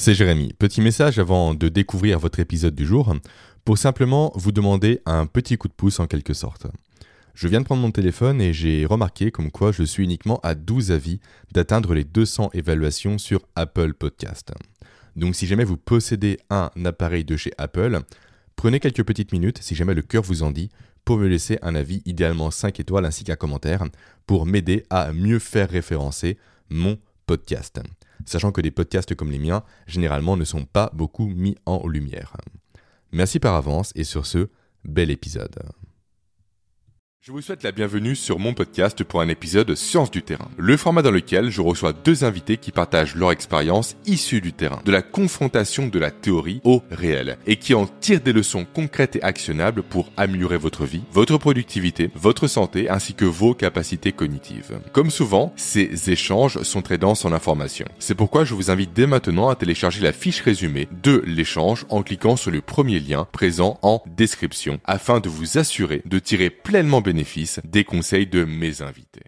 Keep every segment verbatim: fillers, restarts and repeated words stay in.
c'est Jérémy. Petit message avant de découvrir votre épisode du jour, pour simplement vous demander un petit coup de pouce en quelque sorte. Je viens de prendre mon téléphone et j'ai remarqué comme quoi je suis uniquement à douze avis d'atteindre les deux cents évaluations sur Apple Podcast. Donc si jamais vous possédez un appareil de chez Apple, prenez quelques petites minutes, si jamais le cœur vous en dit, pour me laisser un avis, idéalement cinq étoiles ainsi qu'un commentaire, pour m'aider à mieux faire référencer mon podcast. Sachant que des podcasts comme les miens, généralement, ne sont pas beaucoup mis en lumière. Merci par avance et sur ce, bel épisode. Je vous souhaite la bienvenue sur mon podcast pour un épisode Sciences du terrain, le format dans lequel je reçois deux invités qui partagent leur expérience issue du terrain, de la confrontation de la théorie au réel, et qui en tirent des leçons concrètes et actionnables pour améliorer votre vie, votre productivité, votre santé ainsi que vos capacités cognitives. Comme souvent, ces échanges sont très denses en informations. C'est pourquoi je vous invite dès maintenant à télécharger la fiche résumée de l'échange en cliquant sur le premier lien présent en description afin de vous assurer de tirer pleinement bénéfice des conseils de mes invités.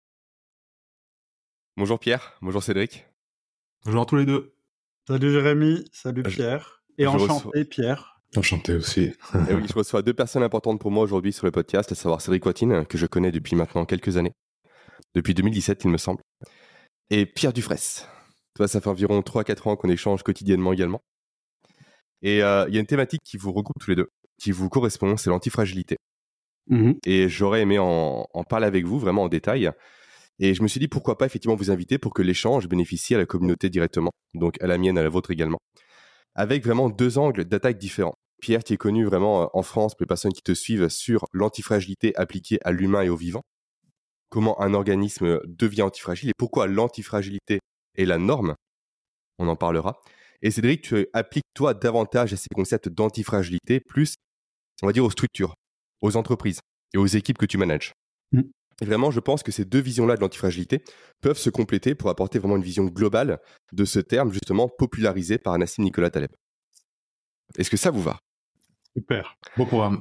Bonjour Pierre, bonjour Cédric. Bonjour à tous les deux. Salut Jérémy, salut Pierre. Et je enchanté reçois... Pierre. Enchanté aussi. Et oui, je reçois deux personnes importantes pour moi aujourd'hui sur le podcast, à savoir Cédric Watine, que je connais depuis maintenant quelques années. Depuis deux mille dix-sept, il me semble. Et Pierre Dufraisse. Toi, ça fait environ trois à quatre ans qu'on échange quotidiennement également. Et il euh, y a une thématique qui vous regroupe tous les deux, qui vous correspond, c'est l'antifragilité. Mmh. Et j'aurais aimé en, en parler avec vous vraiment en détail. Et je me suis dit pourquoi pas effectivement vous inviter pour que l'échange bénéficie à la communauté directement, donc à la mienne, à la vôtre également, avec vraiment deux angles d'attaque différents. Pierre, qui est connu vraiment en France pour les personnes qui te suivent sur l'antifragilité appliquée à l'humain et au vivant, comment un organisme devient antifragile et pourquoi l'antifragilité est la norme, on en parlera. Et Cédric, tu appliques toi davantage à ces concepts d'antifragilité, plus on va dire aux structures, aux entreprises et aux équipes que tu manages. Mmh. Et vraiment, je pense que ces deux visions-là de l'antifragilité peuvent se compléter pour apporter vraiment une vision globale de ce terme, justement popularisé par Nassim Nicolas Taleb. Est-ce que ça vous va ? Super, beau programme.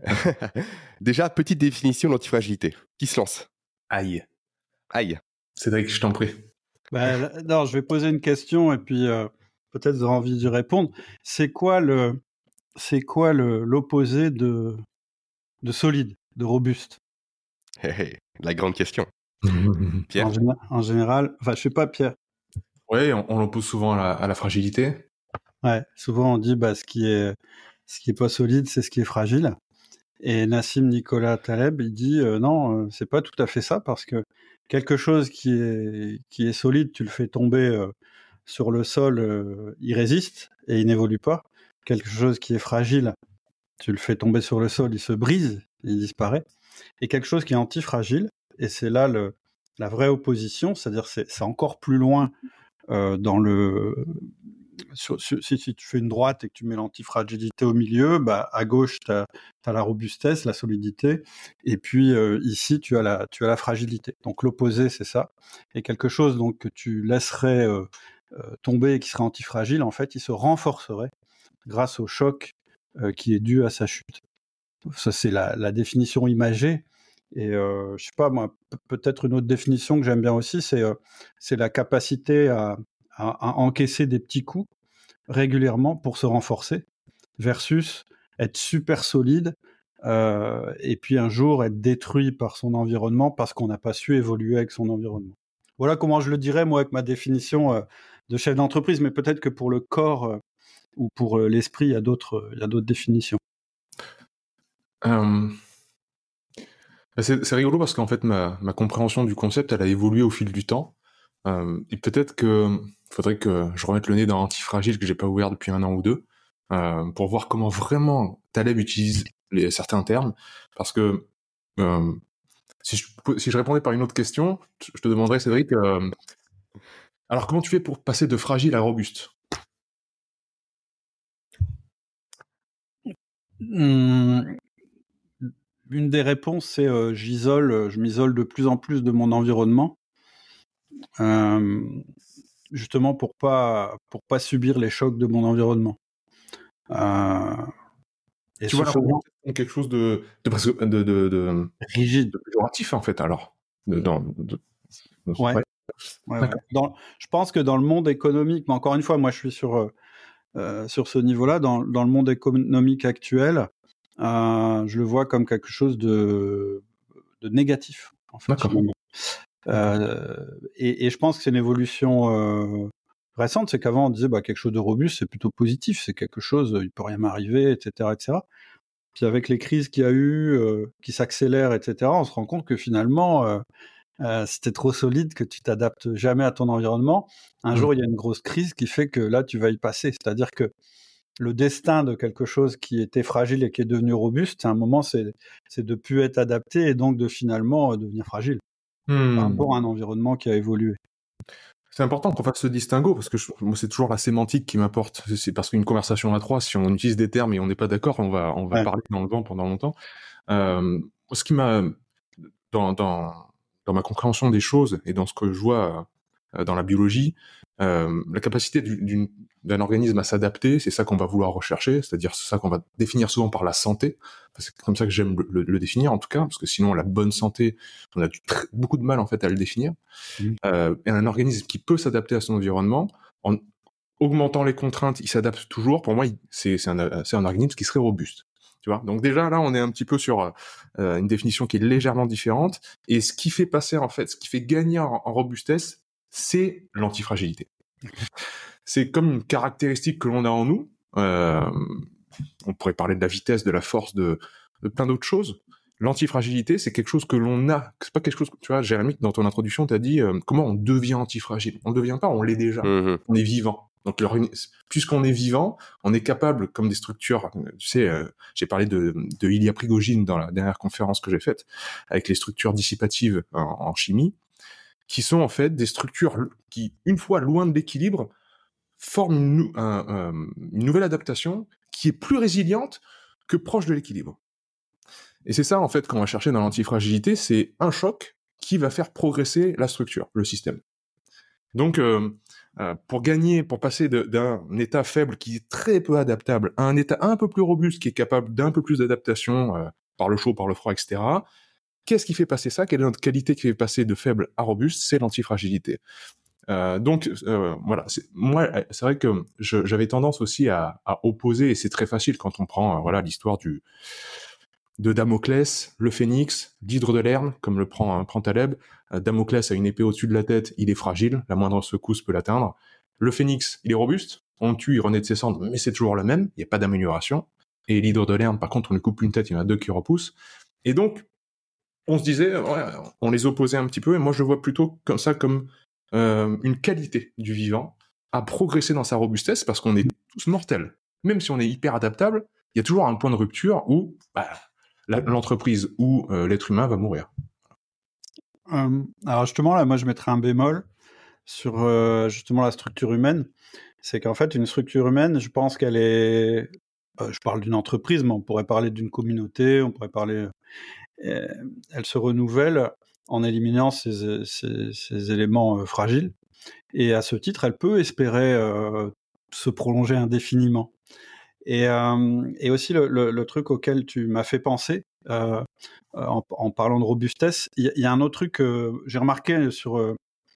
Déjà, petite définition de l'antifragilité. Qui se lance ? Aïe. Aïe. Cédric, je t'en prie. Bah, non, je vais poser une question et puis euh, peut-être vous aurez envie d'y répondre. C'est quoi, le, c'est quoi le, l'opposé de... de solide, de robuste? Hey, hey, la grande question. Pierre? En, géné- en général, enfin, je sais pas, Pierre. Oui, on, on l'oppose souvent à la, à la fragilité. Ouais, souvent on dit bah, ce qui est, ce qui est pas solide, c'est ce qui est fragile. Et Nassim Nicolas Taleb, il dit euh, non, euh, c'est pas tout à fait ça, parce que quelque chose qui est, qui est solide, tu le fais tomber euh, sur le sol, euh, il résiste et il n'évolue pas. Quelque chose qui est fragile, tu le fais tomber sur le sol, il se brise, il disparaît. Et quelque chose qui est antifragile, et c'est là le, la vraie opposition, c'est-à-dire c'est, c'est encore plus loin euh, dans le... Sur, sur, si, si tu fais une droite et que tu mets l'antifragilité au milieu, bah, à gauche, tu as la robustesse, la solidité, et puis euh, ici, tu as, la, tu as la fragilité. Donc l'opposé, c'est ça. Et quelque chose donc, que tu laisserais euh, euh, tomber et qui serait antifragile, en fait, il se renforcerait grâce au choc euh, qui est dû à sa chute. Ça, c'est la, la définition imagée. Et euh, je sais pas, moi, p- peut-être une autre définition que j'aime bien aussi, c'est, euh, c'est la capacité à, à, à encaisser des petits coups régulièrement pour se renforcer, versus être super solide euh, et puis un jour être détruit par son environnement parce qu'on n'a pas su évoluer avec son environnement. Voilà comment je le dirais, moi, avec ma définition euh, de chef d'entreprise, mais peut-être que pour le corps euh, ou pour euh, l'esprit, il y a d'autres, il y a d'autres définitions. Euh... C'est, c'est rigolo parce qu'en fait, ma, ma compréhension du concept, elle a évolué au fil du temps. Euh, et peut-être que faudrait que je remette le nez dans l'antifragile que j'ai pas ouvert depuis un an ou deux, euh, pour voir comment vraiment Taleb utilise les, certains termes. Parce que euh, si, je, si je répondais par une autre question, je te demanderais, Cédric, euh, alors comment tu fais pour passer de fragile à robuste ? Hum, une des réponses, c'est euh, j'isole, je m'isole de plus en plus de mon environnement. Euh, justement pour pas pour pas subir les chocs de mon environnement. Euh, et tu vois là, faisant... quelque chose de de, de, de, de, de rigide, de péjoratif en fait alors. De, de, de, de... Ouais. ouais. Ouais, ouais. Dans, je pense que dans le monde économique, mais encore une fois, moi je suis sur, euh, sur ce niveau-là, dans, dans le monde économique actuel, euh, je le vois comme quelque chose de, de négatif, en fait, finalement. Euh, et, et je pense que c'est une évolution euh, récente, c'est qu'avant on disait bah, quelque chose de robuste, c'est plutôt positif, c'est quelque chose, il peut rien m'arriver, et cetera, et cetera. Puis avec les crises qu'il y a eu, euh, qui s'accélèrent, et cetera, on se rend compte que finalement, euh, euh, si t'es trop solide, que tu t'adaptes jamais à ton environnement, un mmh. jour il y a une grosse crise qui fait que là tu vas y passer. C'est-à-dire que le destin de quelque chose qui était fragile et qui est devenu robuste, à un moment c'est, c'est de plus être adapté et donc de finalement euh, devenir fragile. Mmh. Par rapport à un environnement qui a évolué. C'est important qu'on fasse ce distinguo, parce que je, moi, c'est toujours la sémantique qui m'importe. C'est parce qu'une conversation à trois, si on utilise des termes et on n'est pas d'accord, on va, on va ouais. parler dans le vent pendant longtemps. Euh, ce qui m'a, dans, dans, dans ma compréhension des choses et dans ce que je vois euh, dans la biologie, euh, la capacité d'une, d'un organisme à s'adapter, c'est ça qu'on va vouloir rechercher, c'est-à-dire c'est ça qu'on va définir souvent par la santé. C'est comme ça que j'aime le, le, le définir en tout cas, parce que sinon la bonne santé, on a du très, beaucoup de mal en fait à le définir. Mmh. Euh, et un organisme qui peut s'adapter à son environnement, en augmentant les contraintes, il s'adapte toujours. Pour moi, il, c'est, c'est, un, c'est un organisme qui serait robuste. Tu vois. Donc déjà là, on est un petit peu sur euh, une définition qui est légèrement différente. Et ce qui fait passer en fait, ce qui fait gagner en, en robustesse, c'est l'antifragilité. C'est comme une caractéristique que l'on a en nous. Euh, on pourrait parler de la vitesse, de la force, de, de plein d'autres choses. L'antifragilité, c'est quelque chose que l'on a. C'est pas quelque chose que, tu vois, Jérémy, dans ton introduction, t'as dit euh, comment on devient antifragile. On ne devient pas, on l'est déjà. Mmh. On est vivant. Donc, leur, puisqu'on est vivant, on est capable, comme des structures, tu sais, euh, j'ai parlé de, de Ilya Prigogine dans la dernière conférence que j'ai faite, avec les structures dissipatives en, en chimie, qui sont en fait des structures qui, une fois loin de l'équilibre, forment une, un, un, une nouvelle adaptation qui est plus résiliente que proche de l'équilibre. Et c'est ça, en fait, qu'on va chercher dans l'antifragilité, c'est un choc qui va faire progresser la structure, le système. Donc, euh, euh, pour gagner, pour passer de, d'un état faible qui est très peu adaptable à un état un peu plus robuste qui est capable d'un peu plus d'adaptation euh, par le chaud, par le froid, et cetera, qu'est-ce qui fait passer ça? Quelle est notre qualité qui fait passer de faible à robuste? C'est l'antifragilité. Euh, donc euh, voilà, c'est, moi c'est vrai que je, j'avais tendance aussi à, à opposer, et c'est très facile quand on prend euh, voilà l'histoire du de Damoclès, le phénix, l'hydre de Lerne, comme le prend, hein, prend Taleb. Euh, Damoclès a une épée au-dessus de la tête, il est fragile, la moindre secousse peut l'atteindre. Le phénix, il est robuste, on le tue, il renaît de ses cendres, mais c'est toujours le même, il n'y a pas d'amélioration. Et l'hydre de Lerne, par contre, on lui coupe une tête, il y en a deux qui repoussent. Et donc, on se disait, ouais, on les opposait un petit peu, et moi je vois plutôt comme ça comme euh, une qualité du vivant à progresser dans sa robustesse, parce qu'on est tous mortels. Même si on est hyper adaptable, il y a toujours un point de rupture où bah, la, l'entreprise ou euh, l'être humain va mourir. Euh, alors justement, là, moi je mettrais un bémol sur euh, justement la structure humaine. C'est qu'en fait, une structure humaine, je pense qu'elle est... Euh, je parle d'une entreprise, mais on pourrait parler d'une communauté, on pourrait parler... Euh, elle se renouvelle en éliminant ces, ces, ces éléments euh, fragiles. Et à ce titre, elle peut espérer euh, se prolonger indéfiniment. Et, euh, et aussi le, le, le truc auquel tu m'as fait penser, euh, en, en parlant de robustesse, il y, y a un autre truc que j'ai remarqué sur, euh,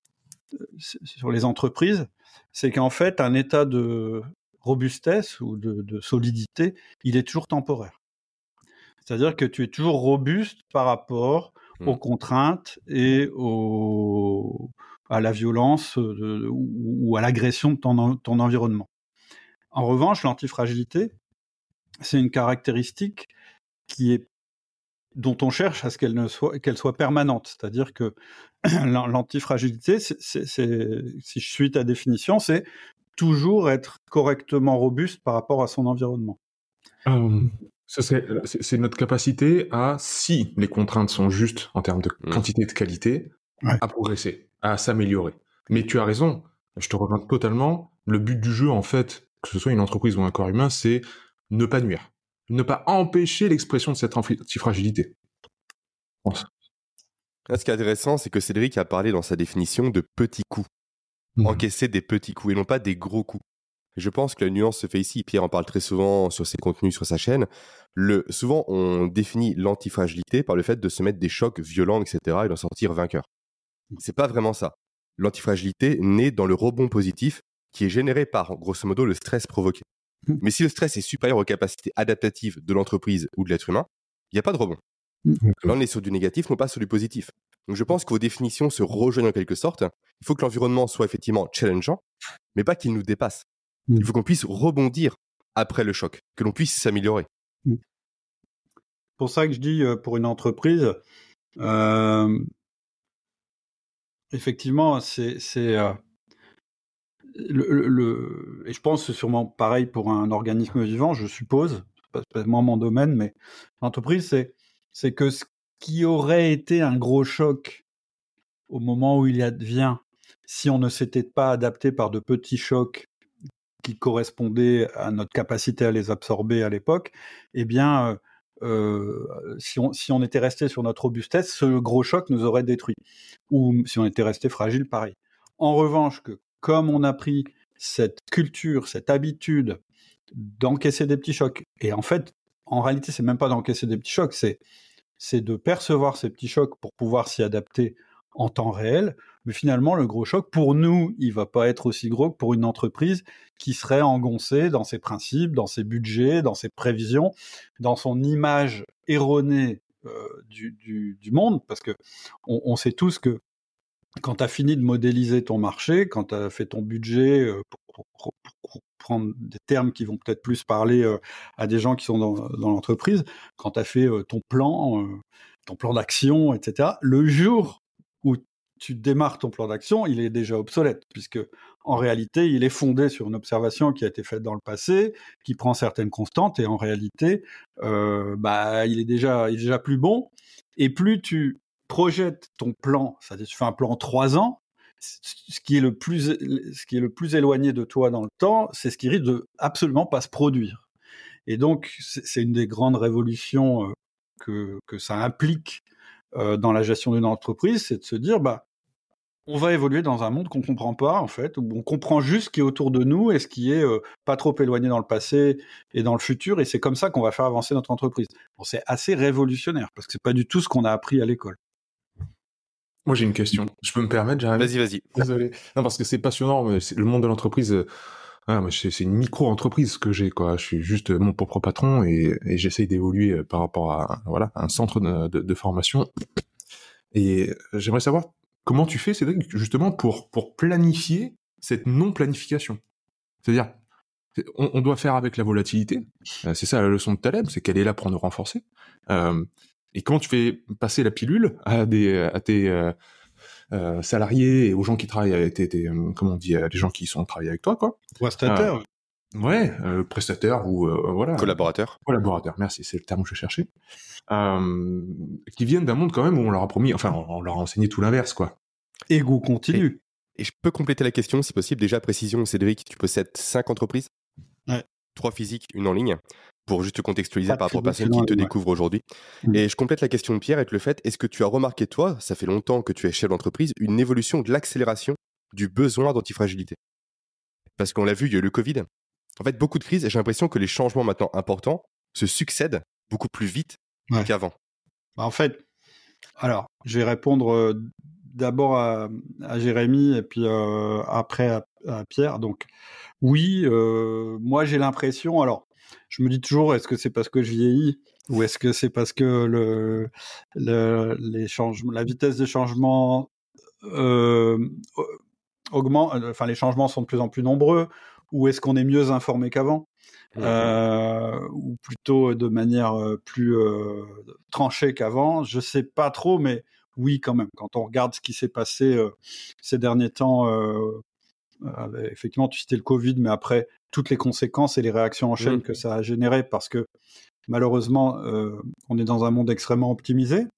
sur les entreprises, c'est qu'en fait, un état de robustesse ou de, de solidité, il est toujours temporaire. C'est-à-dire que tu es toujours robuste par rapport mmh. aux contraintes et au, à la violence de, ou, ou à l'agression de ton, ton environnement. En revanche, l'antifragilité, c'est une caractéristique qui est, dont on cherche à ce qu'elle, ne soit, qu'elle soit permanente. C'est-à-dire que l'antifragilité, c'est, c'est, c'est, si je suis ta définition, c'est toujours être correctement robuste par rapport à son environnement. Um, ça serait, c'est, c'est notre capacité à, si les contraintes sont justes en termes de quantité et de qualité, ouais. à progresser, à s'améliorer. Mais tu as raison, je te rejoins totalement. Le but du jeu, en fait, que ce soit une entreprise ou un corps humain, c'est ne pas nuire, ne pas empêcher l'expression de cette antifragilité. Là, ce qui est intéressant, c'est que Cédric a parlé dans sa définition de petits coups. Mmh. Encaisser des petits coups et non pas des gros coups. Je pense que la nuance se fait ici. Pierre en parle très souvent sur ses contenus sur sa chaîne. Le, souvent, on définit l'antifragilité par le fait de se mettre des chocs violents, et cetera et d'en sortir vainqueur. C'est pas vraiment ça. l'antifragilité naît dans le rebond positif qui est généré par, grosso modo, le stress provoqué. Mmh. Mais si le stress est supérieur aux capacités adaptatives de l'entreprise ou de l'être humain, il n'y a pas de rebond. Mmh. Là, on est sur du négatif, non pas sur du positif. Donc, je pense que vos définitions se rejoignent en quelque sorte. Il faut que l'environnement soit effectivement challengeant, mais pas qu'il nous dépasse. Mmh. Il faut qu'on puisse rebondir après le choc, que l'on puisse s'améliorer. Mmh. C'est pour ça que je dis, pour une entreprise, euh, effectivement, c'est... c'est euh, Le, le, le, et je pense que c'est sûrement pareil pour un organisme vivant, je suppose, c'est pas vraiment mon domaine, mais l'entreprise, c'est, c'est que ce qui aurait été un gros choc au moment où il advient, si on ne s'était pas adapté par de petits chocs qui correspondaient à notre capacité à les absorber à l'époque, eh bien, euh, si, on, si on était resté sur notre robustesse, ce gros choc nous aurait détruit. Ou si on était resté fragile, pareil. En revanche, que comme on a pris cette culture, cette habitude d'encaisser des petits chocs, et en fait, en réalité, c'est même pas d'encaisser des petits chocs, c'est, c'est de percevoir ces petits chocs pour pouvoir s'y adapter en temps réel, mais finalement, le gros choc, pour nous, il va pas être aussi gros que pour une entreprise qui serait engoncée dans ses principes, dans ses budgets, dans ses prévisions, dans son image erronée euh, du, du, du monde, parce que on, on sait tous que quand tu as fini de modéliser ton marché, quand tu as fait ton budget, euh, pour, pour, pour prendre des termes qui vont peut-être plus parler euh, à des gens qui sont dans, dans l'entreprise, quand tu as fait euh, ton plan, euh, ton plan d'action, et cetera, le jour où tu démarres ton plan d'action, il est déjà obsolète, puisque en réalité, il est fondé sur une observation qui a été faite dans le passé, qui prend certaines constantes, et en réalité, euh, bah, il est déjà, il est déjà plus bon, et plus tu projette ton plan, c'est-à-dire tu fais un plan trois ans, ce qui est le plus, ce qui est le plus éloigné de toi dans le temps, c'est ce qui risque de absolument pas se produire. Et donc, c'est, c'est une des grandes révolutions euh, que, que ça implique euh, dans la gestion d'une entreprise, c'est de se dire, bah, on va évoluer dans un monde qu'on comprend pas, en fait, où on comprend juste ce qui est autour de nous et ce qui est euh, pas trop éloigné dans le passé et dans le futur, et c'est comme ça qu'on va faire avancer notre entreprise. Bon, c'est assez révolutionnaire, parce que c'est pas du tout ce qu'on a appris à l'école. Moi, j'ai une question. Je peux me permettre, Jérémy ? Vas-y, vas-y. Désolé. Non, parce que c'est passionnant. C'est le monde de l'entreprise. Euh, ah, moi, c'est, c'est une micro-entreprise que j'ai, quoi. Je suis juste mon propre patron et, et j'essaye d'évoluer par rapport à, voilà, un centre de, de, de formation. Et j'aimerais savoir comment tu fais, Cédric, justement, pour, pour planifier cette non-planification. C'est-à-dire, on, on doit faire avec la volatilité. Euh, c'est ça la leçon de Taleb, c'est qu'elle est là pour nous renforcer. Euh, Et comment tu fais passer la pilule à des à tes euh, euh, salariés et aux gens qui travaillent avec tes, tes euh, comment on dit, les gens qui sont travaillés avec toi, quoi. Prestataire. Euh, ouais, euh, prestataire ou euh, voilà. Collaborateur. Collaborateur. Merci, c'est le terme que je cherchais. Euh, qui viennent d'un monde quand même où on leur a promis, enfin, on, on leur a enseigné tout l'inverse, quoi. Ego continu. Et, et je peux compléter la question, si possible. Déjà, précision, Cédric, tu possèdes cinq entreprises. Ouais. Trois physiques, une en ligne. Pour juste te contextualiser Pas par rapport aux personnes loin, qui te ouais. découvrent aujourd'hui. Mmh. Et je complète la question de Pierre avec le fait, est-ce que tu as remarqué, toi, ça fait longtemps que tu es chef d'entreprise, une évolution de l'accélération du besoin d'antifragilité ? Parce qu'on l'a vu, il y a eu le Covid. En fait, beaucoup de crises, et j'ai l'impression que les changements maintenant importants se succèdent beaucoup plus vite ouais. qu'avant. Bah en fait, alors, je vais répondre euh, d'abord à, à Jérémy et puis euh, après à, à Pierre. Donc, oui, euh, moi j'ai l'impression, alors, je me dis toujours, est-ce que c'est parce que je vieillis ou est-ce que c'est parce que le, le, les changements, la vitesse des changements euh, augmente, enfin les changements sont de plus en plus nombreux, ou est-ce qu'on est mieux informé qu'avant, mmh. euh, ou plutôt de manière plus euh, tranchée qu'avant, je sais pas trop, mais oui quand même. Quand on regarde ce qui s'est passé euh, ces derniers temps, euh, euh, effectivement tu citais le Covid, mais après toutes les conséquences et les réactions en chaîne mmh. que ça a généré, parce que malheureusement euh, on est dans un monde extrêmement optimisé.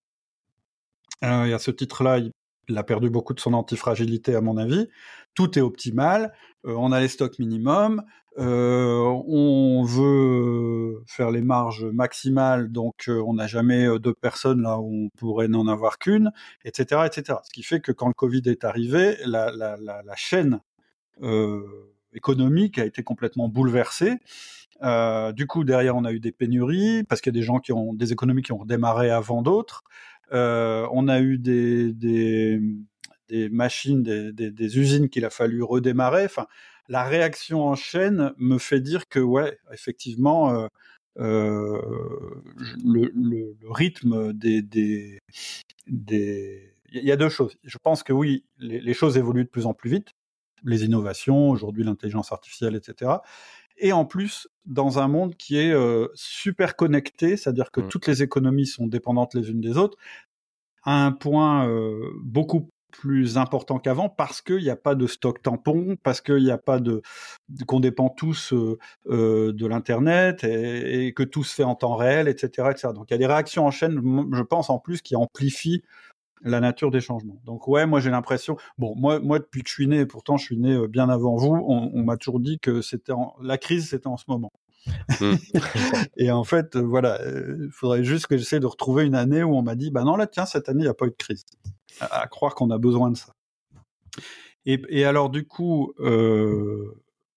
Euh, et à ce titre-là, il Il a perdu beaucoup de son antifragilité, à mon avis. Tout est optimal. Euh, on a les stocks minimums. Euh, on veut faire les marges maximales, donc euh, on n'a jamais deux personnes là où on pourrait n'en avoir qu'une, et cetera, et cetera. Ce qui fait que quand le Covid est arrivé, la, la, la, la chaîne euh, économique a été complètement bouleversée. Euh, du coup, derrière, on a eu des pénuries parce qu'il y a des gens qui ont des économies qui ont redémarré avant d'autres. Euh, on a eu des, des, des machines, des, des, des usines qu'il a fallu redémarrer. Enfin, la réaction en chaîne me fait dire que, ouais, effectivement, euh, euh, le, le, le rythme des, des, des... Il y a deux choses. Je pense que oui, les, les choses évoluent de plus en plus vite. Les innovations, aujourd'hui l'intelligence artificielle, et cetera. Et en plus, dans un monde qui est euh, super connecté, c'est-à-dire que mmh. toutes les économies sont dépendantes les unes des autres, à un point euh, beaucoup plus important qu'avant, parce qu'il n'y a pas de stock tampon, parce qu'il n'y a pas de... qu'on dépend tous euh, euh, de l'Internet, et, et que tout se fait en temps réel, et cetera, et cetera. Donc il y a des réactions en chaîne, je pense, en plus, qui amplifient la nature des changements. Donc ouais, moi j'ai l'impression, bon, moi, moi depuis que je suis né, pourtant je suis né bien avant vous, on, on m'a toujours dit que c'était en... la crise c'était en ce moment. Mmh. Et en fait, euh, voilà, il euh, faudrait juste que j'essaie de retrouver une année où on m'a dit, bah non là tiens, cette année il n'y a pas eu de crise. À, à croire qu'on a besoin de ça. Et, et alors du coup, euh,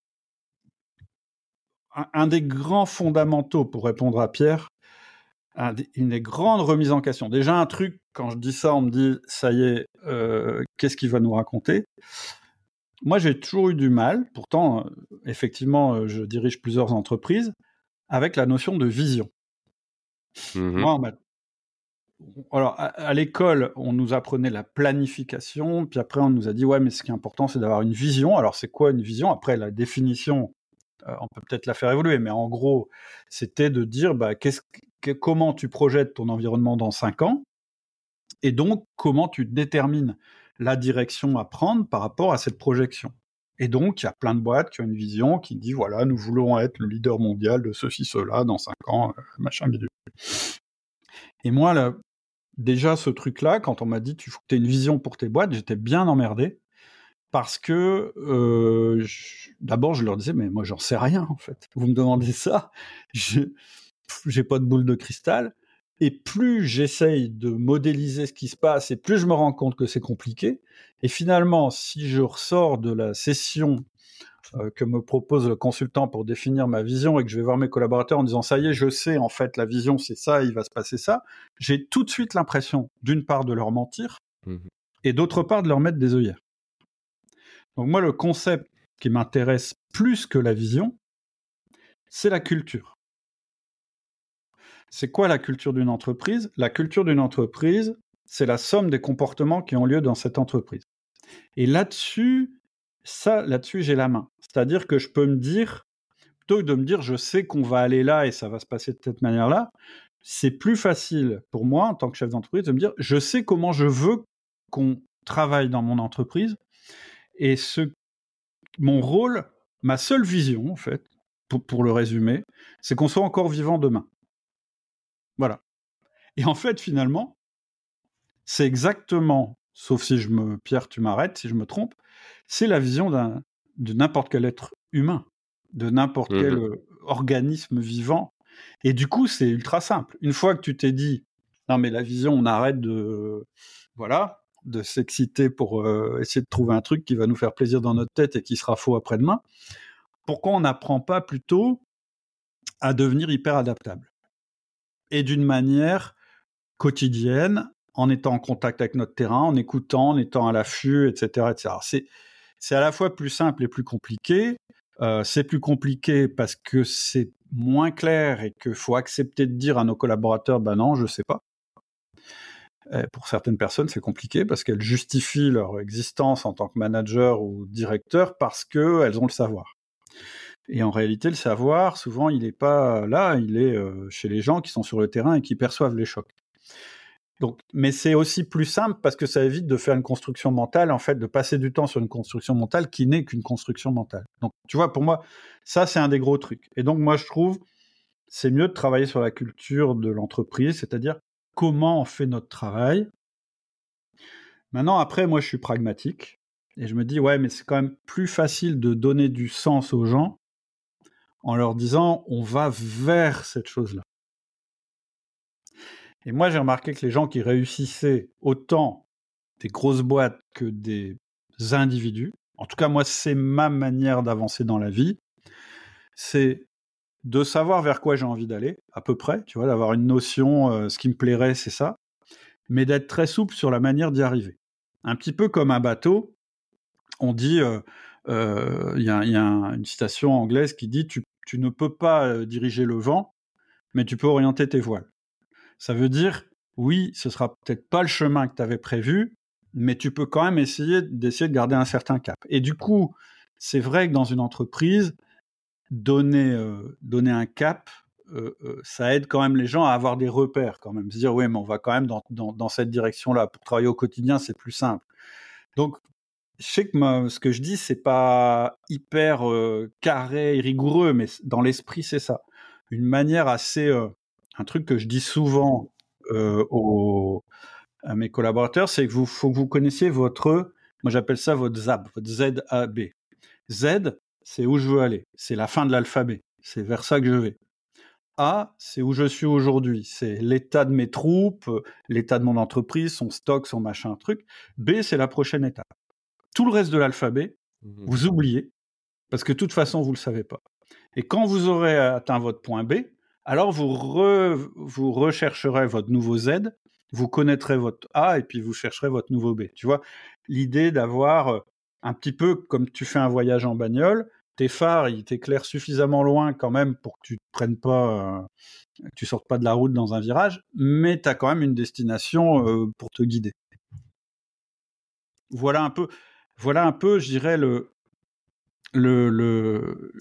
un, un des grands fondamentaux pour répondre à Pierre, Un, une des grandes remises en question. Déjà, un truc, quand je dis ça, on me dit, ça y est, euh, qu'est-ce qu'il va nous raconter ? Moi, j'ai toujours eu du mal, pourtant, euh, effectivement, je dirige plusieurs entreprises, avec la notion de vision. Mmh. Moi, on m'a... Alors, à, à l'école, on nous apprenait la planification, puis après, on nous a dit, ouais, mais ce qui est important, c'est d'avoir une vision. Alors, c'est quoi une vision ? Après, la définition, euh, on peut peut-être la faire évoluer, mais en gros, c'était de dire, bah, qu'est-ce que, comment tu projettes ton environnement dans cinq ans, et donc comment tu détermines la direction à prendre par rapport à cette projection. Et donc, il y a plein de boîtes qui ont une vision qui dit, voilà, nous voulons être le leader mondial de ceci, cela, dans cinq ans, machin, bidule. Et moi, là, déjà, ce truc-là, quand on m'a dit, tu faut que tu aies une vision pour tes boîtes, j'étais bien emmerdé, parce que, euh, je... d'abord, je leur disais, mais moi, j'en sais rien, en fait. Vous me demandez ça, je... j'ai pas de boule de cristal, et plus j'essaye de modéliser ce qui se passe, et plus je me rends compte que c'est compliqué. Et finalement, si je ressors de la session euh, que me propose le consultant pour définir ma vision, et que je vais voir mes collaborateurs en disant, ça y est, je sais, en fait, la vision, c'est ça, il va se passer ça, j'ai tout de suite l'impression, d'une part, de leur mentir, mmh. et d'autre part, de leur mettre des œillères. Donc moi, le concept qui m'intéresse plus que la vision, c'est la culture. C'est quoi la culture d'une entreprise ? La culture d'une entreprise, c'est la somme des comportements qui ont lieu dans cette entreprise. Et là-dessus, ça, là-dessus, j'ai la main. C'est-à-dire que je peux me dire, plutôt que de me dire, je sais qu'on va aller là et ça va se passer de cette manière-là, c'est plus facile pour moi, en tant que chef d'entreprise, de me dire, je sais comment je veux qu'on travaille dans mon entreprise. Et ce, mon rôle, ma seule vision, en fait, pour, pour le résumer, c'est qu'on soit encore vivant demain. Voilà. Et en fait, finalement, c'est exactement, sauf si je me... Pierre, tu m'arrêtes, si je me trompe, c'est la vision d'un, de n'importe quel être humain, de n'importe mmh. quel euh, organisme vivant. Et du coup, c'est ultra simple. Une fois que tu t'es dit, non mais la vision, on arrête de... Voilà, de s'exciter pour euh, essayer de trouver un truc qui va nous faire plaisir dans notre tête et qui sera faux après-demain, pourquoi on n'apprend pas plutôt à devenir hyper adaptable ? Et d'une manière quotidienne, en étant en contact avec notre terrain, en écoutant, en étant à l'affût, et cetera, et cetera. C'est, c'est à la fois plus simple et plus compliqué. Euh, c'est plus compliqué parce que c'est moins clair et qu'il faut accepter de dire à nos collaborateurs, ben non, je sais pas. Et pour certaines personnes, c'est compliqué parce qu'elles justifient leur existence en tant que manager ou directeur parce qu'elles ont le savoir. Et en réalité, le savoir, souvent, il n'est pas là, il est euh, chez les gens qui sont sur le terrain et qui perçoivent les chocs. Donc, mais c'est aussi plus simple parce que ça évite de faire une construction mentale, en fait, de passer du temps sur une construction mentale qui n'est qu'une construction mentale. Donc, tu vois, pour moi, ça, c'est un des gros trucs. Et donc, moi, je trouve, c'est mieux de travailler sur la culture de l'entreprise, c'est-à-dire comment on fait notre travail. Maintenant, après, moi, je suis pragmatique et je me dis, ouais, mais c'est quand même plus facile de donner du sens aux gens en leur disant, on va vers cette chose-là. Et moi, j'ai remarqué que les gens qui réussissaient autant des grosses boîtes que des individus, en tout cas, moi, c'est ma manière d'avancer dans la vie, c'est de savoir vers quoi j'ai envie d'aller, à peu près, tu vois, d'avoir une notion, euh, ce qui me plairait, c'est ça, mais d'être très souple sur la manière d'y arriver. Un petit peu comme un bateau, on dit, il euh, euh, y a, y a un, une citation anglaise qui dit tu, tu ne peux pas euh, diriger le vent, mais tu peux orienter tes voiles. Ça veut dire, oui, ce sera peut-être pas le chemin que tu avais prévu, mais tu peux quand même essayer d'essayer de garder un certain cap. Et du coup, c'est vrai que dans une entreprise, donner, euh, donner un cap, euh, euh, ça aide quand même les gens à avoir des repères quand même. Se dire, oui, mais on va quand même dans, dans, dans cette direction-là. Pour travailler au quotidien, c'est plus simple. Donc, je sais que ma, ce que je dis, c'est pas hyper euh, carré et rigoureux, mais dans l'esprit, c'est ça. Une manière assez... Euh, un truc que je dis souvent euh, aux, à mes collaborateurs, c'est que vous faut que vous connaissiez votre... Moi, j'appelle ça votre Z A B, votre Z A B. Z, c'est où je veux aller. C'est la fin de l'alphabet. C'est vers ça que je vais. A, c'est où je suis aujourd'hui. C'est l'état de mes troupes, l'état de mon entreprise, son stock, son machin, truc. B, c'est la prochaine étape. Tout le reste de l'alphabet, mmh. vous oubliez, parce que de toute façon, vous ne le savez pas. Et quand vous aurez atteint votre point B, alors vous, re, vous rechercherez votre nouveau Z, vous connaîtrez votre A, et puis vous chercherez votre nouveau B. Tu vois, l'idée d'avoir un petit peu comme tu fais un voyage en bagnole, tes phares, ils t'éclairent suffisamment loin quand même pour que tu ne prennes pas, euh, tu sortes pas de la route dans un virage, mais tu as quand même une destination euh, pour te guider. Voilà un peu, voilà un peu, je dirais, le, le, le,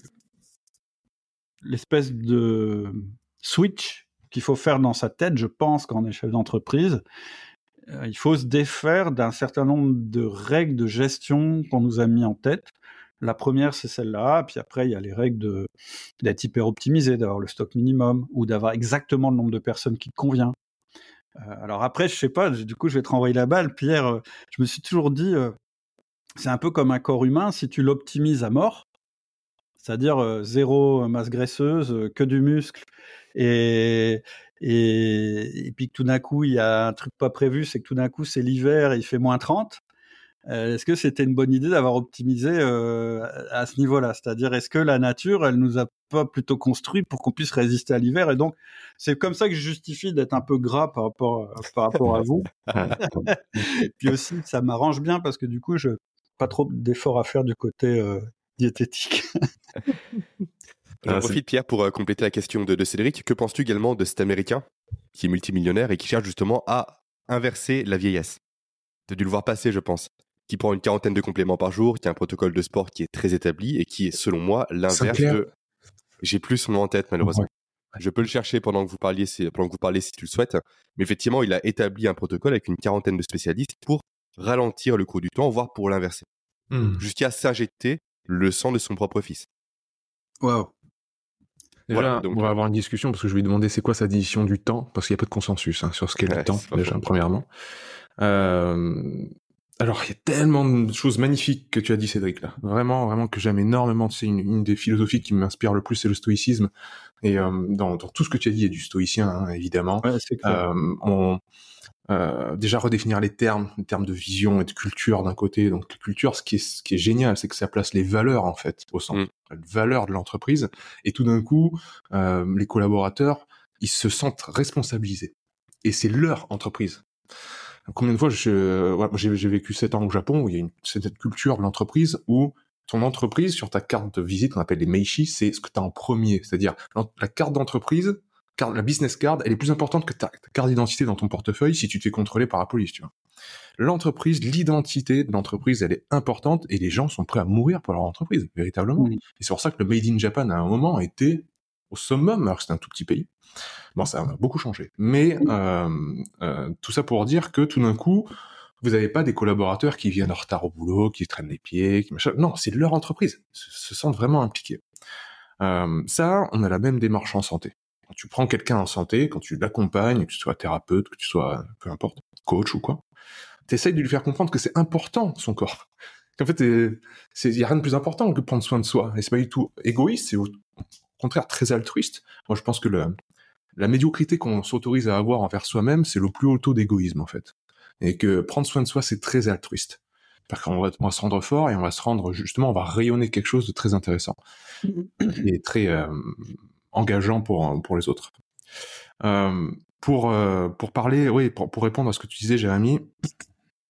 l'espèce de switch qu'il faut faire dans sa tête, je pense, quand on est chef d'entreprise. Euh, il faut se défaire d'un certain nombre de règles de gestion qu'on nous a mis en tête. La première, c'est celle-là, puis après, il y a les règles de, d'être hyper optimisé, d'avoir le stock minimum, ou d'avoir exactement le nombre de personnes qui te convient. Euh, alors après, je sais pas, du coup, je vais te renvoyer la balle. Pierre, euh, je me suis toujours dit, euh, c'est un peu comme un corps humain, si tu l'optimises à mort, c'est-à-dire euh, zéro masse graisseuse, euh, que du muscle, et, et, et puis que tout d'un coup, il y a un truc pas prévu, c'est que tout d'un coup, c'est l'hiver et il fait moins trente. Euh, est-ce que c'était une bonne idée d'avoir optimisé euh, à ce niveau-là? C'est-à-dire, est-ce que la nature, elle nous a pas plutôt construit pour qu'on puisse résister à l'hiver? Et donc, c'est comme ça que je justifie d'être un peu gras par rapport, par rapport à vous. Puis aussi, ça m'arrange bien parce que du coup, je pas trop d'efforts à faire du côté euh, diététique. J'en profite, Pierre, pour euh, compléter la question de, de Cédric. Que penses-tu également de cet Américain qui est multimillionnaire et qui cherche justement à inverser la vieillesse? Tu as dû le voir passer, je pense. Qui prend une quarantaine de compléments par jour, qui a un protocole de sport qui est très établi et qui est, selon moi, l'inverse de... J'ai plus son nom en tête, malheureusement. Ouais. Je peux le chercher pendant que vous parliez, pendant que vous parlez si tu le souhaites. Mais effectivement, il a établi un protocole avec une quarantaine de spécialistes pour ralentir le cours du temps, voire pour l'inverser. Mmh. Jusqu'à s'injecter le sang de son propre fils. Waouh. Déjà, voilà, donc, on va avoir une discussion parce que je vais lui demander c'est quoi sa division du temps, parce qu'il y a peu de consensus hein, sur ce qu'est ouais, le temps, déjà, premièrement. Euh... Alors, il y a tellement de choses magnifiques que tu as dit, Cédric, là. Vraiment, vraiment, que j'aime énormément. C'est une, une des philosophies qui m'inspire le plus, c'est le stoïcisme. Et euh, dans, dans tout ce que tu as dit, il y a du stoïcien, hein, évidemment. Ouais, c'est clair. Euh, on, euh, déjà, redéfinir les termes, les termes de vision et de culture d'un côté. Donc, la culture, ce qui est, ce qui est génial, c'est que ça place les valeurs, en fait, au centre. Mm. Les valeurs de l'entreprise. Et tout d'un coup, euh, les collaborateurs, ils se sentent responsabilisés. Et c'est leur entreprise. Combien de fois je, ouais, j'ai, j'ai vécu sept ans au Japon où il y a une, cette culture de l'entreprise où ton entreprise, sur ta carte de visite, qu'on appelle les meishi, c'est ce que tu as en premier. C'est-à-dire, la carte d'entreprise, carte, la business card, elle est plus importante que ta, ta carte d'identité dans ton portefeuille si tu te fais contrôler par la police, tu vois. L'entreprise, l'identité de l'entreprise, elle est importante et les gens sont prêts à mourir pour leur entreprise, véritablement. Oui. Et c'est pour ça que le Made in Japan, à un moment, était au summum, alors que c'était un tout petit pays. Bon, ça a beaucoup changé. Mais euh, euh, tout ça pour dire que tout d'un coup, vous n'avez pas des collaborateurs qui viennent en retard au boulot, qui traînent les pieds, qui machin. Non, c'est leur entreprise. Ils se, se sentent vraiment impliqués. Euh, ça, on a la même démarche en santé. Quand tu prends quelqu'un en santé, quand tu l'accompagnes, que tu sois thérapeute, que tu sois, peu importe, coach ou quoi, t'essayes de lui faire comprendre que c'est important, son corps. Qu'en fait, il n'y a rien de plus important que de prendre soin de soi. Et c'est pas du tout égoïste, c'est au contraire très altruiste. Moi, je pense que le... La médiocrité qu'on s'autorise à avoir envers soi-même, c'est le plus haut taux d'égoïsme, en fait. Et que prendre soin de soi, c'est très altruiste. Parce qu'on va, on va se rendre fort et on va se rendre, justement, on va rayonner quelque chose de très intéressant. Et très euh, engageant pour, pour les autres. Euh, pour, euh, pour parler, oui, pour, pour répondre à ce que tu disais, Jérémy,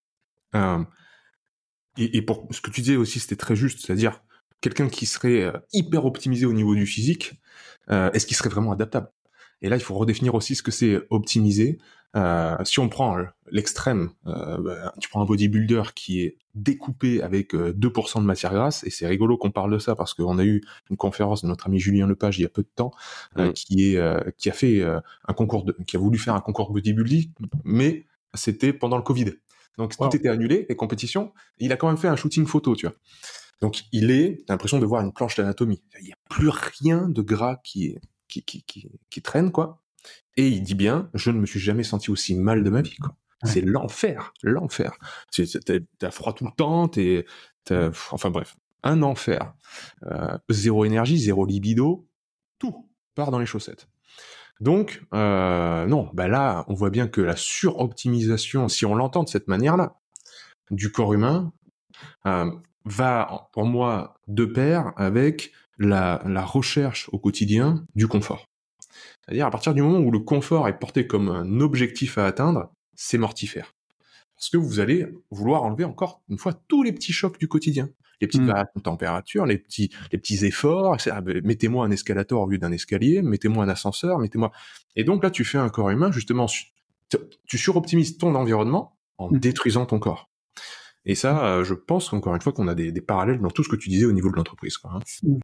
Euh, et, et pour ce que tu disais aussi, c'était très juste, c'est-à-dire quelqu'un qui serait euh, hyper optimisé au niveau du physique, euh, est-ce qu'il serait vraiment adaptable? Et là, il faut redéfinir aussi ce que c'est optimiser. Euh, si on prend l'extrême, euh, bah, tu prends un bodybuilder qui est découpé avec euh, deux pour cent de matière grasse, et c'est rigolo qu'on parle de ça parce qu'on a eu une conférence de notre ami Julien Lepage il y a peu de temps, euh, mmh. qui est euh, qui a fait euh, un concours de, qui a voulu faire un concours bodybuilding, mais c'était pendant le Covid. Donc wow. Tout était annulé, les compétitions. Et il a quand même fait un shooting photo, tu vois. Donc il est, t'as l'impression de voir une planche d'anatomie. Il y a plus rien de gras qui est Qui, qui, qui, qui traîne, quoi. Et il dit bien, je ne me suis jamais senti aussi mal de ma vie, quoi. Ouais. C'est l'enfer, l'enfer. C'est, t'as, t'as froid tout le temps, t'es, t'as, enfin bref, un enfer. Euh, zéro énergie, zéro libido, tout part dans les chaussettes. Donc, euh, non, bah là, on voit bien que la suroptimisation, si on l'entend de cette manière-là, du corps humain, euh, va, pour moi, de pair avec La, la recherche au quotidien du confort. C'est-à-dire, à partir du moment où le confort est porté comme un objectif à atteindre, c'est mortifère. Parce que vous allez vouloir enlever encore une fois tous les petits chocs du quotidien. Les petites mmh. variations de température, les petits, les petits efforts, et cetera. Mettez-moi un escalator au lieu d'un escalier, mettez-moi un ascenseur, mettez-moi... Et donc là, tu fais un corps humain, justement, tu suroptimises ton environnement en mmh. détruisant ton corps. Et ça, je pense, encore une fois, qu'on a des, des parallèles dans tout ce que tu disais au niveau de l'entreprise, quoi, hein. Mmh.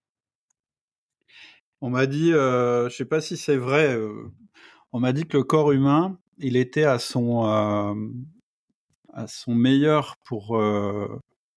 On m'a dit, euh, je sais pas si c'est vrai, euh, on m'a dit que le corps humain, il était à son euh, à son meilleur pour euh,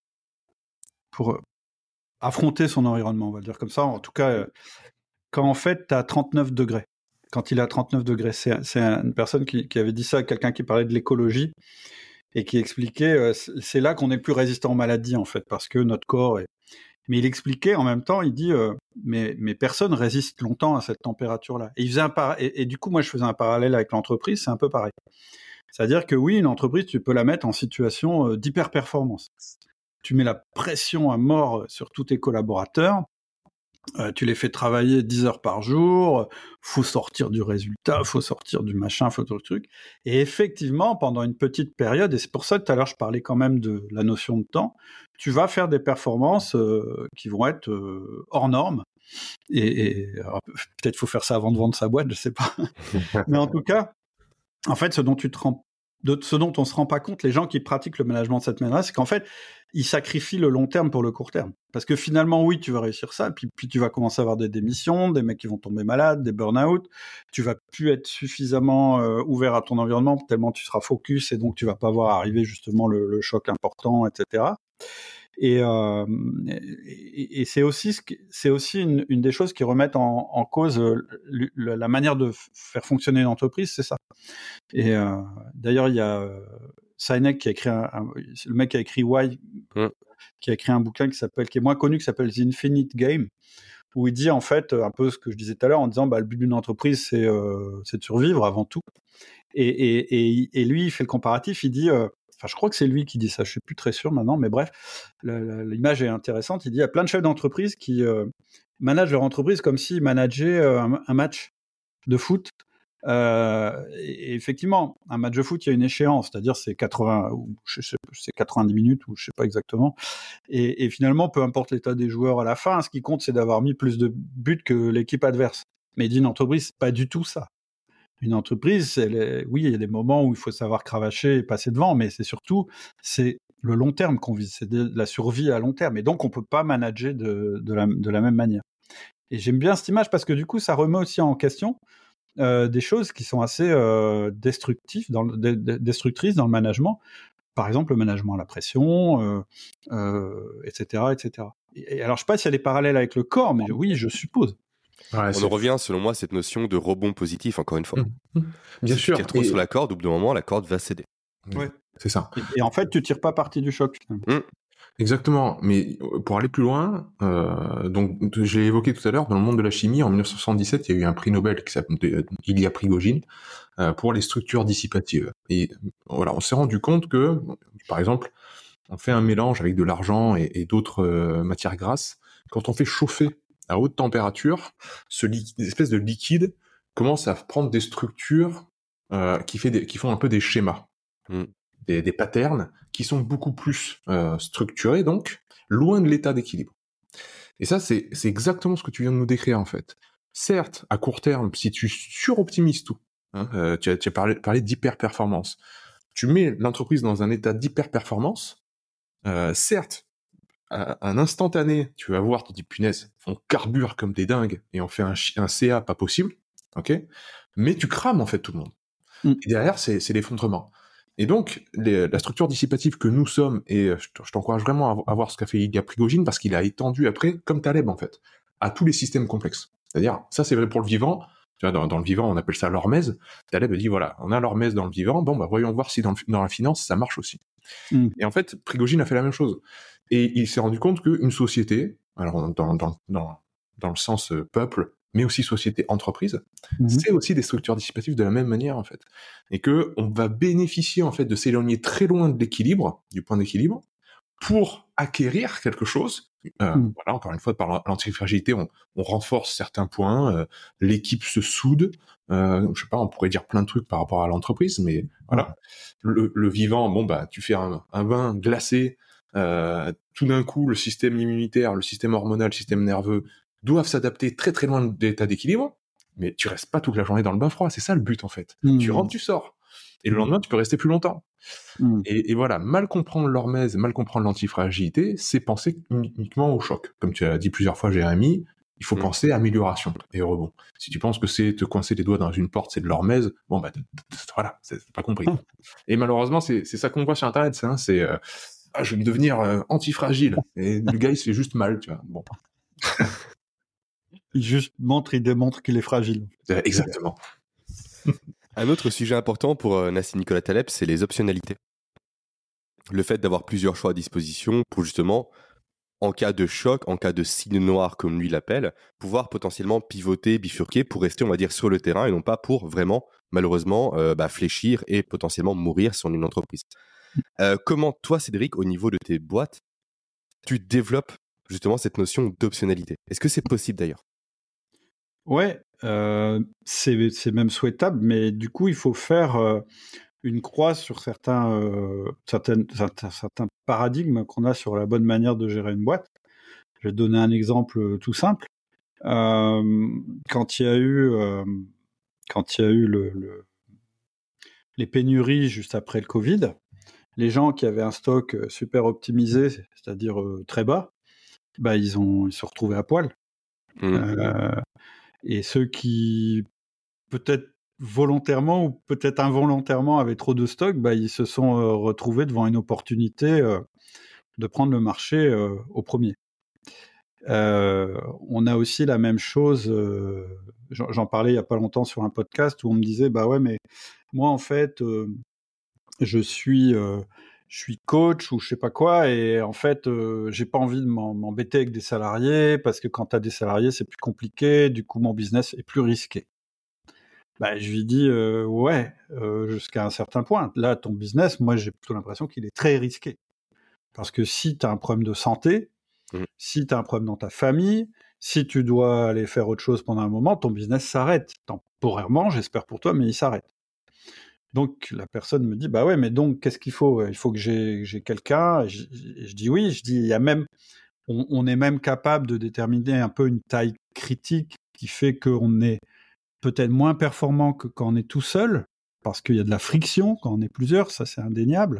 pour affronter son environnement, on va le dire comme ça. En tout cas, euh, quand en fait tu as trente-neuf degrés, quand il est à trente-neuf degrés, c'est, c'est une personne qui, qui avait dit ça à quelqu'un qui parlait de l'écologie et qui expliquait, euh, c'est là qu'on est plus résistant aux maladies en fait, parce que notre corps est... Mais il expliquait en même temps, il dit, euh, mais, mais personne résiste longtemps à cette température-là. Et, il faisait un par... et, et du coup, moi, je faisais un parallèle avec l'entreprise, c'est un peu pareil. C'est-à-dire que oui, une entreprise, tu peux la mettre en situation euh, d'hyper-performance. Tu mets la pression à mort sur tous tes collaborateurs, euh, tu les fais travailler dix heures par jour, faut sortir du résultat, faut sortir du machin, faut tout le truc. Et effectivement, pendant une petite période, et c'est pour ça que tout à l'heure je parlais quand même de la notion de temps, tu vas faire des performances euh, qui vont être euh, hors normes. Et, et alors, peut-être faut faire ça avant de vendre sa boîte, je sais pas. Mais en tout cas, en fait, ce dont tu te rends de ce dont on se rend pas compte, les gens qui pratiquent le management de cette manière-là, c'est qu'en fait, ils sacrifient le long terme pour le court terme. Parce que finalement, oui, tu vas réussir ça, puis, puis tu vas commencer à avoir des démissions, des mecs qui vont tomber malades, des burn-out, tu vas plus être suffisamment euh, ouvert à ton environnement, tellement tu seras focus, et donc tu vas pas voir arriver justement le, le choc important, et cetera. Et, euh, et, et c'est aussi, ce qui, c'est aussi une, une des choses qui remettent en, en cause euh, la, la manière de f- faire fonctionner une entreprise, c'est ça. Et euh, d'ailleurs, il y a euh, Sinek qui a écrit un, un, le mec qui a écrit Why, mmh. qui a écrit un bouquin qui s'appelle, qui est moins connu, qui s'appelle The Infinite Game, où il dit en fait un peu ce que je disais tout à l'heure en disant bah le but d'une entreprise c'est euh, c'est de survivre avant tout. Et, et, et, et lui, il fait le comparatif, il dit euh, enfin, je crois que c'est lui qui dit ça, je suis plus très sûr maintenant, mais bref, la, la, l'image est intéressante. Il dit il y a plein de chefs d'entreprise qui euh, managent leur entreprise comme s'ils manageaient euh, un, un match de foot. Euh, et effectivement, un match de foot, il y a une échéance, c'est-à-dire c'est quatre-vingts ou je sais, c'est quatre-vingt-dix minutes ou je sais pas exactement. Et, et finalement, peu importe l'état des joueurs à la fin, ce qui compte, c'est d'avoir mis plus de buts que l'équipe adverse. Mais d'une entreprise, c'est pas du tout ça. Une entreprise, elle est... oui, il y a des moments où il faut savoir cravacher et passer devant, mais c'est surtout, c'est le long terme qu'on vise, c'est de la survie à long terme. Et donc, on peut pas manager de, de, la, de la même manière. Et j'aime bien cette image parce que du coup, ça remet aussi en question euh, des choses qui sont assez euh, destructives dans le, de, de, destructrices dans le management. Par exemple, le management à la pression, euh, euh, et cetera, et cetera. Et, et alors, je sais pas s'il y a des parallèles avec le corps, mais oui, je suppose. Ouais, on en revient, selon moi, à cette notion de rebond positif, encore une fois. Mmh. Bien si sûr. tu tires trop et... sur la corde, au bout d'un moment, la corde va céder. Ouais, c'est ça. Et, et en fait, tu tires pas parti du choc. Mmh. Exactement. Mais pour aller plus loin, euh, donc j'ai évoqué tout à l'heure, dans le monde de la chimie, en dix-neuf cent soixante-dix-sept, il y a eu un prix Nobel qui s'appelait Ilya Prigogine euh, pour les structures dissipatives. Et voilà, on s'est rendu compte que, par exemple, on fait un mélange avec de l'argent et, et d'autres euh, matières grasses. Quand on fait chauffer à haute température, ce li- espèce de liquide commence à prendre des structures euh, qui, fait des, qui font un peu des schémas. Mm. des, des patterns qui sont beaucoup plus euh, structurés, donc loin de l'état d'équilibre. Et ça, c'est, c'est exactement ce que tu viens de nous décrire, en fait. Certes, à court terme, si tu suroptimises tout, hein, euh, tu as, tu as parlé, parlé d'hyper-performance, tu mets l'entreprise dans un état d'hyper-performance, euh, certes, à un instantané, tu vas voir, tu te dis, punaise, on carbure comme des dingues et on fait un, un C A pas possible, ok? Mais tu crames, en fait, tout le monde. Mm. Et derrière, c'est, c'est l'effondrement. Et donc, les, la structure dissipative que nous sommes, et je t'encourage vraiment à, à voir ce qu'a fait Ilya Prigogine, parce qu'il a étendu après, comme Taleb, en fait, à tous les systèmes complexes. C'est-à-dire, ça c'est vrai pour le vivant, tu vois, dans, dans le vivant, on appelle ça l'hormèse. Taleb dit, voilà, on a l'hormèse dans le vivant, bon, bah, voyons voir si dans, le, dans la finance, ça marche aussi. Mm. Et en fait, Prigogine a fait la même chose. Et il s'est rendu compte qu'une société, alors dans, dans, dans, dans le sens euh, peuple, mais aussi société entreprise, mmh. c'est aussi des structures dissipatives de la même manière, en fait. Et que on va bénéficier, en fait, de s'éloigner très loin de l'équilibre, du point d'équilibre, pour acquérir quelque chose. Euh, mmh. Voilà, encore une fois, par l'antifragilité, on, on renforce certains points, euh, l'équipe se soude, euh, je sais pas, on pourrait dire plein de trucs par rapport à l'entreprise, mais voilà. Mmh. Le, le vivant, bon, bah, tu fais un, un bain glacé, euh, tout d'un coup, le système immunitaire, le système hormonal, le système nerveux, doivent s'adapter très très loin de l'état d'équilibre, mais tu restes pas toute la journée dans le bain froid, c'est ça le but en fait. Mmh. Tu rentres, tu sors. Et le lendemain, tu peux rester plus longtemps. Mmh. Et, et voilà, mal comprendre l'hormèse, mal comprendre l'antifragilité, c'est penser uniquement au choc. Comme tu as dit plusieurs fois, Jérémy, il faut mmh. penser à amélioration et au rebond. Si tu penses que c'est te coincer les doigts dans une porte, c'est de l'hormèse, bon bah voilà, c'est pas compris. Mmh. Et malheureusement, c'est, c'est ça qu'on voit sur Internet, c'est, hein, c'est euh, ah, je vais devenir euh, antifragile. Et le gars, il se fait juste mal, tu vois. Bon. Il juste montre, il démontre qu'il est fragile. Exactement. Un autre sujet important pour euh, Nassim Nicolas Taleb, c'est les optionnalités. Le fait d'avoir plusieurs choix à disposition pour justement, en cas de choc, en cas de signe noir, comme lui l'appelle, pouvoir potentiellement pivoter, bifurquer pour rester, on va dire, sur le terrain et non pas pour vraiment, malheureusement, euh, bah, fléchir et potentiellement mourir sur une entreprise. Euh, comment, toi, Cédric, au niveau de tes boîtes, tu développes justement cette notion d'optionnalité? Est-ce que c'est possible d'ailleurs? Ouais, euh, c'est, c'est même souhaitable, mais du coup, il faut faire euh, une croix sur certains, euh, certaines, certains, certains paradigmes qu'on a sur la bonne manière de gérer une boîte. Je vais te donner un exemple tout simple. Euh, quand il y a eu, euh, quand il y a eu le, le, les pénuries juste après le Covid, les gens qui avaient un stock super optimisé, c'est-à-dire euh, très bas, bah, ils, ont, ils se sont retrouvés à poil. Mmh. Euh, et ceux qui, peut-être volontairement ou peut-être involontairement, avaient trop de stock, bah, ils se sont euh, retrouvés devant une opportunité euh, de prendre le marché euh, au premier. Euh, on a aussi la même chose, euh, j'en, j'en parlais il n'y a pas longtemps sur un podcast où on me disait, bah ouais, mais moi en fait, euh, je suis... Euh, je suis coach ou je sais pas quoi, et en fait, euh, j'ai pas envie de m'embêter avec des salariés, parce que quand t'as des salariés, c'est plus compliqué, du coup, mon business est plus risqué. Bah, je lui dis, euh, ouais, euh, jusqu'à un certain point. Là, ton business, moi, j'ai plutôt l'impression qu'il est très risqué. Parce que si t'as un problème de santé, mmh. si t'as un problème dans ta famille, si tu dois aller faire autre chose pendant un moment, ton business s'arrête. Temporairement, j'espère pour toi, mais il s'arrête. Donc la personne me dit, bah ouais, mais donc qu'est-ce qu'il faut? Il faut que j'ai, j'ai quelqu'un. Et je, et je dis oui. Je dis, il y a même, on, on est même capable de déterminer un peu une taille critique qui fait qu'on est peut-être moins performant que quand on est tout seul, parce qu'il y a de la friction quand on est plusieurs, ça c'est indéniable.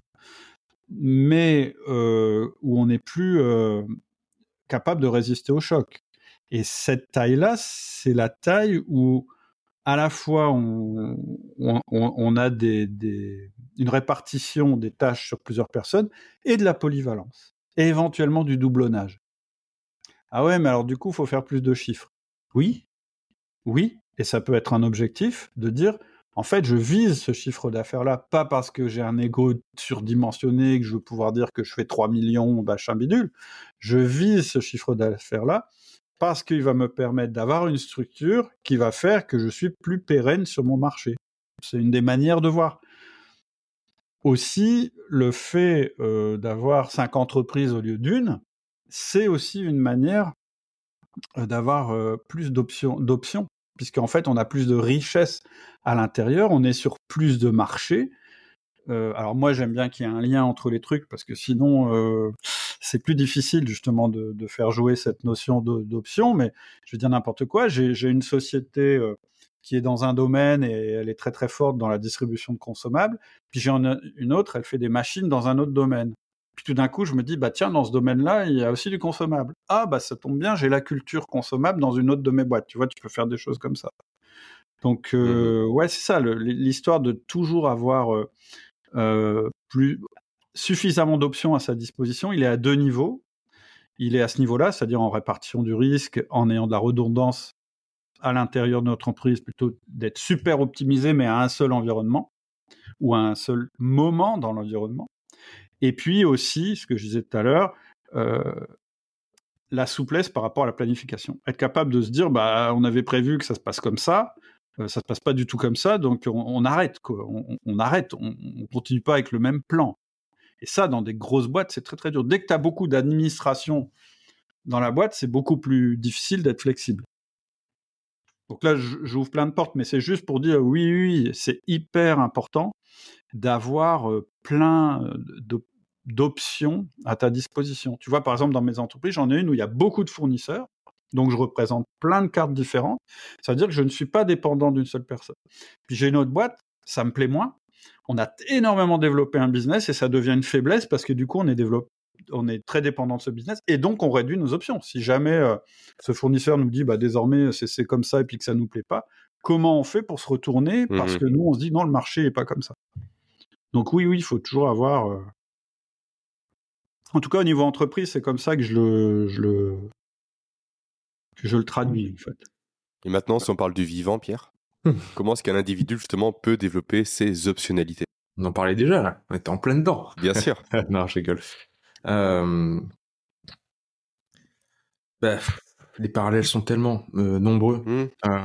Mais euh, où on n'est plus euh, capable de résister au choc. Et cette taille-là, c'est la taille où à la fois, on, on, on a des, des, une répartition des tâches sur plusieurs personnes et de la polyvalence, et éventuellement du doublonnage. Ah ouais, mais alors du coup, il faut faire plus de chiffres. Oui, oui, et ça peut être un objectif de dire, en fait, je vise ce chiffre d'affaires-là, pas parce que j'ai un ego surdimensionné, que je veux pouvoir dire que je fais trois millions, machin bidule, je vise ce chiffre d'affaires-là, parce qu'il va me permettre d'avoir une structure qui va faire que je suis plus pérenne sur mon marché. C'est une des manières de voir. Aussi, le fait euh, d'avoir cinq entreprises au lieu d'une, c'est aussi une manière euh, d'avoir euh, plus d'options, d'options, puisqu'en fait, on a plus de richesse à l'intérieur, on est sur plus de marchés, Euh, alors moi, j'aime bien qu'il y ait un lien entre les trucs parce que sinon, euh, c'est plus difficile justement de, de faire jouer cette notion de, d'option. Mais je veux dire n'importe quoi. J'ai, j'ai une société euh, qui est dans un domaine et elle est très très forte dans la distribution de consommables. Puis j'ai une, une autre, elle fait des machines dans un autre domaine. Puis tout d'un coup, je me dis, bah tiens, dans ce domaine-là, il y a aussi du consommable. Ah, bah ça tombe bien, j'ai la culture consommable dans une autre de mes boîtes. Tu vois, tu peux faire des choses comme ça. Donc, euh, mmh. ouais, c'est ça, le, l'histoire de toujours avoir euh, euh, plus, suffisamment d'options à sa disposition. Il est à deux niveaux. Il est à ce niveau-là, c'est-à-dire en répartition du risque, en ayant de la redondance à l'intérieur de notre entreprise, plutôt d'être super optimisé, mais à un seul environnement, ou à un seul moment dans l'environnement. Et puis aussi, ce que je disais tout à l'heure, euh, la souplesse par rapport à la planification. Être capable de se dire, bah, on avait prévu que ça se passe comme ça, euh, ça se passe pas du tout comme ça, donc on, on arrête, quoi. On, on arrête, on, on continue pas avec le même plan. Et ça, dans des grosses boîtes, c'est très très dur. Dès que tu as beaucoup d'administration dans la boîte, c'est beaucoup plus difficile d'être flexible. Donc là, j'ouvre plein de portes, mais c'est juste pour dire, oui, oui, c'est hyper important d'avoir euh, plein de d'options à ta disposition. Tu vois, par exemple, dans mes entreprises, j'en ai une où il y a beaucoup de fournisseurs, donc je représente plein de cartes différentes. Ça veut dire que je ne suis pas dépendant d'une seule personne. Puis j'ai une autre boîte, ça me plaît moins. On a énormément développé un business et ça devient une faiblesse parce que du coup, on est, développé, on est très dépendant de ce business et donc on réduit nos options. Si jamais euh, ce fournisseur nous dit bah, désormais c'est, c'est comme ça et puis que ça ne nous plaît pas, comment on fait pour se retourner parce mmh. que nous, on se dit non, le marché n'est pas comme ça. Donc oui, oui, il faut toujours avoir... Euh... En tout cas, au niveau entreprise, c'est comme ça que je le, je le, que je le traduis, en fait. Et maintenant, si on parle du vivant, Pierre, comment est-ce qu'un individu, justement, peut développer ses optionnalités ? On en parlait déjà, là. On était en plein dedans. Bien sûr. Non, je rigole. Euh... Bah, les parallèles sont tellement euh, nombreux. Mmh. Euh...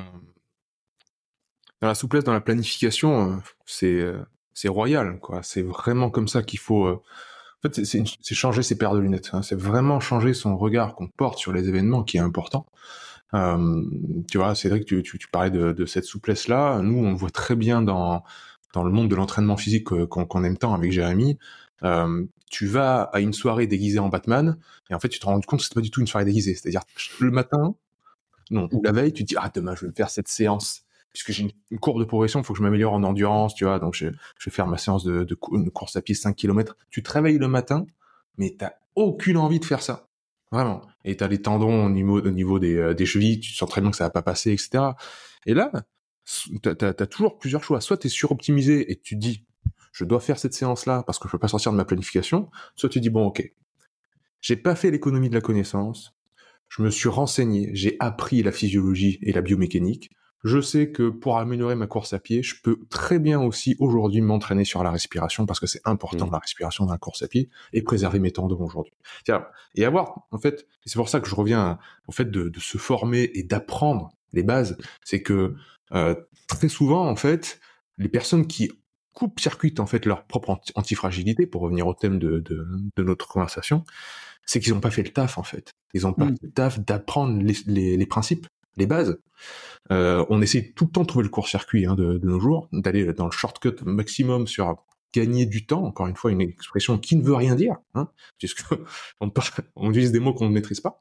Dans la souplesse, dans la planification, euh, c'est... Euh... c'est royal, quoi. C'est vraiment comme ça qu'il faut... Euh... En fait, c'est, c'est, c'est changer ses paires de lunettes. Hein. C'est vraiment changer son regard qu'on porte sur les événements qui est important. Euh, tu vois, Cédric, tu, tu, tu parlais de, de cette souplesse-là. Nous, on le voit très bien dans, dans le monde de l'entraînement physique qu'on, qu'on aime tant avec Jérémy. Euh, tu vas à une soirée déguisée en Batman, et en fait, tu te rends compte que c'est pas du tout une soirée déguisée. C'est-à-dire, le matin, non, ou la veille, tu te dis, ah, demain, je vais me faire cette séance. Puisque j'ai une, une courbe de progression, il faut que je m'améliore en endurance, tu vois, donc je, je vais faire ma séance de, de, de course à pied cinq kilomètres. Tu te réveilles le matin, mais t'as aucune envie de faire ça. Vraiment. Et t'as les tendons au niveau, au niveau des, euh, des chevilles, tu sens très bien que ça va pas passer, et cetera. Et là, t'as, t'as, t'as toujours plusieurs choix. Soit t'es suroptimisé et tu te dis, je dois faire cette séance-là parce que je peux pas sortir de ma planification. Soit tu dis, bon, ok, j'ai pas fait l'économie de la connaissance, je me suis renseigné, j'ai appris la physiologie et la biomécanique. Je sais que pour améliorer ma course à pied, je peux très bien aussi aujourd'hui m'entraîner sur la respiration parce que c'est important mmh. la respiration dans la course à pied et préserver mes tendons aujourd'hui. Tiens, et avoir, en fait, et c'est pour ça que je reviens au fait de, de se former et d'apprendre les bases, c'est que euh, très souvent, en fait, les personnes qui coupent-circuitent en fait leur propre antifragilité, pour revenir au thème de, de, de notre conversation, c'est qu'ils n'ont pas fait le taf en fait. Ils n'ont pas mmh. fait le taf d'apprendre les, les, les principes, les bases. Euh, on essaie tout le temps de trouver le court-circuit hein, de, de nos jours, d'aller dans le shortcut maximum sur gagner du temps, encore une fois une expression qui ne veut rien dire, hein, puisque on, on utilise des mots qu'on ne maîtrise pas,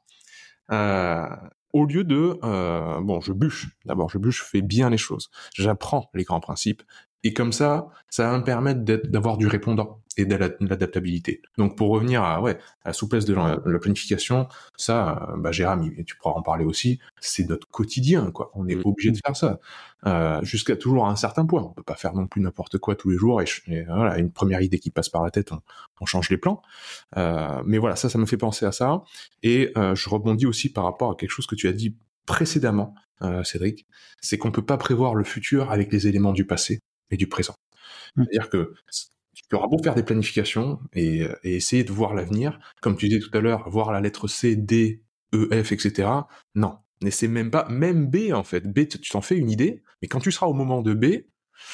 euh, au lieu de, euh, bon, je bûche, d'abord je bûche, je fais bien les choses, j'apprends les grands principes, et comme ça, ça va me permettre d'être, d'avoir du répondant et de, la, de l'adaptabilité. Donc pour revenir à, ouais, à la souplesse de la, de la planification, ça, euh, bah, Jérôme, tu pourras en parler aussi, c'est notre quotidien, quoi. On est mmh. obligé de faire ça, euh, jusqu'à toujours à un certain point. On peut pas faire non plus n'importe quoi tous les jours, et, et voilà, une première idée qui passe par la tête, on, on change les plans. Euh, mais voilà, ça, ça me fait penser à ça. Et euh, je rebondis aussi par rapport à quelque chose que tu as dit précédemment, euh, Cédric, c'est qu'on peut pas prévoir le futur avec les éléments du passé et du présent. Mmh. C'est-à-dire que tu auras beau faire des planifications et, et essayer de voir l'avenir, comme tu disais tout à l'heure, voir la lettre C, D, E, F, et cetera. Non, n'essaie même pas, même B en fait. B, tu t'en fais une idée, mais quand tu seras au moment de B,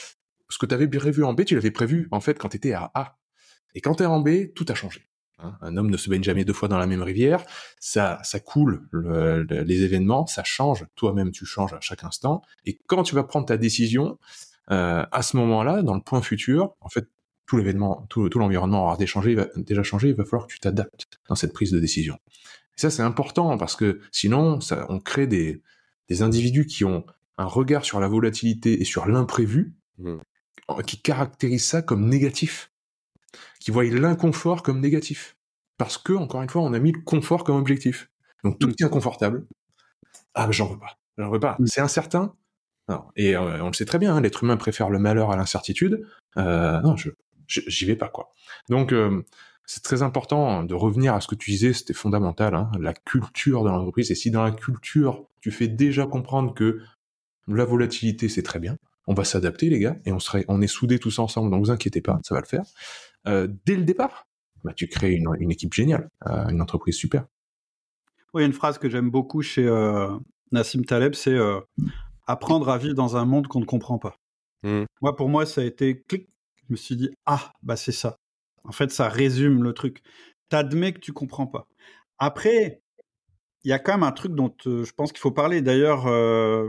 ce que tu avais prévu en B, tu l'avais prévu en fait quand tu étais à A. Et quand tu es en B, tout a changé. Hein, un homme ne se baigne jamais deux fois dans la même rivière, ça, ça coule le, le, les événements, ça change, toi-même tu changes à chaque instant, et quand tu vas prendre ta décision, Euh, à ce moment-là, dans le point futur, en fait, tout l'événement, tout, tout l'environnement aura déjà changé, il va, déjà changé, il va falloir que tu t'adaptes dans cette prise de décision. Et ça, c'est important parce que sinon, ça, on crée des, des individus qui ont un regard sur la volatilité et sur l'imprévu mmh. qui caractérisent ça comme négatif, qui voient l'inconfort comme négatif. Parce que, encore une fois, on a mis le confort comme objectif. Donc, tout mmh. qui est inconfortable, ah, ben, j'en veux pas. J'en veux pas. Mmh. C'est incertain. Non. Et euh, on le sait très bien, hein, l'être humain préfère le malheur à l'incertitude. Euh, non, je, je, j'y vais pas, quoi. Donc, euh, c'est très important de revenir à ce que tu disais, c'était fondamental, hein, la culture de l'entreprise. Et si dans la culture, tu fais déjà comprendre que la volatilité, c'est très bien, on va s'adapter, les gars, et on, serait, on est soudés tous ensemble, donc vous inquiétez pas, ça va le faire. Euh, dès le départ, bah, tu crées une, une équipe géniale, euh, une entreprise super. Oui, il y a une phrase que j'aime beaucoup chez euh, Nassim Taleb, c'est euh, apprendre à vivre dans un monde qu'on ne comprend pas. Mmh. Moi, pour moi, ça a été clic. Je me suis dit, ah, bah c'est ça. En fait, ça résume le truc. T'admets que tu comprends pas. Après, il y a quand même un truc dont euh, je pense qu'il faut parler. D'ailleurs, euh,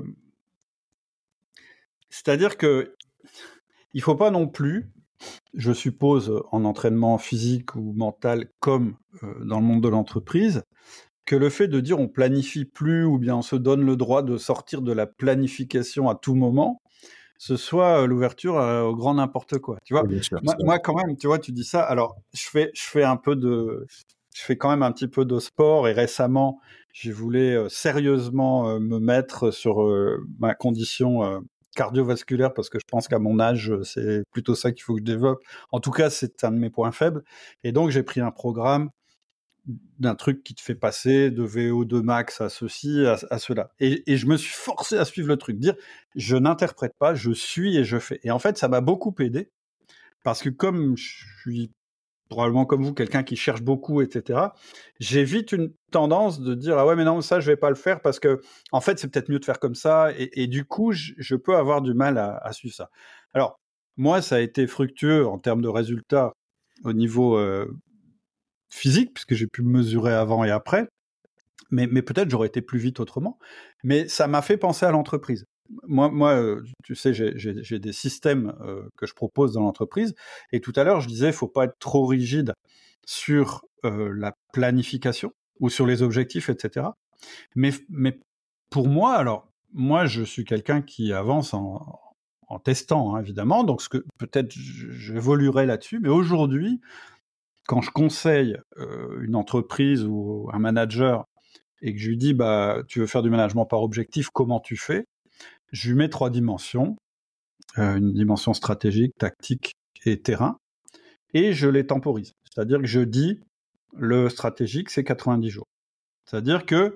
c'est-à-dire que il faut pas non plus, je suppose, en entraînement physique ou mental, comme euh, dans le monde de l'entreprise, que le fait de dire on planifie plus ou bien on se donne le droit de sortir de la planification à tout moment, ce soit l'ouverture au grand n'importe quoi. Tu vois, oui, sûr, moi, moi quand même, tu vois, tu dis ça. Alors, je fais, je fais un peu de, je fais quand même un petit peu de sport et récemment, j'ai voulu euh, sérieusement euh, me mettre sur euh, ma condition euh, cardiovasculaire parce que je pense qu'à mon âge, c'est plutôt ça qu'il faut que je développe. En tout cas, c'est un de mes points faibles. Et donc, j'ai pris un programme d'un truc qui te fait passer de V O deux max à ceci, à, à cela. Et, et je me suis forcé à suivre le truc, dire je n'interprète pas, je suis et je fais. Et en fait, ça m'a beaucoup aidé parce que comme je suis probablement comme vous, quelqu'un qui cherche beaucoup, et cetera, j'ai vite une tendance de dire ah ouais mais non ça je vais pas le faire parce que en fait c'est peut-être mieux de faire comme ça et, et du coup je, je peux avoir du mal à, à suivre ça. Alors moi ça a été fructueux en termes de résultats au niveau euh, physique, puisque j'ai pu me mesurer avant et après, mais, mais peut-être j'aurais été plus vite autrement, mais ça m'a fait penser à l'entreprise. Moi, moi euh, tu sais, j'ai, j'ai, j'ai des systèmes euh, que je propose dans l'entreprise, et tout à l'heure, je disais, il ne faut pas être trop rigide sur euh, la planification ou sur les objectifs, et cetera. Mais, mais pour moi, alors, moi, je suis quelqu'un qui avance en, en testant, hein, évidemment, donc ce que, peut-être j'évoluerai là-dessus, mais aujourd'hui, quand je conseille euh, une entreprise ou un manager et que je lui dis bah tu veux faire du management par objectif, comment tu fais? Je lui mets trois dimensions, euh, une dimension stratégique, tactique et terrain, et je les temporise. C'est-à-dire que je dis le stratégique c'est quatre-vingt-dix jours. C'est-à-dire que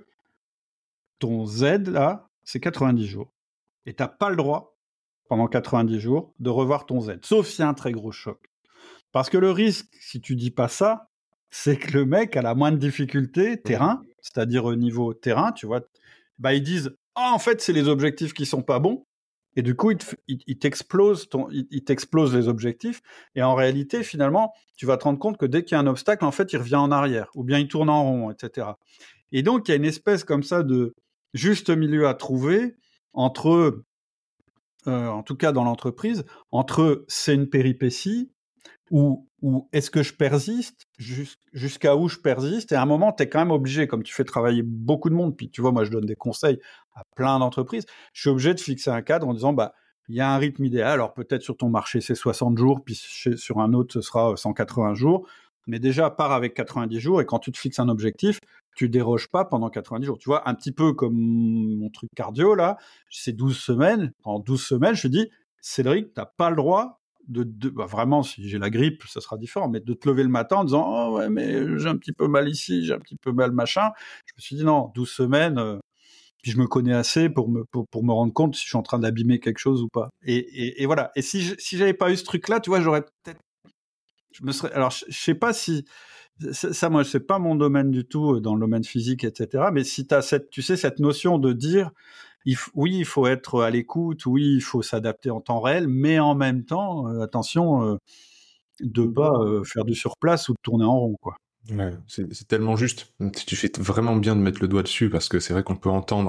ton Z là c'est quatre-vingt-dix jours et t'as pas le droit pendant quatre-vingt-dix jours de revoir ton Z, sauf s'il y a un très gros choc. Parce que le risque, si tu dis pas ça, c'est que le mec a la moindre difficulté terrain, c'est-à-dire au niveau terrain, tu vois, bah ils disent ah en fait c'est les objectifs qui sont pas bons et du coup ils, te, ils, ils t'explosent ton, ils, ils t'explosent les objectifs et en réalité finalement tu vas te rendre compte que dès qu'il y a un obstacle en fait il revient en arrière ou bien il tourne en rond, et cetera. Et donc il y a une espèce comme ça de juste milieu à trouver entre, euh, en tout cas dans l'entreprise, entre c'est une péripétie ou, ou est-ce que je persiste jusqu'à où je persiste et à un moment tu es quand même obligé, comme tu fais travailler beaucoup de monde, puis tu vois moi je donne des conseils à plein d'entreprises, je suis obligé de fixer un cadre en disant bah il y a un rythme idéal, alors peut-être sur ton marché c'est soixante jours, puis sur un autre ce sera cent quatre-vingts jours, mais déjà pars avec quatre-vingt-dix jours et quand tu te fixes un objectif tu déroges pas pendant quatre-vingt-dix jours, tu vois, un petit peu comme mon truc cardio là, c'est douze semaines, pendant douze semaines je te dis Cédric t'as pas le droit de, de bah vraiment si j'ai la grippe ça sera différent, mais de te lever le matin en disant oh ouais mais j'ai un petit peu mal ici, j'ai un petit peu mal machin, je me suis dit non, douze semaines euh, puis je me connais assez pour me pour, pour me rendre compte si je suis en train d'abîmer quelque chose ou pas, et, et, et voilà, et si je, si j'avais pas eu ce truc là tu vois j'aurais peut-être je me serais alors je, je sais pas si ça, ça moi c'est pas mon domaine du tout dans le domaine physique etc, mais si t'as cette tu sais cette notion de dire Il f- oui, il faut être à l'écoute, oui, il faut s'adapter en temps réel, mais en même temps, euh, attention euh, de pas euh, faire du surplace ou de tourner en rond, quoi. Ouais, c'est, c'est tellement juste. Tu fais vraiment bien de mettre le doigt dessus parce que c'est vrai qu'on peut entendre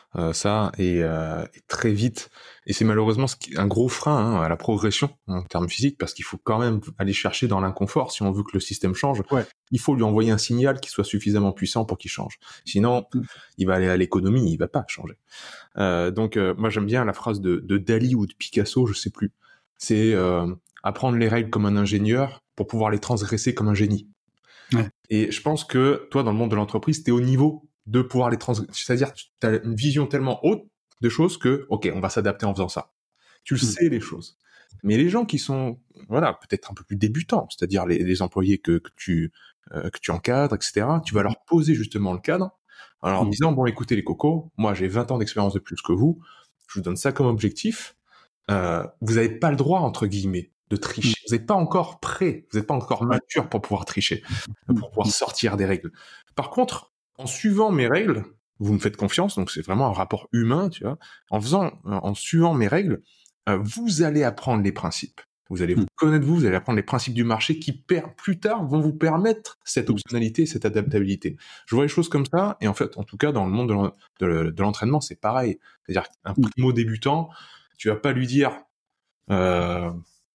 euh, ça, et, euh, et très vite. Et c'est malheureusement ce qui, un gros frein hein, à la progression en termes physiques, parce qu'il faut quand même aller chercher dans l'inconfort si on veut que le système change. Ouais. Il faut lui envoyer un signal qui soit suffisamment puissant pour qu'il change. Sinon, mm. il va aller à l'économie, il va pas changer. Euh, donc, euh, moi, j'aime bien la phrase de, de Dali ou de Picasso, je sais plus. C'est euh, apprendre les règles comme un ingénieur pour pouvoir les transgresser comme un génie. Ouais. Et je pense que toi, dans le monde de l'entreprise, t'es au niveau de pouvoir les transgresser. C'est-à-dire, tu as une vision tellement haute de choses que, ok, on va s'adapter en faisant ça. Tu le mmh. sais, les choses. Mais les gens qui sont, voilà, peut-être un peu plus débutants, c'est-à-dire les, les employés que, que tu euh, que tu encadres, et cetera, tu vas leur poser justement le cadre en leur mmh. disant, bon, écoutez les cocos, moi j'ai vingt ans d'expérience de plus que vous, je vous donne ça comme objectif, euh, vous n'avez pas le droit, entre guillemets, de tricher. Vous n'êtes pas encore prêt, vous n'êtes pas encore mature pour pouvoir tricher, pour pouvoir sortir des règles. Par contre, en suivant mes règles, vous me faites confiance, donc c'est vraiment un rapport humain, tu vois. En faisant, en suivant mes règles, euh, vous allez apprendre les principes. Vous allez vous connaître vous, vous allez apprendre les principes du marché qui, per- plus tard, vont vous permettre cette optionnalité, cette adaptabilité. Je vois les choses comme ça, et en fait, en tout cas, dans le monde de, l'en- de, de l'entraînement, c'est pareil. C'est-à-dire qu'un primo débutant, tu vas pas lui dire, euh,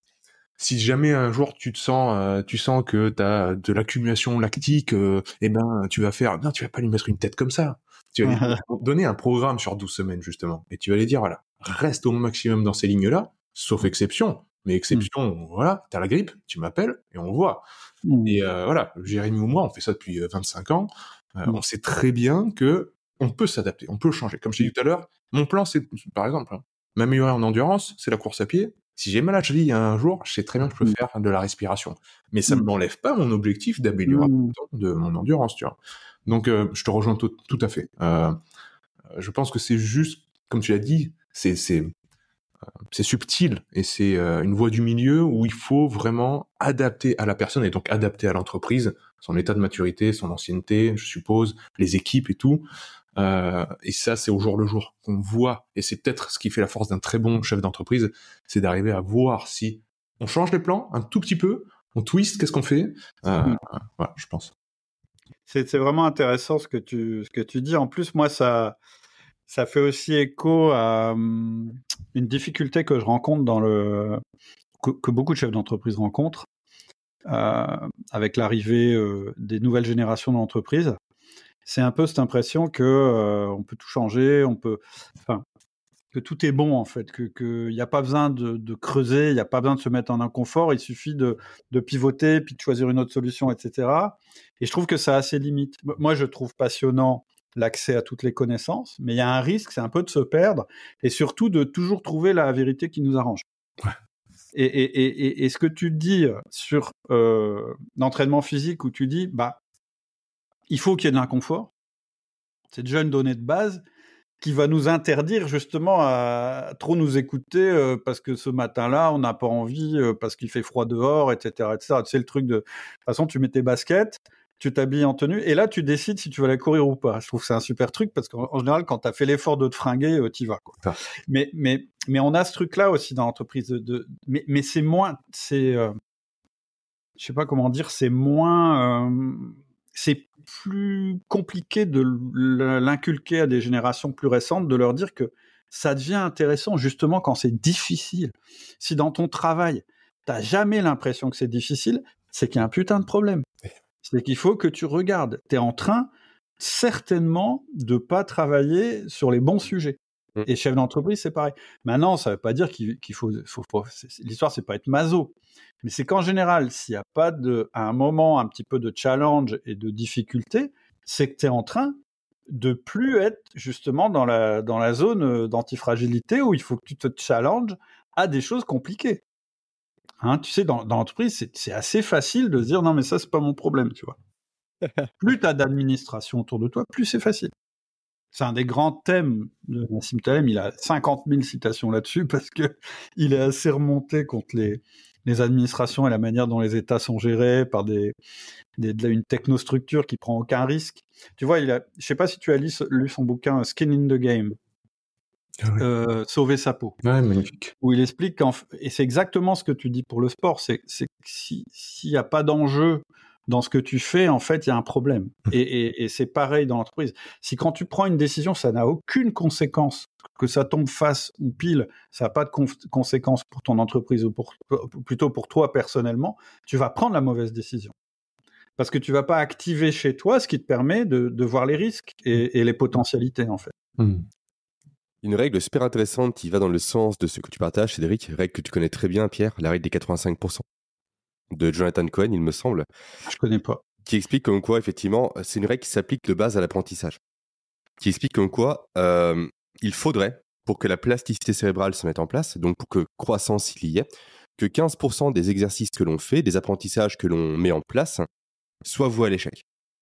si jamais un jour tu te sens, euh, tu sens que t'as de l'accumulation lactique, euh, eh ben, tu vas faire, non, tu vas pas lui mettre une tête comme ça. Tu vas lui donner un programme sur douze semaines, justement. Et tu vas lui dire, voilà, reste au maximum dans ces lignes-là, sauf exception. Mais exception, mmh. voilà, t'as la grippe, tu m'appelles, et on voit. Mmh. Et euh, voilà, Jérémy ou moi, on fait ça depuis vingt-cinq ans. Euh, mmh. On sait très bien que on peut s'adapter, on peut changer. Comme je t'ai dit tout à l'heure, mon plan, c'est, par exemple, hein, m'améliorer en endurance, c'est la course à pied. Si j'ai mal à la cheville un jour, je sais très bien que je peux mmh. faire de la respiration. Mais ça ne mmh. m'enlève pas mon objectif d'amélioration mmh. de mon endurance, tu vois. Donc, euh, je te rejoins tout, tout à fait. Euh, je pense que c'est juste, comme tu l'as dit, c'est, c'est, euh, c'est subtil et c'est euh, une voie du milieu où il faut vraiment adapter à la personne et donc adapter à l'entreprise, son état de maturité, son ancienneté, je suppose, les équipes et tout. Euh, et ça, c'est au jour le jour qu'on voit. Et c'est peut-être ce qui fait la force d'un très bon chef d'entreprise, c'est d'arriver à voir si on change les plans un tout petit peu, on twist, qu'est-ce qu'on fait. Euh, mmh. Voilà, je pense. C'est, c'est vraiment intéressant ce que tu ce que tu dis. En plus, moi, ça ça fait aussi écho à um, une difficulté que je rencontre dans le que, que beaucoup de chefs d'entreprise rencontrent euh, avec l'arrivée euh, des nouvelles générations d'entreprises. C'est un peu cette impression que euh, on peut tout changer, on peut, enfin, que tout est bon en fait, que qu'il n'y a pas besoin de, de creuser, il n'y a pas besoin de se mettre en inconfort, il suffit de, de pivoter puis de choisir une autre solution, et cetera. Et je trouve que ça a ses limites. Moi, je trouve passionnant l'accès à toutes les connaissances, mais il y a un risque, c'est un peu de se perdre et surtout de toujours trouver la vérité qui nous arrange. Ouais. Et, et, et, et ce que tu dis sur euh, l'entraînement physique, où tu dis, bah il faut qu'il y ait de l'inconfort. C'est déjà une donnée de base qui va nous interdire justement à trop nous écouter euh, parce que ce matin-là, on n'a pas envie, euh, parce qu'il fait froid dehors, et cetera, et cetera. C'est le truc de... De toute façon, tu mets tes baskets, tu t'habilles en tenue, et là, tu décides si tu vas aller courir ou pas. Je trouve que c'est un super truc parce qu'en en général, quand tu as fait l'effort de te fringuer, euh, t'y vas, quoi. Ah. Mais, mais, mais on a ce truc-là aussi dans l'entreprise. De, de... Mais, mais c'est moins... C'est... Euh... Je sais pas comment dire, c'est moins... Euh... C'est plus compliqué de l'inculquer à des générations plus récentes, de leur dire que ça devient intéressant justement quand c'est difficile. Si dans ton travail, t'as jamais l'impression que c'est difficile, c'est qu'il y a un putain de problème. C'est qu'il faut que tu regardes. T'es en train, certainement, de pas travailler sur les bons sujets. Et chef d'entreprise, c'est pareil. Maintenant, ça veut pas dire qu'il, qu'il faut, faut, faut c'est, l'histoire, c'est pas être maso. Mais c'est qu'en général, s'il y a pas de, à un moment, un petit peu de challenge et de difficulté, c'est que t'es en train de plus être, justement, dans la, dans la zone d'antifragilité où il faut que tu te challenges à des choses compliquées. Hein, tu sais, dans, dans l'entreprise, c'est, c'est assez facile de se dire, non, mais ça, c'est pas mon problème, tu vois. Plus t'as d'administration autour de toi, plus c'est facile. C'est un des grands thèmes de Nassim Taleb. Il a cinquante mille citations là-dessus parce que il est assez remonté contre les, les administrations et la manière dont les États sont gérés par des, des, une technostructure qui prend aucun risque. Tu vois, il a, je sais pas si tu as lu, lu son bouquin Skin in the Game. Ah oui. euh, Sauver sa peau. Ouais, magnifique. Où il explique qu'en, et c'est exactement ce que tu dis pour le sport, c'est, c'est que si, s'il n'y a pas d'enjeu dans ce que tu fais, en fait, il y a un problème. Et, et, et c'est pareil dans l'entreprise. Si quand tu prends une décision, ça n'a aucune conséquence, que ça tombe face ou pile, ça n'a pas de con- conséquence pour ton entreprise ou pour, plutôt pour toi personnellement, tu vas prendre la mauvaise décision. Parce que tu vas pas activer chez toi ce qui te permet de, de voir les risques et, et les potentialités, en fait. Mm. Une règle super intéressante qui va dans le sens de ce que tu partages, Cédric, règle que tu connais très bien, Pierre, la règle des quatre-vingt-cinq pour cent de Jonathan Cohen, il me semble. Je connais pas. Qui explique comme quoi, effectivement, c'est une règle qui s'applique de base à l'apprentissage. Qui explique comme quoi euh, il faudrait, pour que la plasticité cérébrale se mette en place, donc pour que croissance il y ait, que quinze pour cent des exercices que l'on fait, des apprentissages que l'on met en place, soient voués à l'échec.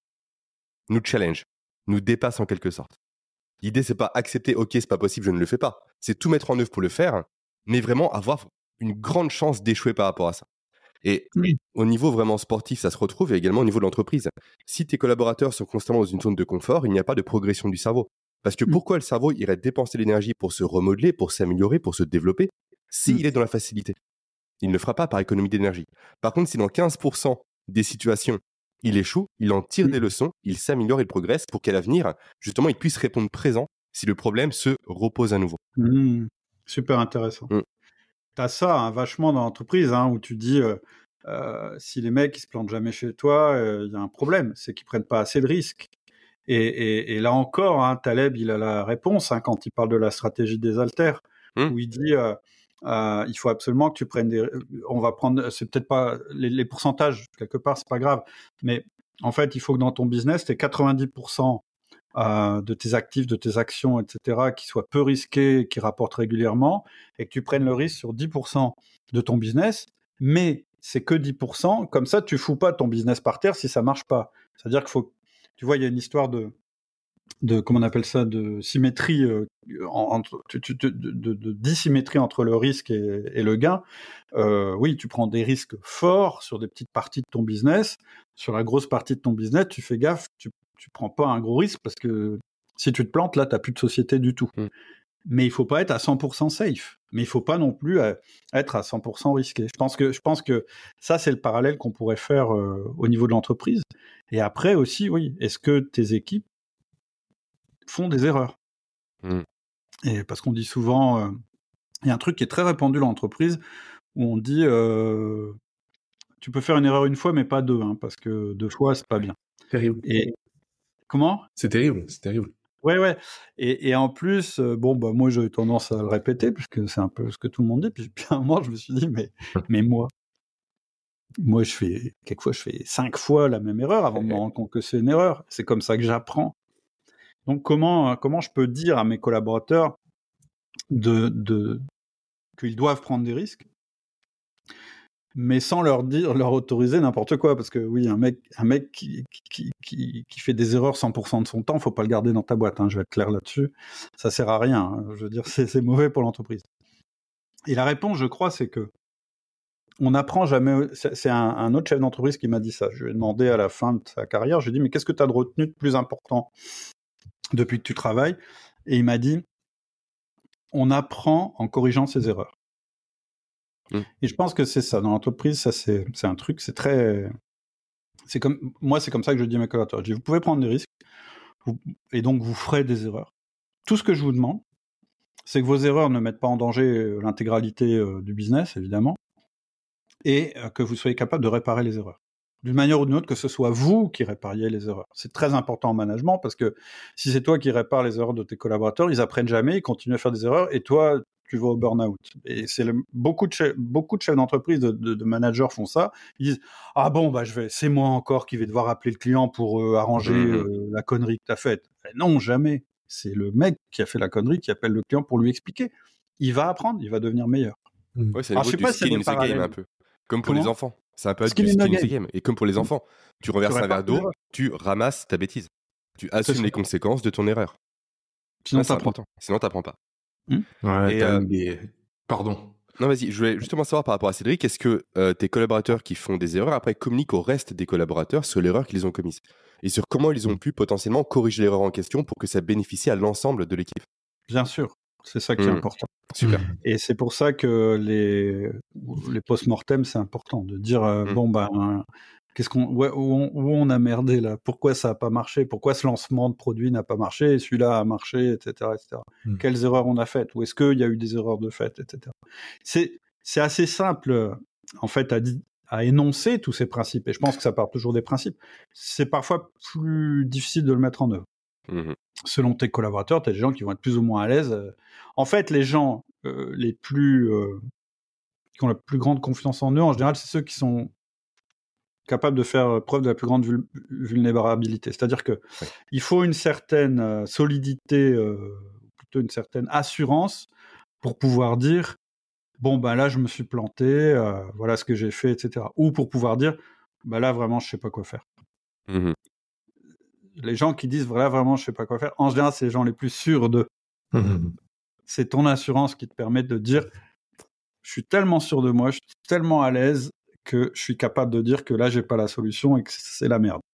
Nous challenge, nous dépasse en quelque sorte. L'idée, c'est pas accepter, ok, c'est pas possible, je ne le fais pas. C'est tout mettre en œuvre pour le faire, mais vraiment avoir une grande chance d'échouer par rapport à ça. Et oui. Au niveau vraiment sportif, ça se retrouve, et également au niveau de l'entreprise. Si tes collaborateurs sont constamment dans une zone de confort, il n'y a pas de progression du cerveau. Parce que pourquoi le cerveau irait dépenser l'énergie pour se remodeler, pour s'améliorer, pour se développer, s'il est dans la facilité? Il ne le fera pas par économie d'énergie. Par contre, si dans quinze pour cent des situations, il échoue, il en tire des leçons, il s'améliore, il progresse pour qu'à l'avenir, justement, il puisse répondre présent si le problème se repose à nouveau. Mmh, super intéressant. Mmh. Tu as ça hein, vachement dans l'entreprise hein, où tu dis euh, euh, si les mecs ils se plantent jamais chez toi, il euh, y a un problème, c'est qu'ils prennent pas assez de risques. Et, et, et là encore, hein, Taleb il a la réponse hein, quand il parle de la stratégie des haltères, mmh. où il dit euh, euh, il faut absolument que tu prennes des. On va prendre, c'est peut-être pas les, les pourcentages quelque part, c'est pas grave, mais en fait il faut que dans ton business, tu aies quatre-vingt-dix pour cent Euh, de tes actifs, de tes actions, et cetera, qui soient peu risqués, qui rapportent régulièrement, et que tu prennes le risque sur dix pour cent de ton business, mais c'est que dix pour cent, comme ça tu fous pas ton business par terre si ça marche pas. C'est-à-dire qu'il faut, tu vois, il y a une histoire de, de comment on appelle ça, de symétrie, euh, entre, de, de, de, de dissymétrie entre le risque et, et le gain. Euh, oui, tu prends des risques forts sur des petites parties de ton business, sur la grosse partie de ton business, tu fais gaffe, tu tu prends pas un gros risque parce que si tu te plantes, là, tu n'as plus de société du tout. Mmh. Mais il faut pas être à cent pour cent safe. Mais il faut pas non plus être à cent pour cent risqué. Je pense que, je pense que ça, c'est le parallèle qu'on pourrait faire euh, au niveau de l'entreprise. Et après aussi, oui, est-ce que tes équipes font des erreurs mmh. Et parce qu'on dit souvent, il euh, y a un truc qui est très répandu dans l'entreprise où on dit euh, tu peux faire une erreur une fois, mais pas deux, hein, parce que deux fois, c'est pas bien. Terrible. Et comment ? C'est terrible, c'est terrible. Ouais, ouais. Et, et en plus, euh, bon, bah, moi, j'ai tendance à le répéter, puisque c'est un peu ce que tout le monde dit. Puis, puis à un moment, je me suis dit, mais, mais moi, moi, je fais, quelquefois, je fais cinq fois la même erreur avant de me rendre compte que c'est une erreur. C'est comme ça que j'apprends. Donc, comment, comment je peux dire à mes collaborateurs de, de, qu'ils doivent prendre des risques, mais sans leur dire, leur autoriser n'importe quoi, parce que oui, un mec, un mec qui, qui, qui, qui fait des erreurs cent pour cent de son temps, faut pas le garder dans ta boîte, hein, je vais être clair là-dessus, ça sert à rien, hein, je veux dire, c'est, c'est mauvais pour l'entreprise. Et la réponse, je crois, c'est que on n'apprend jamais, c'est, c'est un, un autre chef d'entreprise qui m'a dit ça, je lui ai demandé à la fin de sa carrière, je lui ai dit, mais qu'est-ce que tu as de retenu de plus important depuis que tu travailles? Et il m'a dit, on apprend en corrigeant ses erreurs. Et je pense que c'est ça. Dans l'entreprise, ça, c'est, c'est un truc, c'est très... C'est comme, moi, c'est comme ça que je dis à mes collaborateurs. Je dis, vous pouvez prendre des risques, vous, et donc vous ferez des erreurs. Tout ce que je vous demande, c'est que vos erreurs ne mettent pas en danger l'intégralité euh, du business, évidemment, et euh, que vous soyez capable de réparer les erreurs. D'une manière ou d'une autre, que ce soit vous qui répariez les erreurs. C'est très important en management, parce que si c'est toi qui répares les erreurs de tes collaborateurs, ils apprennent jamais, ils continuent à faire des erreurs, et toi... tu vas au burn-out. Et c'est le, beaucoup de chefs, beaucoup de chefs d'entreprise, de, de, de managers font ça. Ils disent ah bon bah je vais, c'est moi encore qui vais devoir appeler le client pour euh, arranger mmh. euh, la connerie que t'as faite. Mais non, jamais. C'est le mec qui a fait la connerie qui appelle le client pour lui expliquer. Il va apprendre, il va devenir meilleur. Mmh. Ouais, c'est Alors, je sais pas si c'est une game un peu. Comme pour Comment les enfants. C'est un peu du skin in the game. Et comme pour les enfants, tu renverses tu un verre d'eau, tu ramasses ta bêtise. Tu assumes les conséquences de ton erreur. Sinon, Là, t'apprends. Sinon, t'apprends pas. Mmh. Ouais, et, euh, des... Pardon. Non, vas-y, je voulais justement savoir par rapport à Cédric, est-ce que euh, tes collaborateurs qui font des erreurs, après, communiquent au reste des collaborateurs sur l'erreur qu'ils ont commise et sur comment ils ont pu potentiellement corriger l'erreur en question pour que ça bénéficie à l'ensemble de l'équipe? Bien sûr, c'est ça qui mmh. est important. Super. Et c'est pour ça que les, les post-mortem, c'est important de dire, euh, mmh. bon, ben, Qu'est-ce qu'on, ouais, où, on, où on a merdé là? Pourquoi ça n'a pas marché? Pourquoi ce lancement de produit n'a pas marché et celui-là a marché, et cetera, et cetera. Mm. Quelles erreurs on a faites? Ou est-ce qu'il y a eu des erreurs de fait, et cetera. C'est, c'est assez simple, en fait, à, à énoncer tous ces principes. Et je pense que ça part toujours des principes. C'est parfois plus difficile de le mettre en œuvre. Mm. Selon tes collaborateurs, tu as des gens qui vont être plus ou moins à l'aise. En fait, les gens euh, les plus euh, qui ont la plus grande confiance en eux, en général, c'est ceux qui sont capables de faire preuve de la plus grande vul- vulnérabilité. C'est-à-dire que ouais. il faut une certaine euh, solidité, euh, plutôt une certaine assurance pour pouvoir dire bon ben là je me suis planté, euh, voilà ce que j'ai fait, et cetera. Ou pour pouvoir dire ben là vraiment je sais pas quoi faire. Mmh. Les gens qui disent voilà vraiment je sais pas quoi faire, en général c'est les gens les plus sûrs d'eux. Mmh. C'est ton assurance qui te permet de dire je suis tellement sûr de moi, je suis tellement à l'aise que je suis capable de dire que là j'ai pas la solution et que c'est la merde.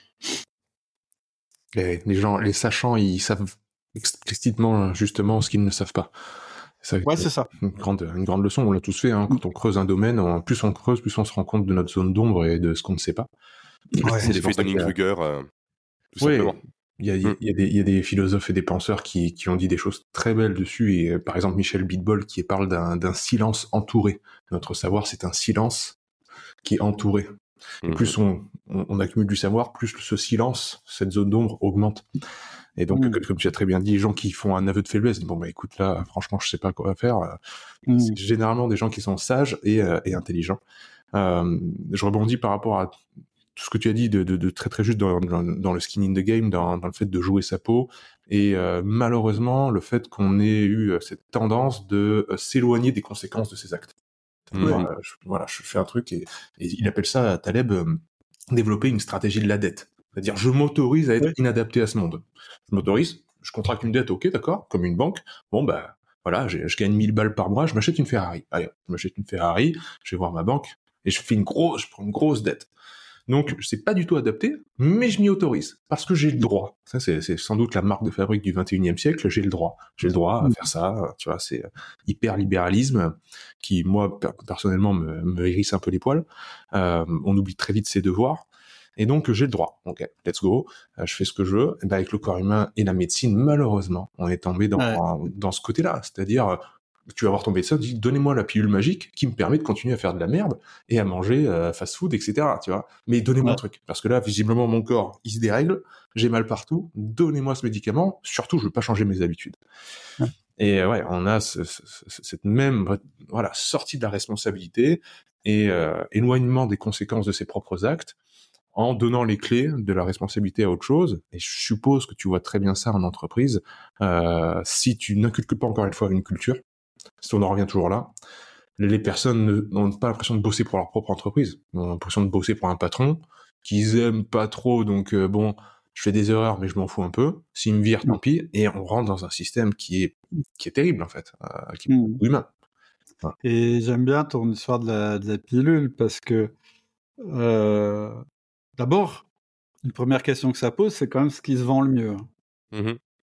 Les, les gens, les sachants, ils savent explicitement justement ce qu'ils ne savent pas. Ça, ouais, c'est ça. Une grande, une grande leçon, on l'a tous fait. Hein, quand on creuse un domaine, on, plus on creuse, plus on se rend compte de notre zone d'ombre et de ce qu'on ne sait pas. Ouais, c'est l'effet Dunning-Kruger, euh, tout ouais, simplement. Il y, a, mm. il, y a des, il y a des philosophes et des penseurs qui, qui ont dit des choses très belles dessus. Et par exemple, Michel Bitbol qui parle d'un, d'un silence entouré. Notre savoir, c'est un silence qui est entouré. Et mmh. plus on, on, on accumule du savoir, plus ce silence, cette zone d'ombre augmente. Et donc, mmh. comme tu as très bien dit, les gens qui font un aveu de faiblesse, disent, bon, bah écoute, là, franchement, je sais pas quoi faire. Mmh. C'est généralement des gens qui sont sages et, euh, et intelligents. Euh, je rebondis par rapport à tout ce que tu as dit de, de, de très très juste dans, dans, dans le skin in the game, dans, dans le fait de jouer sa peau. Et euh, malheureusement, le fait qu'on ait eu cette tendance de euh, s'éloigner des conséquences de ses actes. Oui. Voilà, je, voilà, je fais un truc et, et il appelle ça, Taleb, euh, développer une stratégie de la dette. C'est-à-dire, je m'autorise à être oui. inadapté à ce monde. Je m'autorise, je contracte une dette, ok, d'accord, comme une banque. Bon, bah, voilà, j'ai, je gagne mille balles par mois, je m'achète une Ferrari. Allez, je m'achète une Ferrari, je vais voir ma banque et je fais une grosse, je prends une grosse dette. Donc, c'est pas du tout adapté, mais je m'y autorise, parce que j'ai le droit. Ça, c'est, c'est sans doute la marque de fabrique du vingt et unième siècle, j'ai le droit. J'ai le droit à faire ça, tu vois, c'est hyper-libéralisme, qui, moi, personnellement, me, me hérisse un peu les poils. Euh, on oublie très vite ses devoirs, et donc, j'ai le droit. Ok, let's go, euh, je fais ce que je veux. Et ben, avec le corps humain et la médecine, malheureusement, on est tombé dans, ouais. en, dans ce côté-là, c'est-à-dire... tu vas voir ton médecin, dis donnez-moi la pilule magique qui me permet de continuer à faire de la merde et à manger euh, fast-food, et cetera. Tu vois, mais donnez-moi ouais. un truc parce que là, visiblement, mon corps il se dérègle, j'ai mal partout. Donnez-moi ce médicament. Surtout, je veux pas changer mes habitudes. Ouais. Et ouais, on a ce, ce, ce, cette même voilà sortie de la responsabilité et euh, éloignement des conséquences de ses propres actes, en donnant les clés de la responsabilité à autre chose. Et je suppose que tu vois très bien ça en entreprise. Euh, si tu n'inculques pas encore une fois une culture. Si on en revient toujours là, les personnes n'ont pas l'impression de bosser pour leur propre entreprise. Ils ont l'impression de bosser pour un patron qu'ils aiment pas trop. Donc euh, bon, je fais des erreurs, mais je m'en fous un peu. S'ils me virent, tant pis. Et on rentre dans un système qui est qui est terrible en fait, euh, qui est mmh. humain. Enfin. Et j'aime bien ton histoire de la, de la pilule parce que euh, d'abord, une première question que ça pose, c'est quand même ce qui se vend le mieux. Mmh.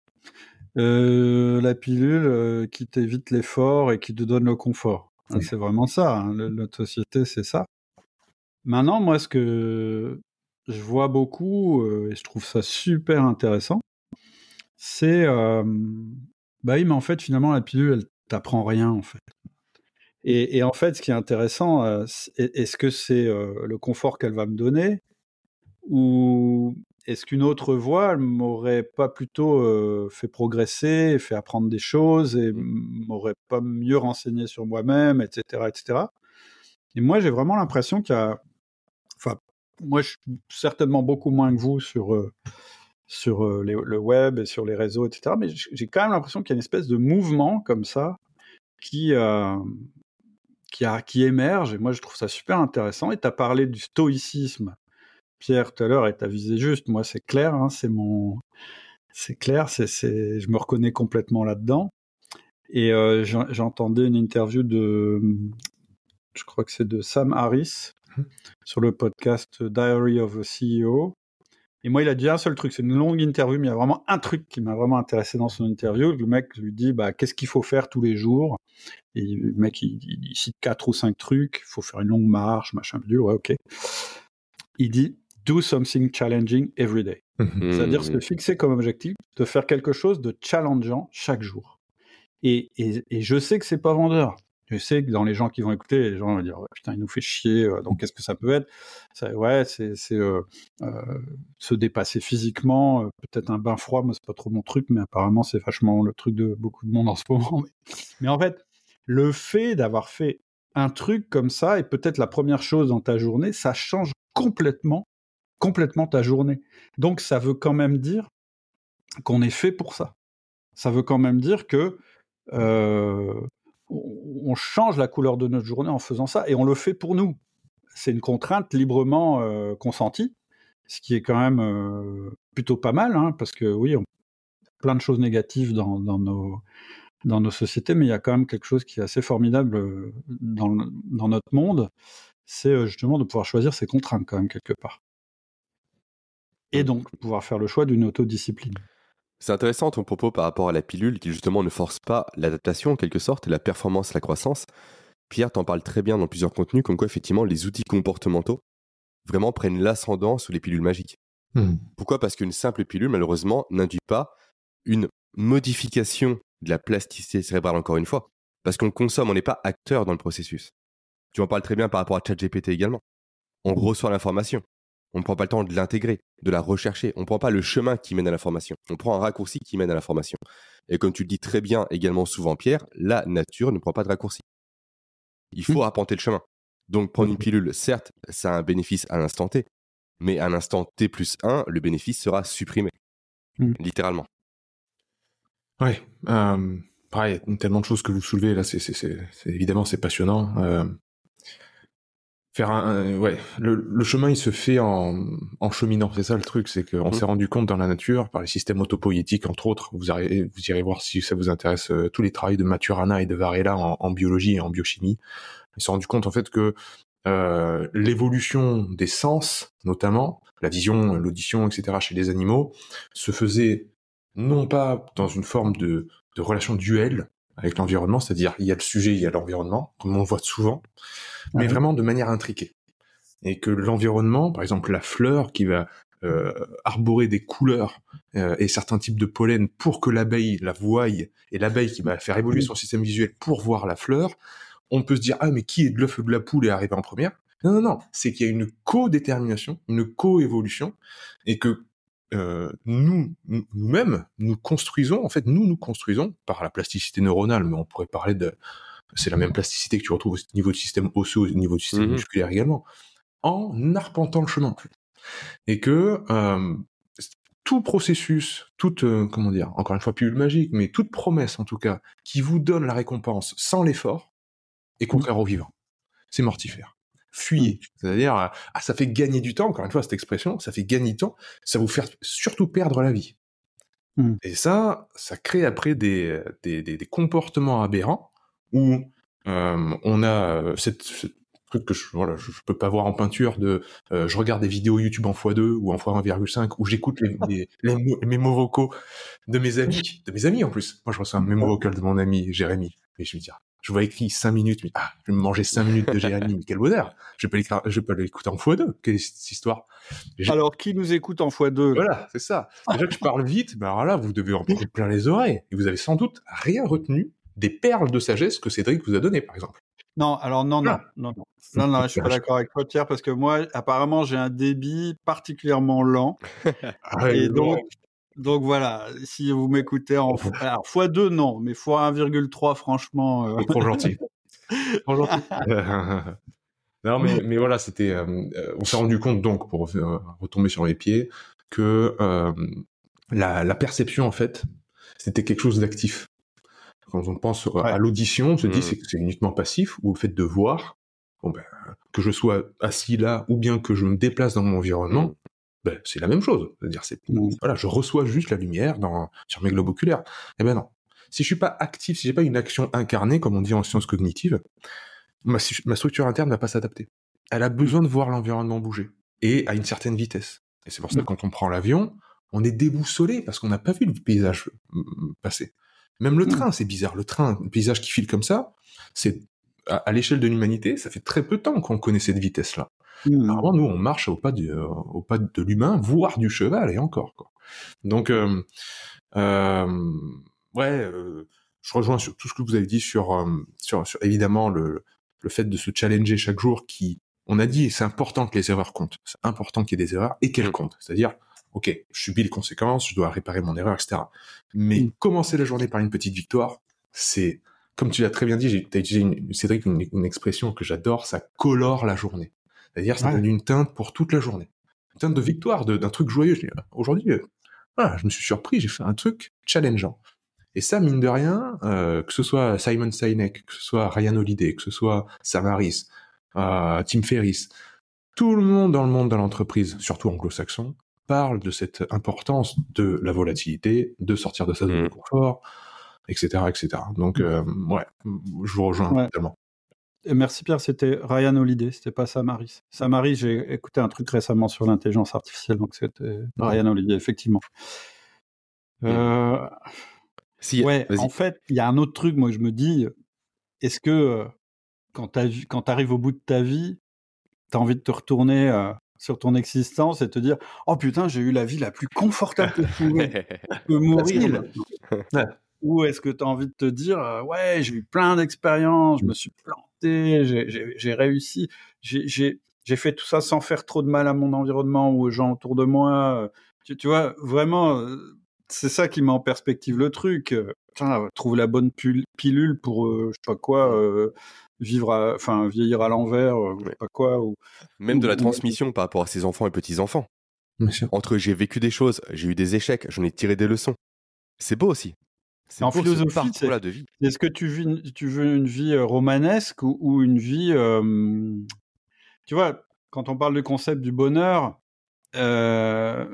Euh, la pilule euh, qui t'évite l'effort et qui te donne le confort. Mmh. C'est vraiment ça, hein. Le, notre société, c'est ça. Maintenant, moi, ce que je vois beaucoup, euh, et je trouve ça super intéressant, c'est... Euh, bah oui, mais en fait, finalement, la pilule, elle t'apprend rien, en fait. Et, et en fait, ce qui est intéressant, euh, est-ce que c'est euh, le confort qu'elle va me donner ou... est-ce qu'une autre voie elle m'aurait pas plutôt euh, fait progresser, fait apprendre des choses et m'aurait pas mieux renseigné sur moi-même, et cetera, et cetera. Et moi, j'ai vraiment l'impression qu'il y a... Enfin, moi, je suis certainement beaucoup moins que vous sur, euh, sur euh, les, le web et sur les réseaux, et cetera. Mais j'ai quand même l'impression qu'il y a une espèce de mouvement comme ça qui, euh, qui, a, qui émerge. Et moi, je trouve ça super intéressant. Et tu as parlé du stoïcisme, Pierre, tout à l'heure, et t'as visé juste. Moi, c'est clair, hein, c'est mon, c'est clair, c'est, c'est, je me reconnais complètement là-dedans. Et euh, j'entendais une interview de, je crois que c'est de Sam Harris mmh. sur le podcast Diary of a C E O. Et moi, il a dit un seul truc. C'est une longue interview, mais il y a vraiment un truc qui m'a vraiment intéressé dans son interview. Le mec lui dit, bah, qu'est-ce qu'il faut faire tous les jours? Et le mec, il, il, il cite quatre ou cinq trucs. Il faut faire une longue marche, machin, bidule, ouais, ok. il dit « do something challenging every day ». Mhm. C'est-à-dire Mmh. se fixer comme objectif de faire quelque chose de challengeant chaque jour. Et, et, et je sais que c'est pas vendeur. Je sais que dans les gens qui vont écouter, les gens vont dire ouais, « putain, il nous fait chier, euh, donc qu'est-ce que ça peut être ?» Ça, ouais, c'est, c'est euh, euh, se dépasser physiquement, euh, peut-être un bain froid, moi c'est pas trop mon truc, mais apparemment c'est vachement le truc de beaucoup de monde en ce moment. Mais, mais en fait, le fait d'avoir fait un truc comme ça, et peut-être la première chose dans ta journée, ça change complètement, complètement ta journée. Donc ça veut quand même dire qu'on est fait pour ça. Ça veut quand même dire que euh, on change la couleur de notre journée en faisant ça, et on le fait pour nous. C'est une contrainte librement euh, consentie, ce qui est quand même euh, plutôt pas mal, hein, parce que oui, on a plein de choses négatives dans, dans, nos, dans nos sociétés, mais il y a quand même quelque chose qui est assez formidable euh, dans, dans notre monde, c'est euh, justement de pouvoir choisir ses contraintes quand même quelque part. Et donc pouvoir faire le choix d'une autodiscipline. C'est intéressant ton propos par rapport à la pilule qui justement ne force pas l'adaptation en quelque sorte, la performance, la croissance. Pierre t'en parle très bien dans plusieurs contenus, comme quoi effectivement les outils comportementaux vraiment prennent l'ascendant sur les pilules magiques. Mhm. Pourquoi ? Parce qu'une simple pilule, malheureusement, n'induit pas une modification de la plasticité cérébrale, encore une fois. Parce qu'on consomme, on n'est pas acteur dans le processus. Tu en parles très bien par rapport à ChatGPT également. On reçoit l'information. On ne prend pas le temps de l'intégrer, de la rechercher. On ne prend pas le chemin qui mène à l'information. On prend un raccourci qui mène à l'information. Et comme tu le dis très bien également souvent, Pierre, la nature ne prend pas de raccourci. Il faut mmh. arpenter le chemin. Donc, prendre une pilule, certes, ça a un bénéfice à l'instant T. Mais à l'instant T plus un, le bénéfice sera supprimé. Mmh. Littéralement. Ouais. Euh, pareil, il y a tellement de choses que vous soulevez là. C'est, c'est, c'est, c'est évidemment, c'est passionnant. Euh, Faire un, un ouais, le, le chemin il se fait en, en cheminant, c'est ça le truc, c'est qu'on mmh. s'est rendu compte dans la nature, par les systèmes autopoïétiques entre autres, vous, irez, vous irez voir si ça vous intéresse, euh, tous les travaux de Maturana et de Varela en, en biologie et en biochimie, ils se sont rendus compte en fait que euh, l'évolution des sens, notamment, la vision, l'audition, et cetera chez les animaux, se faisait non pas dans une forme de, de relation duel avec l'environnement, c'est-à-dire il y a le sujet, il y a l'environnement, comme on le voit souvent, mais ouais. vraiment de manière intriquée. Et que l'environnement, par exemple la fleur qui va euh, arborer des couleurs euh, et certains types de pollen pour que l'abeille la voie, et l'abeille qui va faire évoluer son système visuel pour voir la fleur, on peut se dire « Ah, mais qui est de l'œuf ou de la poule est arrivé en première ?» Non, non, non, c'est qu'il y a une co-détermination, une co-évolution, et que Euh, nous, nous, nous-mêmes, nous construisons, en fait, nous nous construisons par la plasticité neuronale, mais on pourrait parler de, c'est la même plasticité que tu retrouves au niveau du système osseux, au niveau du système mmh. musculaire également, en arpentant le chemin, en fait. Et que euh, tout processus, toute, euh, comment dire, encore une fois, pilule magique, mais toute promesse, en tout cas, qui vous donne la récompense sans l'effort, est contraire mmh. au vivant. C'est mortifère. Fuyez. C'est-à-dire, ah, ça fait gagner du temps, encore une fois, cette expression, ça fait gagner du temps, ça vous fait surtout perdre la vie. Mm. Et ça, ça crée après des, des, des, des comportements aberrants où euh, on a cette, ce truc que je, voilà, je, je peux pas voir en peinture de, euh, je regarde des vidéos YouTube en fois deux ou en fois un virgule cinq où j'écoute les, les, les, les mémos vocaux de mes amis, de mes amis en plus. Moi, je reçois un mémo vocal de mon ami Jérémy, et je me dis, je vois écrit cinq minutes, mais ah, je vais me manger cinq minutes de Jérémy, mais quel bonheur! Je vais pas je vais pas l'écouter en fois deux. Quelle est cette histoire? J'ai... Alors, qui nous écoute en fois deux? Voilà, c'est ça. Déjà que je parle vite, ben alors là, vous devez en prendre plein les oreilles. Et vous avez sans doute rien retenu des perles de sagesse que Cédric vous a données, par exemple. Non, alors non, non, non, non. Non, non, je suis pas d'accord avec toi, Pierre, parce que moi, apparemment, j'ai un débit particulièrement lent. Ah, et donc, donc, donc voilà, si vous m'écoutez en f... alors, fois deux, non, mais fois un virgule trois, franchement... Euh... C'est trop gentil. Trop gentil. Non, mais, mais voilà, c'était... Euh, on s'est rendu compte, donc, pour euh, retomber sur les pieds, que euh, la, la perception, en fait, c'était quelque chose d'actif. Quand on pense ouais. à l'audition, on se dit mmh. c'est que c'est uniquement passif, ou le fait de voir, bon ben, que je sois assis là, ou bien que je me déplace dans mon environnement, mmh. ben, c'est la même chose. C'est-à-dire, c'est, mmh. voilà, je reçois juste la lumière dans, sur mes globes oculaires. Eh ben non. Si je suis pas actif, si j'ai pas une action incarnée, comme on dit en sciences cognitives, ma, ma structure interne va pas s'adapter. Elle a besoin de voir l'environnement bouger. Et à une certaine vitesse. Et c'est pour ça que quand on prend l'avion, on est déboussolé, parce qu'on n'a pas vu le paysage passer. Même le train, c'est bizarre. Le train, le paysage qui file comme ça, c'est à, à l'échelle de l'humanité, ça fait très peu de temps qu'on connaît cette vitesse-là. Mmh. Apparemment, nous, on marche au pas, du, euh, au pas de l'humain, voire du cheval, et encore, quoi. Donc, euh, euh, ouais, euh, je rejoins sur tout ce que vous avez dit sur, euh, sur, sur évidemment, le, le fait de se challenger chaque jour qui, on a dit, c'est important que les erreurs comptent. C'est important qu'il y ait des erreurs et qu'elles comptent. C'est-à-dire, ok, je subis les conséquences, je dois réparer mon erreur, et cetera. Mais mmh. commencer la journée par une petite victoire, c'est, comme tu l'as très bien dit, j'ai, t'as utilisé une, Cédric, une, une expression que j'adore, ça colore la journée. C'est-à-dire, ça ouais. donne une teinte pour toute la journée. Une teinte de victoire, de, d'un truc joyeux. Je dis, aujourd'hui, euh, voilà, je me suis surpris, j'ai fait un truc challengeant. Et ça, mine de rien, euh, que ce soit Simon Sinek, que ce soit Ryan Holiday, que ce soit Sam Harris, euh, Tim Ferriss, tout le monde dans le monde de l'entreprise, surtout anglo-saxon, parle de cette importance de la volatilité, de sortir de sa zone de confort, et cetera, et cetera. Donc, euh, ouais, je vous rejoins ouais. totalement. Et merci Pierre, c'était Ryan Holiday, c'était pas Sam Harris. Sam Harris, j'ai écouté un truc récemment sur l'intelligence artificielle, donc c'était Ryan Holiday, effectivement. Euh... Si, ouais, vas-y. En fait, il y a un autre truc, moi je me dis, est-ce que euh, quand tu arrives au bout de ta vie, tu as envie de te retourner euh, sur ton existence et te dire « Oh putain, j'ai eu la vie la plus confortable que je pouvais, je peux mourir maintenant. » Ou est-ce que tu as envie de te dire euh, « Ouais, j'ai eu plein d'expériences, je me suis planté, j'ai, j'ai, j'ai réussi, j'ai, j'ai, j'ai fait tout ça sans faire trop de mal à mon environnement ou aux gens autour de moi. » tu, tu vois, vraiment... Euh, c'est ça qui met en perspective le truc. Putain, trouve la bonne pilule pour, euh, je sais pas quoi, euh, vivre, à, enfin vieillir à l'envers, euh, je sais pas quoi. Ou, Même ou, de la ou, transmission ou... par rapport à ses enfants et petits-enfants. Entre j'ai vécu des choses, j'ai eu des échecs, j'en ai tiré des leçons. C'est beau aussi. C'est en beau, philosophie, ce c'est, de vie. Est-ce que tu, vis, tu veux une vie romanesque ou, ou une vie... Euh, tu vois, quand on parle du concept du bonheur... Euh,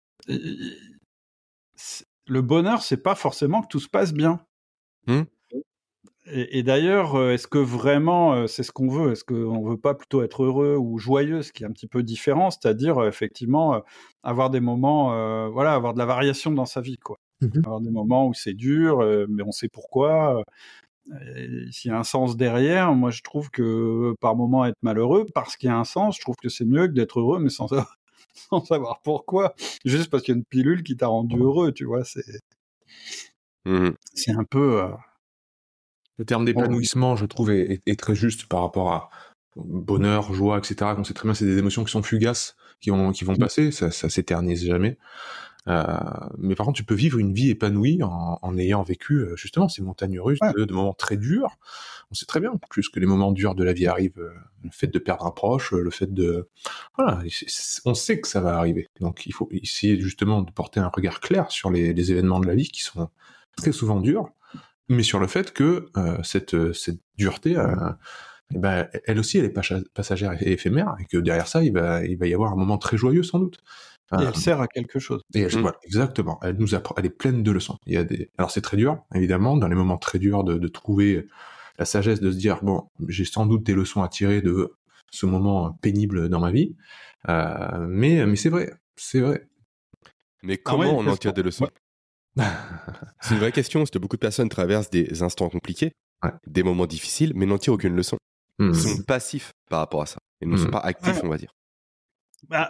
le bonheur, c'est pas forcément que tout se passe bien. Mmh. Et, et d'ailleurs, est-ce que vraiment c'est ce qu'on veut ? Est-ce qu'on veut pas plutôt être heureux ou joyeux, ce qui est un petit peu différent, c'est-à-dire effectivement avoir des moments, euh, voilà, avoir de la variation dans sa vie, quoi. Mmh. Avoir des moments où c'est dur, euh, mais on sait pourquoi. Et s'il y a un sens derrière, moi je trouve que par moment être malheureux, parce qu'il y a un sens, je trouve que c'est mieux que d'être heureux, mais sans avoir sans savoir pourquoi, juste parce qu'il y a une pilule qui t'a rendu heureux, tu vois, c'est mmh. c'est un peu... Euh... Le terme d'épanouissement, je trouve, est, est, est très juste par rapport à bonheur, joie, et cetera. On sait très bien que c'est des émotions qui sont fugaces, qui, ont, qui vont mmh. passer, ça, ça s'éternise jamais. Euh, mais par contre, tu peux vivre une vie épanouie en, en ayant vécu justement ces montagnes russes ouais. de, de moments très durs. On sait très bien plus que les moments durs de la vie arrivent, le fait de perdre un proche, le fait de... Voilà, on sait que ça va arriver. Donc il faut essayer justement de porter un regard clair sur les, les événements de la vie qui sont très souvent durs, mais sur le fait que euh, cette, cette dureté... Euh, eh ben, elle aussi, elle est passagère et éphémère, et que derrière ça, il va, il va y avoir un moment très joyeux sans doute. Et elle sert à quelque chose. Et elle, mmh. voilà, exactement. Elle nous apprend, elle est pleine de leçons. Il y a des, alors c'est très dur, évidemment, dans les moments très durs de, de trouver la sagesse de se dire bon, j'ai sans doute des leçons à tirer de ce moment pénible dans ma vie, euh, mais mais c'est vrai, c'est vrai. Mais comment ah ouais, on en tire des leçons ? Ouais. C'est une vraie question. Parce que beaucoup de personnes traversent des instants compliqués, ouais. des moments difficiles, mais n'en tirent aucune leçon. Mmh. Ils sont passifs par rapport à ça. Ils ne mmh. sont pas actifs, ouais. on va dire. Bah...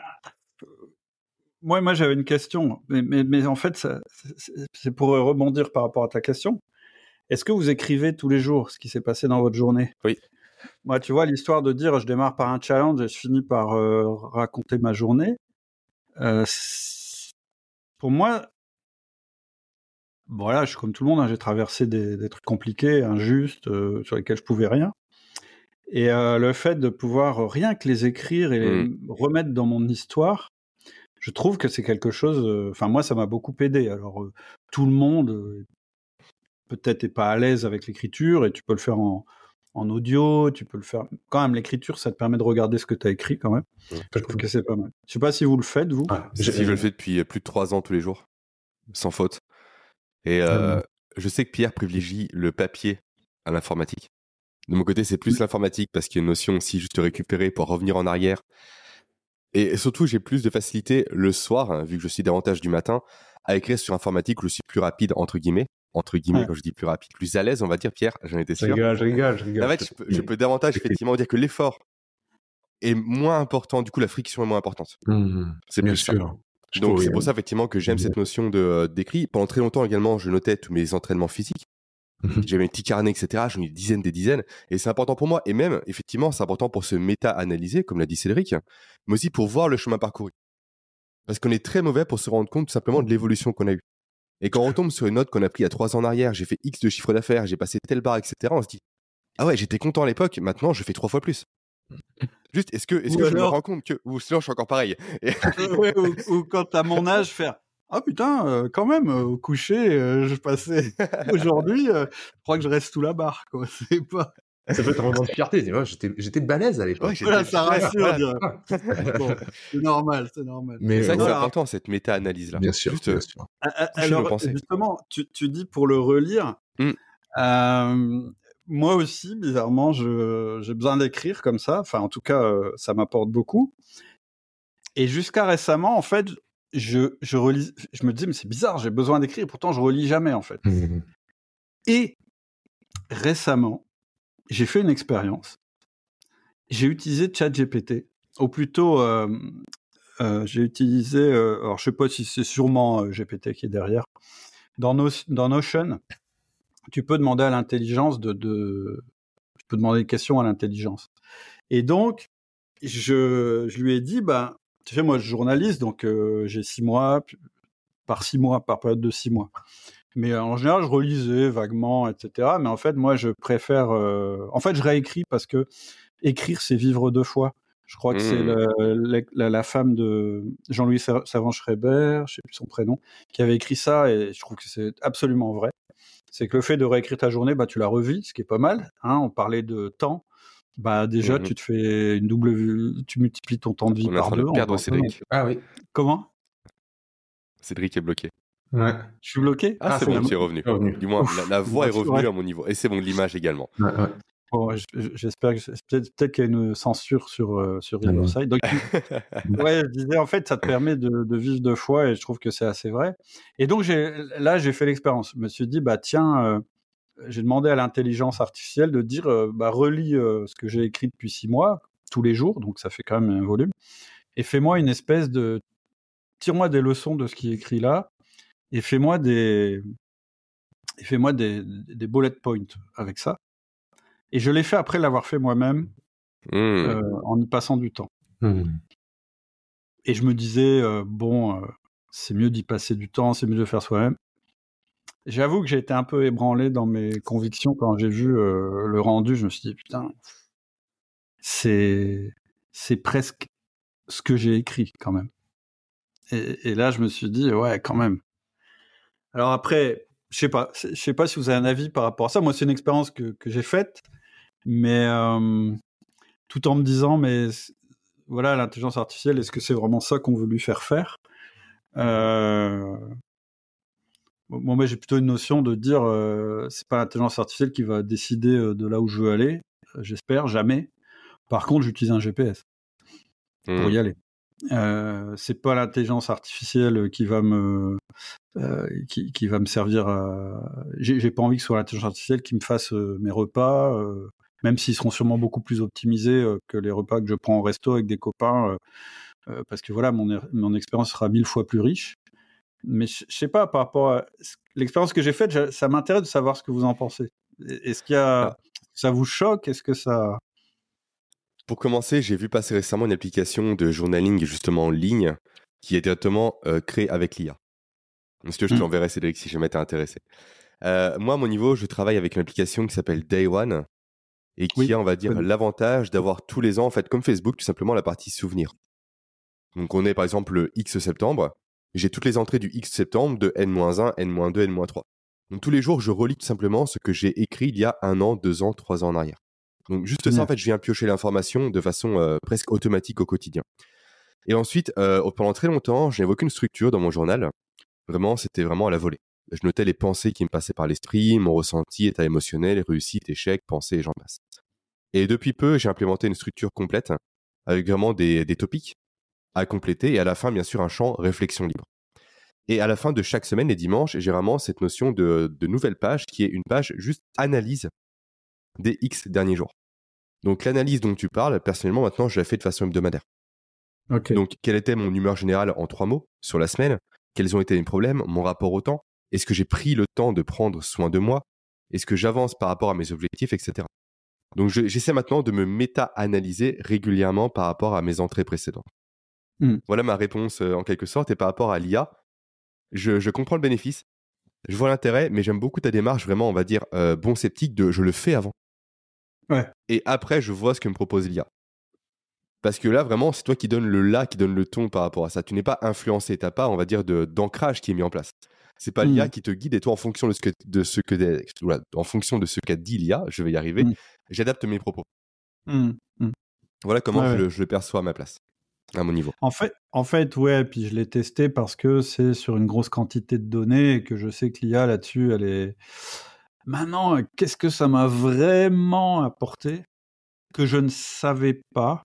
Moi, moi, j'avais une question, mais, mais, mais en fait, ça, c'est, c'est pour rebondir par rapport à ta question. Est-ce que vous écrivez tous les jours ce qui s'est passé dans votre journée ? Oui. Moi, tu vois, l'histoire de dire je démarre par un challenge et je finis par euh, raconter ma journée, euh, pour moi, voilà, je suis comme tout le monde, hein, j'ai traversé des, des trucs compliqués, injustes, euh, sur lesquels je pouvais rien. Et euh, le fait de pouvoir rien que les écrire et mmh. les remettre dans mon histoire, je trouve que c'est quelque chose... Enfin, euh, moi, ça m'a beaucoup aidé. Alors, euh, tout le monde, euh, peut-être, n'est pas à l'aise avec l'écriture, et tu peux le faire en, en audio, tu peux le faire... Quand même, l'écriture, ça te permet de regarder ce que tu as écrit, quand même. Mmh. Je trouve que c'est pas mal. Je sais pas si vous le faites, vous. Ah, je, je le fais depuis plus de trois ans, tous les jours, sans faute. Et euh, mmh. je sais que Pierre privilégie le papier à l'informatique. De mon côté, c'est plus mmh. l'informatique, parce qu'il y a une notion aussi juste de récupérer pour revenir en arrière. Et surtout, j'ai plus de facilité le soir, hein, vu que je suis davantage du matin, à écrire sur informatique où je suis plus rapide, entre guillemets. Entre guillemets, ouais. quand je dis plus rapide, plus à l'aise, on va dire, Pierre, j'en étais sûr. Je rigole, je rigole, je rigole. En fait, je peux, je peux davantage, effectivement, dire que l'effort est moins important. Du coup, la friction est moins importante. Mmh, c'est bien plus ça. sûr. Donc, Oui, c'est pour ça, effectivement, que j'aime cette notion de, euh, d'écrit. Pendant très longtemps, également, je notais tous mes entraînements physiques. Mhm. J'avais un petit carnet, et cetera. J'en ai des dizaines, des dizaines. Et c'est important pour moi. Et même, effectivement, c'est important pour se méta-analyser, comme l'a dit Cédric, mais aussi pour voir le chemin parcouru. Parce qu'on est très mauvais pour se rendre compte, tout simplement, de l'évolution qu'on a eue. Et quand on retombe sur une note qu'on a pris à trois ans en arrière, j'ai fait X de chiffre d'affaires, j'ai passé telle barre, et cetera, on se dit, ah ouais, j'étais content à l'époque, maintenant, je fais trois fois plus. Juste, est-ce que, est-ce Ou que je me alors- rends compte que, ou sinon, je suis encore pareil. Et- Ouais, ou, ou quand à mon âge, faire ah putain, euh, quand même, euh, au coucher, euh, je passais. Aujourd'hui, euh, je crois que je reste sous la barre, quoi. C'est pas. Ça peut être un moment de fierté. Tu vois, j'étais, j'étais balèze à l'époque. Ouais, j'étais- Voilà, ça ouais, rassure. voilà. dire. Bon, c'est normal, c'est normal. Mais C'est vrai que euh, c'est voilà. important, cette méta-analyse-là. bien sûr, Juste, bien euh, sûr. Ah, ah, coucher nos Alors, pensées. justement, tu, tu dis pour le relire. Mm. Euh, moi aussi, bizarrement, je, j'ai besoin d'écrire comme ça. Enfin, en tout cas, euh, ça m'apporte beaucoup. Et jusqu'à récemment, en fait, je, je relis, je me dis, mais c'est bizarre, j'ai besoin d'écrire, pourtant je relis jamais, en fait. Mmh. Et récemment, j'ai fait une expérience. J'ai utilisé ChatGPT, ou plutôt, euh, euh, j'ai utilisé, euh, alors je sais pas si c'est sûrement euh, G P T qui est derrière. Dans, no, dans Notion, tu peux demander à l'intelligence de, de, tu peux demander des questions à l'intelligence. Et donc, je, je lui ai dit, bah, tu sais, moi, je journaliste, donc euh, j'ai six mois, par six mois, par période de six mois. Mais euh, en général, je relisais vaguement, et cetera. Mais en fait, moi, je préfère... Euh... En fait, je réécris parce que écrire, c'est vivre deux fois. Je crois que Mmh. c'est le, la, la femme de Jean-Louis Savant-Schreiber, je sais plus son prénom, qui avait écrit ça, et je trouve que c'est absolument vrai. C'est que le fait de réécrire ta journée, bah, tu la revis, ce qui est pas mal. Hein, on parlait de temps. Bah, déjà, Mmh. tu te fais une double... Tu multiplies ton temps de vie On est en par train deux. de perdre en- Cédric. Ah oui. Comment? Cédric est bloqué. Ouais. Je suis bloqué? Ah, Ah, c'est c'est bon, bon. tu es revenu. Revenu. Du moins, Ouf, la, la voix est rassuré. revenue à mon niveau. Et c'est bon, l'image également. Ouais, ouais. Bon, j- j- j'espère que peut-être, peut-être qu'il y a une censure sur euh, sur Ah non. Riverside. Donc, ouais, je disais en fait, ça te permet de, de vivre deux fois, et je trouve que c'est assez vrai. Et donc j'ai là, j'ai fait l'expérience. Je me suis dit, bah tiens, euh, j'ai demandé à l'intelligence artificielle de dire, euh, bah relis euh, ce que j'ai écrit depuis six mois tous les jours, donc ça fait quand même un volume, et fais-moi une espèce de, tire-moi des leçons de ce qui est écrit là, et fais-moi des, et fais-moi des, des bullet points avec ça. Et je l'ai fait après l'avoir fait moi-même. Mmh. Euh, en y passant du temps. Mmh. Et je me disais, euh, bon, euh, c'est mieux d'y passer du temps, c'est mieux de le faire soi-même. J'avoue que j'ai été un peu ébranlé dans mes convictions quand j'ai vu euh, le rendu. Je me suis dit, putain, c'est, c'est presque ce que j'ai écrit quand même. Et, et là, je me suis dit, ouais, quand même. Alors après, je sais pas, je sais pas si vous avez un avis par rapport à ça. Moi, c'est une expérience que, que j'ai faite, mais euh, tout en me disant, mais voilà, l'intelligence artificielle, est-ce que c'est vraiment ça qu'on veut lui faire faire? euh... Bon, moi, j'ai plutôt une notion de dire, euh, c'est pas l'intelligence artificielle qui va décider euh, de là où je veux aller, euh, j'espère, jamais. Par contre, j'utilise un G P S pour Mmh. y aller. Euh, c'est pas l'intelligence artificielle qui va me euh, qui, qui va me servir à... j'ai, j'ai pas envie que ce soit l'intelligence artificielle qui me fasse euh, mes repas, euh, même s'ils seront sûrement beaucoup plus optimisés euh, que les repas que je prends au resto avec des copains, euh, euh, parce que voilà, mon, er- mon expérience sera mille fois plus riche. Mais je je sais pas, par rapport à l'expérience que j'ai faite, je- ça m'intéresse de savoir ce que vous en pensez. Est-ce qu'il y a... Alors, ça vous choque? Est-ce que ça... pour commencer, j'ai vu passer récemment une application de journaling justement en ligne qui est directement euh, créée avec l'I A. Donc, si tu veux, je te Mm. l'enverrai, Cédric, si jamais t'es intéressé. Euh, moi, à mon niveau, je travaille avec une application qui s'appelle Day One et qui Oui, a, on va dire, connais. l'avantage d'avoir tous les ans, en fait, comme Facebook, tout simplement la partie souvenirs. Donc, on est par exemple le X septembre. J'ai toutes les entrées du X septembre de N moins un, N moins deux, N moins trois. Donc, tous les jours, je relis tout simplement ce que j'ai écrit il y a un an, deux ans, trois ans en arrière. Donc, juste ça, Génial. en fait, je viens piocher l'information de façon euh, presque automatique au quotidien. Et ensuite, euh, pendant très longtemps, je n'avais aucune structure dans mon journal. Vraiment, c'était vraiment à la volée. Je notais les pensées qui me passaient par l'esprit, mon ressenti, état émotionnel, réussite, échec, pensée et j'en passe. Et depuis peu, j'ai implémenté une structure complète avec vraiment des, des topics à compléter et à la fin, bien sûr, un champ réflexion libre. Et à la fin de chaque semaine, les dimanches, j'ai vraiment cette notion de, de nouvelle page qui est une page juste analyse des X derniers jours. Donc l'analyse dont tu parles, personnellement, maintenant, je la fais de façon hebdomadaire. Ok. Donc, quelle était mon humeur générale en trois mots sur la semaine? Quels ont été mes problèmes? Mon rapport au temps? Est-ce que j'ai pris le temps de prendre soin de moi? Est-ce que j'avance par rapport à mes objectifs, et cetera. Donc, je, j'essaie maintenant de me méta-analyser régulièrement par rapport à mes entrées précédentes. Mm. Voilà ma réponse euh, en quelque sorte. Et par rapport à l'I A, je, je comprends le bénéfice, je vois l'intérêt, mais j'aime beaucoup ta démarche, vraiment, on va dire, euh, bon sceptique de je le fais avant. Ouais. Et après, je vois ce que me propose l'I A. Parce que là, vraiment, c'est toi qui donne le là, qui donne le ton par rapport à ça. Tu n'es pas influencé, tu n'as pas, on va dire, de, d'ancrage qui est mis en place. C'est pas Mm. l'I A qui te guide et toi, en fonction de ce que, de ce que, voilà, en fonction de ce qu'a dit l'I A, je vais y arriver, Mm. j'adapte mes propos. Mm. Mm. Voilà comment Ouais, je, ouais. le- je le perçois à ma place, à mon niveau. En fait, en fait, ouais, puis je l'ai testé parce que c'est sur une grosse quantité de données et que je sais que l'I A là-dessus, elle est. Maintenant, euh, qu'est-ce que ça m'a vraiment apporté que je ne savais pas?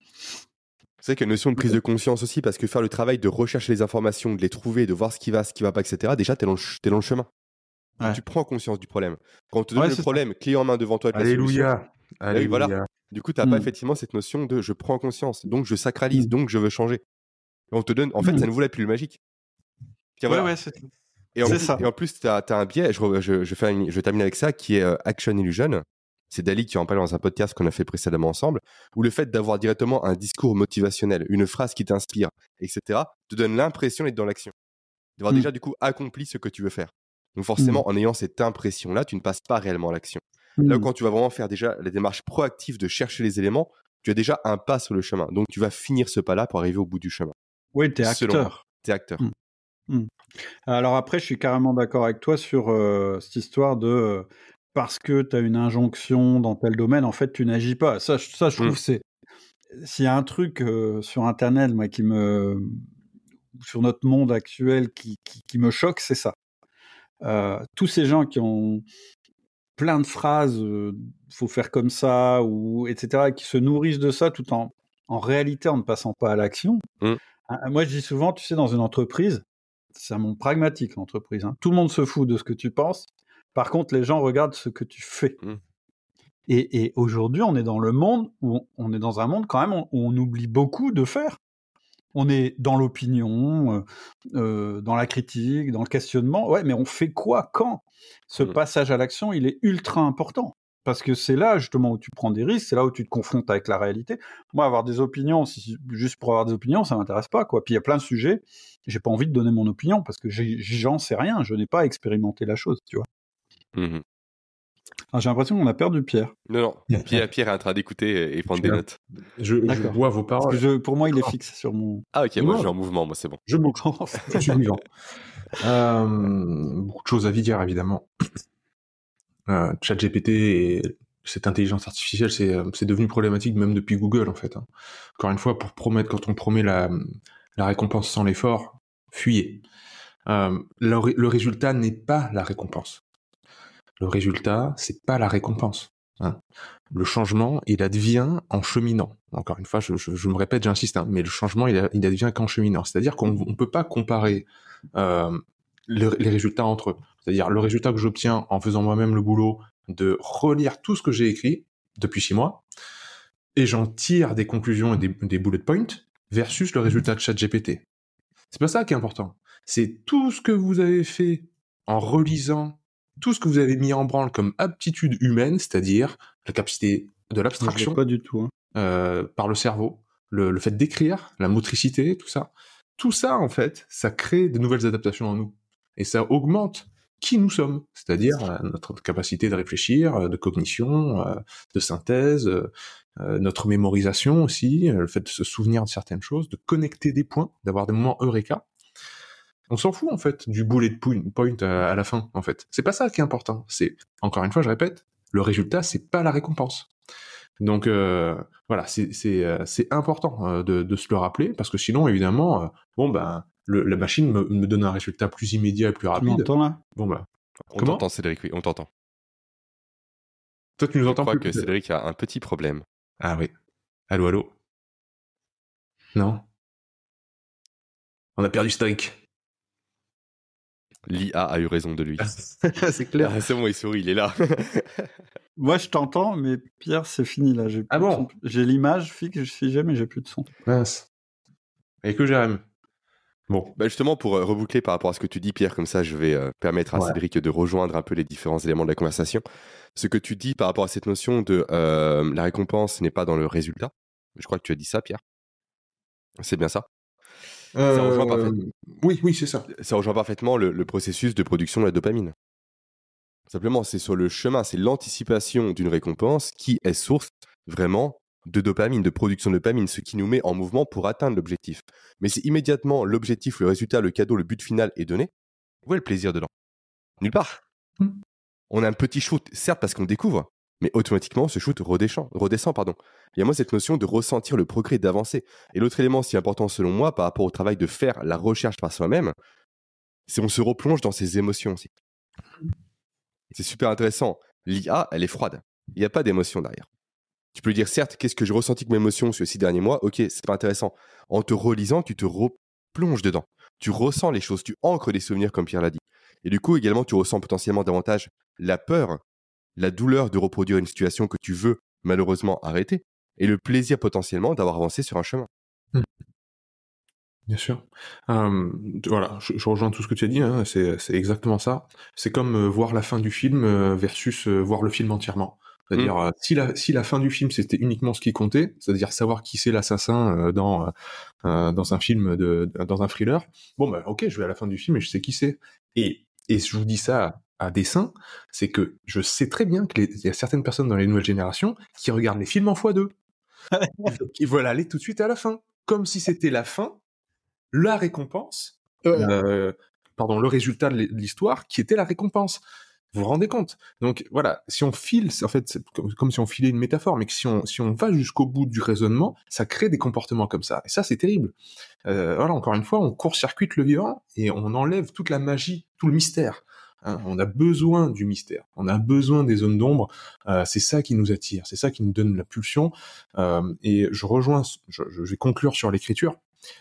C'est qu'il y a une notion de prise de conscience aussi, parce que faire le travail de rechercher les informations, de les trouver, de voir ce qui va, ce qui va pas, et cetera, déjà, tu es dans le, ch- t'es dans le chemin. Donc, Ouais. tu prends conscience du problème. Quand on te donne Ouais, le c'est ça. problème, clé en main devant toi avec la solution, Alléluia. bah oui, voilà. Alléluia. Du coup, tu n'as pas Mm. effectivement cette notion de je prends conscience, donc je sacralise, Mm. donc je veux changer. Et on te donne, en fait, Mm. ça ne vaut la pilule magique. Tiens, Ouais, voilà. ouais, c'est Et en c'est plus, ça. et en plus, tu as un biais, je, re- je, je, fais une- je termine avec ça, qui est euh, Action Illusion. C'est Dali qui en parle dans un podcast qu'on a fait précédemment ensemble, où le fait d'avoir directement un discours motivationnel, une phrase qui t'inspire, et cetera, te donne l'impression d'être dans l'action. D'avoir Mm. déjà, du coup, accompli ce que tu veux faire. Donc forcément, en ayant cette impression-là, tu ne passes pas réellement à l'action. Là où Mm. quand tu vas vraiment faire déjà la démarche proactive de chercher les éléments, tu as déjà un pas sur le chemin. Donc tu vas finir ce pas-là pour arriver au bout du chemin. Oui, t'es Selon moi. acteur. T'es acteur. Mm. Mm. Alors après, je suis carrément d'accord avec toi sur euh, cette histoire de euh, parce que tu as une injonction dans tel domaine, en fait, tu n'agis pas. Ça, je- ça je trouve, Mm. c'est s'il y a un truc euh, sur Internet, moi, qui me sur notre monde actuel qui, qui, qui me choque, c'est ça. Euh, tous ces gens qui ont plein de phrases, euh, faut faire comme ça, ou et cetera, et qui se nourrissent de ça tout en, en réalité en ne passant pas à l'action. Mm. Ah, moi, je dis souvent, tu sais, dans une entreprise, c'est un monde pragmatique, l'entreprise. Hein. Tout le monde se fout de ce que tu penses. Par contre, les gens regardent ce que tu fais. Mm. Et, et aujourd'hui, on est dans le monde où on, on est dans un monde quand même où on oublie beaucoup de faire. On est dans l'opinion, euh, euh, dans la critique, dans le questionnement. Ouais, mais on fait quoi quand? Ce Mm. passage à l'action, il est ultra important. Parce que c'est là, justement, où tu prends des risques, c'est là où tu te confrontes avec la réalité. Moi, avoir des opinions, si, juste pour avoir des opinions, ça m'intéresse pas, quoi. Puis il y a plein de sujets, j'ai pas envie de donner mon opinion, parce que j'ai- j'en sais rien, je n'ai pas expérimenté la chose, tu vois. Mhm. Alors, j'ai l'impression qu'on a perdu Pierre. Non, non. Pierre, Pierre est en train d'écouter et prendre des Pierre. notes. Je, je D'accord. vois vos Parce que paroles. je, pour moi, il est fixe sur mon... Ah, ok, Non. moi je suis en mouvement, moi c'est bon. Je bouge. Je suis vivant. Euh, beaucoup de choses à dire, évidemment. Euh, ChatGPT et cette intelligence artificielle, c'est, euh, c'est devenu problématique même depuis Google, en fait. Hein. Encore une fois, pour promettre, quand on promet la, la récompense sans l'effort, fuyez. Euh, le, ré- le résultat n'est pas la récompense. Le résultat, c'est pas la récompense. Hein. Le changement, il advient en cheminant. Encore une fois, je, je, je me répète, j'insiste, hein, mais le changement, il, a- il advient qu'en cheminant. C'est-à-dire qu'on ne peut pas comparer euh, le- les résultats entre eux. C'est-à-dire le résultat que j'obtiens en faisant moi-même le boulot de relire tout ce que j'ai écrit depuis six mois, et j'en tire des conclusions et des, des bullet points, versus le résultat de ChatGPT. C'est pas ça qui est important. C'est tout ce que vous avez fait en relisant, tout ce que vous avez mis en branle comme aptitude humaine, c'est-à-dire la capacité de Je l'ai l'abstraction pas du tout. Hein. euh, par le cerveau, le, le fait d'écrire, la motricité, tout ça. Tout ça, en fait, ça crée de nouvelles adaptations en nous. Et ça augmente qui nous sommes, c'est-à-dire euh, notre capacité de réfléchir, euh, de cognition, euh, de synthèse, euh, euh, notre mémorisation aussi, euh, le fait de se souvenir de certaines choses, de connecter des points, d'avoir des moments eureka. On s'en fout, en fait, du bullet point à, à la fin, en fait. C'est pas ça qui est important. C'est, encore une fois, je répète, le résultat, c'est pas la récompense. Donc euh, voilà, c'est c'est euh, c'est important euh, de de se le rappeler parce que sinon évidemment, euh, bon ben le, la machine me, me donne un résultat plus immédiat et plus Tu rapide. m'entends là? Bon bah On Comment t'entend, Cédric, oui, on t'entend. toi tu nous Je entends crois plus que peut-être. Cédric a un petit problème. Ah oui. Allô allô. Non. On a perdu Cédric. L'I A a eu raison de lui. c'est clair. Ah, c'est bon, il sourit, il est là. Moi, je t'entends, mais Pierre, c'est fini là. J'ai plus Ah de bon son. J'ai l'image fixe, je figé, mais j'ai plus de son. Mince. Et que Jérém. Bon. Bah justement, pour euh, reboucler par rapport à ce que tu dis, Pierre, comme ça, je vais euh, permettre à Ouais. Cédric de rejoindre un peu les différents éléments de la conversation. Ce que tu dis par rapport à cette notion de euh, la récompense n'est pas dans le résultat. Je crois que tu as dit ça, Pierre. C'est bien ça. Euh, Ça rejoint parfait- Oui, oui, c'est ça. Ça rejoint parfaitement le, le processus de production de la dopamine. Simplement, c'est sur le chemin, c'est l'anticipation d'une récompense qui est source vraiment de dopamine, de production de dopamine, ce qui nous met en mouvement pour atteindre l'objectif. Mais c'est immédiatement l'objectif, le résultat, le cadeau, le but final est donné. Où est le plaisir dedans? Nulle part. Hmm. On a un petit shoot, certes parce qu'on découvre, mais automatiquement ce shoot redescend. redescend pardon. Il y a moi cette notion de ressentir le progrès, d'avancer. Et l'autre élément si important selon moi par rapport au travail de faire la recherche par soi-même, c'est on se replonge dans ses émotions aussi. C'est super intéressant. L'I A, elle est froide. Il n'y a pas d'émotion derrière. Tu peux lui dire, certes, qu'est-ce que je ressentis comme émotion ces six derniers mois? Ok, c'est pas intéressant. En te relisant, tu te replonges dedans. Tu ressens les choses, tu ancres des souvenirs, comme Pierre l'a dit. Et du coup, également, tu ressens potentiellement davantage la peur, la douleur de reproduire une situation que tu veux malheureusement arrêter, et le plaisir potentiellement d'avoir avancé sur un chemin. Bien sûr. Euh, voilà, je, je rejoins tout ce que tu as dit, hein, c'est, c'est exactement ça. C'est comme euh, voir la fin du film euh, versus euh, voir le film entièrement. C'est-à-dire, euh, si, la, si la fin du film, c'était uniquement ce qui comptait, c'est-à-dire savoir qui c'est l'assassin euh, dans, euh, dans un film, de, dans un thriller, bon, bah ok, je vais à la fin du film et je sais qui c'est. Et, et je vous dis ça à dessein, c'est que je sais très bien qu'il y a certaines personnes dans les nouvelles générations qui regardent les films en fois deux. Qui veulent aller tout de suite à la fin. Comme si c'était la fin, la récompense, Ouais. euh, pardon, le résultat de l'histoire qui était la récompense. Vous vous rendez compte? Donc voilà, si on file, en fait, c'est comme, comme si on filait une métaphore, mais que si on, si on va jusqu'au bout du raisonnement, ça crée des comportements comme ça. Et ça, c'est terrible. Euh, voilà, encore une fois, on court-circuite le vivant et on enlève toute la magie, tout le mystère. Hein, on a besoin du mystère, on a besoin des zones d'ombre, euh, c'est ça qui nous attire, c'est ça qui nous donne la pulsion. Euh, et je rejoins, je, je vais conclure sur l'écriture.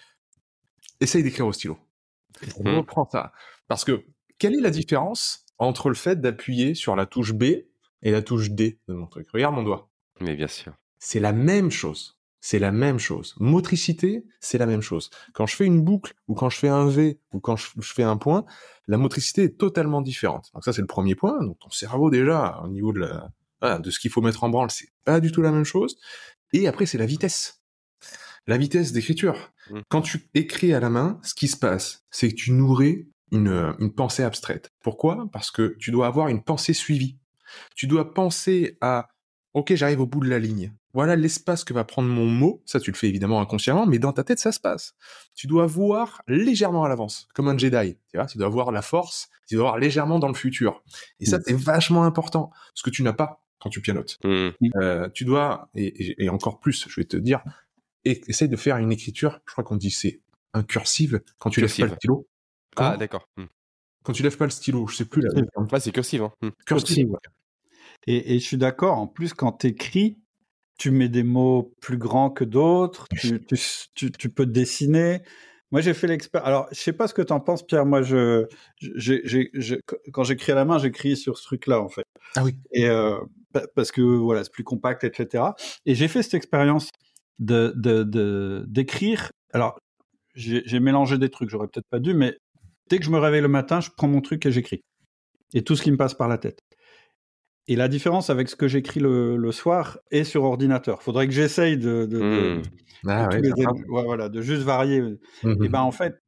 Essaye d'écrire au stylo. On Mmh. reprend ça. Parce que, quelle est la différence entre le fait d'appuyer sur la touche B et la touche D de mon truc? Regarde mon doigt. Mais bien sûr. C'est la même chose. C'est la même chose. Motricité, c'est la même chose. Quand je fais une boucle, ou quand je fais un V, ou quand je, je fais un point, la motricité est totalement différente. Donc ça, c'est le premier point. Donc ton cerveau, déjà, au niveau de, la, voilà, de ce qu'il faut mettre en branle, c'est pas du tout la même chose. Et après, c'est la vitesse. La vitesse d'écriture. Mmh. Quand tu écris à la main, ce qui se passe, c'est que tu nourris une, une pensée abstraite. Pourquoi? Parce que tu dois avoir une pensée suivie. Tu dois penser à « Ok, j'arrive au bout de la ligne. Voilà l'espace que va prendre mon mot. » Ça, tu le fais évidemment inconsciemment, mais dans ta tête, ça se passe. Tu dois voir légèrement à l'avance, comme un Jedi. Tu vois, tu dois voir la force, tu dois voir légèrement dans le futur. Et ça, c'est vachement important, ce que tu n'as pas quand tu pianotes. Mmh. Euh, tu dois, et, et, et encore plus, je vais te dire, et, essaye de faire une écriture, je crois qu'on dit c'est un cursive, quand tu Cursive. lèves pas le stylo. Quand, Ah, d'accord. Mmh. quand tu lèves pas le stylo, je sais plus. La, Ouais, c'est cursive. Hein. Mmh. cursive. Ouais. Et, et je suis d'accord, en plus, quand t'écris, tu mets des mots plus grands que d'autres, tu, tu, tu, tu peux dessiner. Moi, j'ai fait l'expérience. Alors, je sais pas ce que t'en penses, Pierre. Moi, je, j'ai, j'ai, j'ai, quand j'écris à la main, j'écris sur ce truc-là, en fait. Ah oui. Et euh, parce que voilà, c'est plus compact, et cetera. Et j'ai fait cette expérience de, de, de d'écrire. Alors, j'ai, j'ai mélangé des trucs. J'aurais peut-être pas dû, mais dès que je me réveille le matin, je prends mon truc et j'écris. Et tout ce qui me passe par la tête. Et la différence avec ce que j'écris le, le soir est sur ordinateur. Faudrait que j'essaye de, de, Mmh. de, Ah, de, ouais, tous les ça éléments. Ouais, voilà, de juste varier. Mm-hmm. Et ben en fait,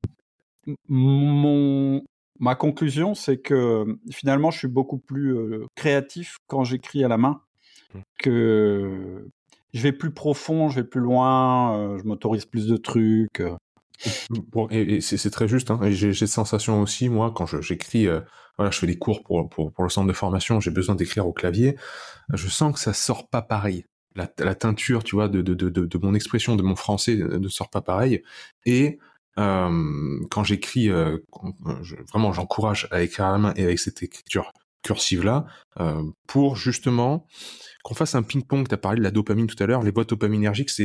mon ma conclusion, c'est que finalement, je suis beaucoup plus euh, créatif quand j'écris à la main, que je vais plus profond, je vais plus loin, euh, je m'autorise plus de trucs. Euh. Bon, et, et c'est, c'est très juste. Hein. Et j'ai, j'ai cette sensation aussi, moi, quand je, j'écris, euh, voilà, je fais des cours pour, pour, pour le centre de formation, j'ai besoin d'écrire au clavier. Je sens que ça sort pas pareil. La, la teinture, tu vois, de, de, de, de, de mon expression, de mon français, ne sort pas pareil. Et euh, quand j'écris, euh, je, vraiment, j'encourage à écrire à la main et avec cette écriture cursive-là, euh, pour justement qu'on fasse un ping-pong. Tu as parlé de la dopamine tout à l'heure. Les boîtes dopaminergiques, c'est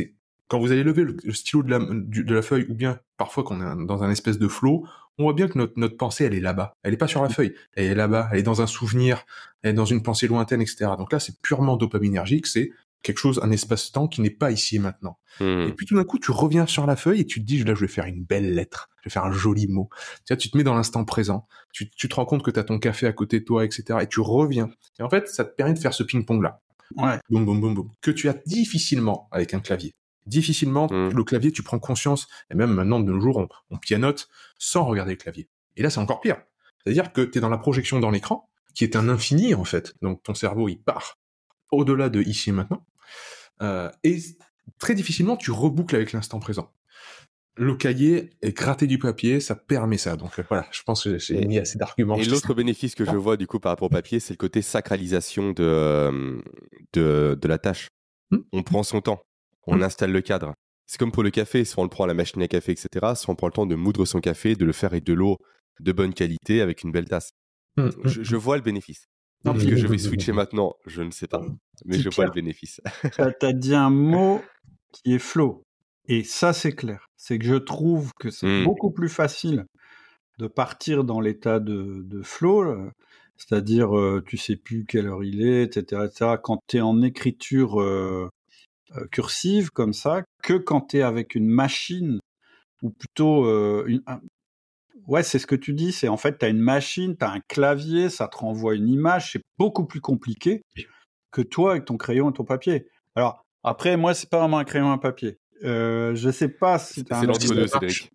quand vous allez lever le, le stylo de la, du, de la feuille, ou bien parfois quand on est dans un espèce de flow, on voit bien que notre, notre pensée, elle est là-bas. Elle est pas sur la feuille, elle est là-bas, elle est dans un souvenir, elle est dans une pensée lointaine, et cetera. Donc là, c'est purement dopaminergique, c'est quelque chose, un espace-temps qui n'est pas ici et maintenant. Mmh. Et puis tout d'un coup, tu reviens sur la feuille et tu te dis, là, je vais faire une belle lettre, je vais faire un joli mot. Tu vois, tu te mets dans l'instant présent, tu, tu te rends compte que tu as ton café à côté de toi, et cetera. Et tu reviens. Et en fait, ça te permet de faire ce ping-pong-là. Ouais. Boum, boum, boum, boum. Que tu as difficilement avec un clavier. Difficilement, Mmh. le clavier, tu prends conscience, et même maintenant, de nos jours, on, on pianote sans regarder le clavier. Et là, c'est encore pire. C'est-à-dire que tu es dans la projection dans l'écran, qui est un infini, en fait. Donc, ton cerveau, il part au-delà de ici et maintenant. Euh, et très difficilement, tu reboucles avec l'instant présent. Le cahier et gratter du papier, ça permet ça. Donc euh, voilà, je pense que j'ai Et- mis assez d'arguments. Et l'autre bénéfice que je vois du coup par rapport au papier, c'est le côté sacralisation de, euh, de, de la tâche. Hmm. On prend son temps, on Hmm. installe le cadre. C'est comme pour le café, soit on le prend à la machine à café, et cetera. Soit on prend le temps de moudre son café, de le faire avec de l'eau de bonne qualité, avec une belle tasse. Hmm. Je, je vois le bénéfice. Non, Est-ce puis- que je vais switcher maintenant? Je ne sais pas. Mais Puis je vois Pierre, le bénéfice. T'as as dit un mot qui est flow. Et ça, c'est clair. C'est que je trouve que c'est Mm. beaucoup plus facile de partir dans l'état de, de flow, là. C'est-à-dire, euh, tu sais plus quelle heure il est, et cetera, et cetera, quand tu es en écriture euh, euh, cursive, comme ça, que quand tu es avec une machine, ou plutôt... euh, une, un- ouais, c'est ce que tu dis, c'est en fait, tu as une machine, tu as un clavier, ça te renvoie une image, c'est beaucoup plus compliqué que toi avec ton crayon et ton papier. Alors, après, moi, c'est pas vraiment un crayon et un papier. Euh, je sais pas si tu as C'est un l'entre-deux, ordinateur. Cédric.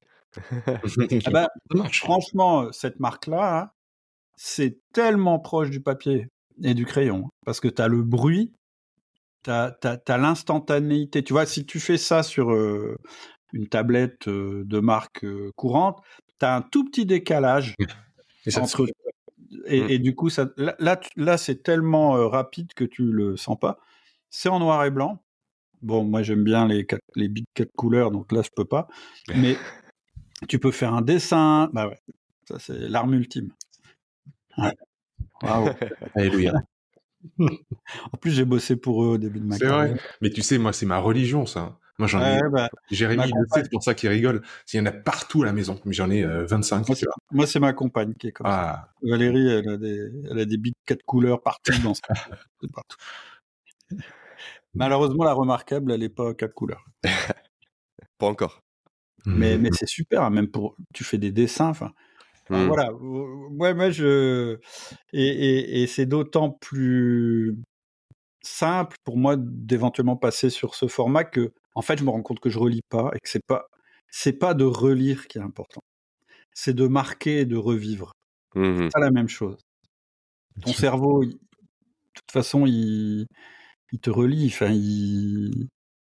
Ah bah, Ça marche. franchement, cette marque-là, hein, c'est tellement proche du papier et du crayon. Parce que tu as le bruit, tu as, l'instantanéité. Tu vois, si tu fais ça sur euh, une tablette euh, de marque euh, courante, tu as un tout petit décalage Et ça te entre... saoule. Et, Mm. et du coup, ça, là, là, tu- là, c'est tellement euh, rapide que tu le sens pas. C'est en noir et blanc. Bon, moi, j'aime bien les, quatre, les big quatre couleurs, donc là, je peux pas. Mais tu peux faire un dessin. Bah ouais, ça, c'est l'arme ultime. Ouais. Waouh. Alléluia. En plus, j'ai bossé pour eux au début de ma C'est carrière. vrai. Mais tu sais, moi, c'est ma religion, ça. Moi, j'en ai. Ouais, bah, Jérémy, ma il le sait, compagne. c'est pour ça qu'il rigole. Il y en a partout à la maison. Mais j'en ai euh, vingt-cinq. Moi, tu c'est, vois. moi, c'est ma compagne qui est comme Ah. ça. Valérie, elle a des, elle a des big quatre couleurs partout dans ce c'est partout. Malheureusement, la remarquable, elle est pas quatre couleurs. Pas encore. Mais, Mhm. mais c'est super, hein, même pour, tu fais des dessins, enfin. Alors Mm. voilà, ouais, moi je et, et, et c'est d'autant plus simple pour moi d'éventuellement passer sur ce format que, en fait, je me rends compte que je relis pas et que c'est pas c'est pas de relire qui est important, c'est de marquer et de revivre. Mhm. C'est pas la même chose. Ton cerveau, il- de toute façon, il, il te relie, enfin, il.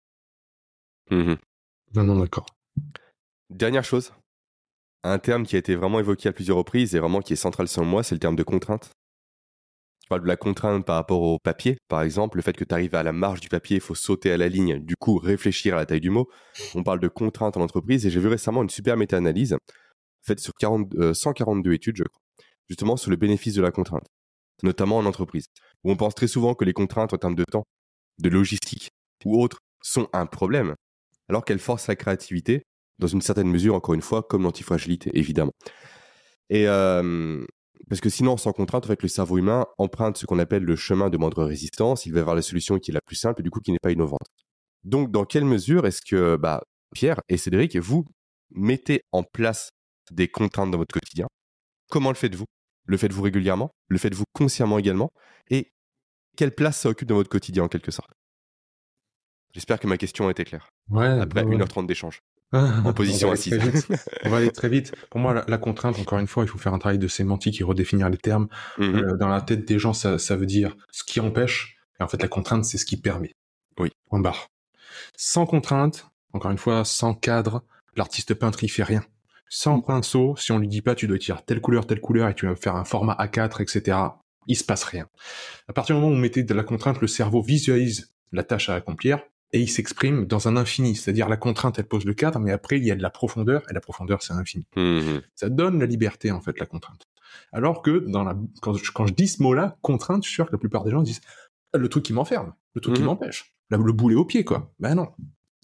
Mhm. Non, non, d'accord. Dernière chose, un terme qui a été vraiment évoqué à plusieurs reprises et vraiment qui est central selon moi, c'est le terme de contrainte. Je parle de la contrainte par rapport au papier, par exemple, le fait que tu arrives à la marge du papier, il faut sauter à la ligne, du coup réfléchir à la taille du mot. On parle de contrainte en entreprise et j'ai vu récemment une super méta-analyse faite sur quarante, euh, cent quarante-deux études, je crois, justement sur le bénéfice de la contrainte, notamment en entreprise, où on pense très souvent que les contraintes en termes de temps, de logistique ou autres sont un problème, alors qu'elles forcent la créativité, dans une certaine mesure, encore une fois, comme l'antifragilité, évidemment. Et euh, parce que sinon, sans contrainte, en fait, le cerveau humain emprunte ce qu'on appelle le chemin de moindre résistance. Il va vers la solution qui est la plus simple et du coup qui n'est pas innovante. Donc, dans quelle mesure est-ce que bah, Pierre et Cédric, vous mettez en place des contraintes dans votre quotidien? Comment le faites-vous? Le faites-vous régulièrement? Le faites-vous consciemment également? Et quelle place ça occupe dans votre quotidien en quelque sorte? J'espère que ma question a été claire. Ouais. Après ouais, ouais. une heure trente d'échange. En En position assise. On va aller très vite. Pour moi, la, la contrainte, encore une fois, il faut faire un travail de sémantique et redéfinir les termes. Mhm. Euh, dans la tête des gens, ça, ça veut dire ce qui empêche. Et en fait, la contrainte, c'est ce qui permet. Oui. Point barre. Sans contrainte, encore une fois, sans cadre, l'artiste peintre, il fait rien. Sans pinceau, si on lui dit pas, tu dois tirer telle couleur, telle couleur, et tu vas faire un format A quatre, et cetera, il se passe rien. À partir du moment où vous mettez de la contrainte, le cerveau visualise la tâche à accomplir, et il s'exprime dans un infini. C'est-à-dire, la contrainte, elle pose le cadre, mais après, il y a de la profondeur, et la profondeur, c'est infini. Mhm. Ça donne la liberté, en fait, la contrainte. Alors que, dans la, quand je, quand je dis ce mot-là, contrainte, je suis sûr que la plupart des gens disent, le truc qui m'enferme, le truc qui Mhm. m'empêche, le boulet au pied, quoi. Ben non.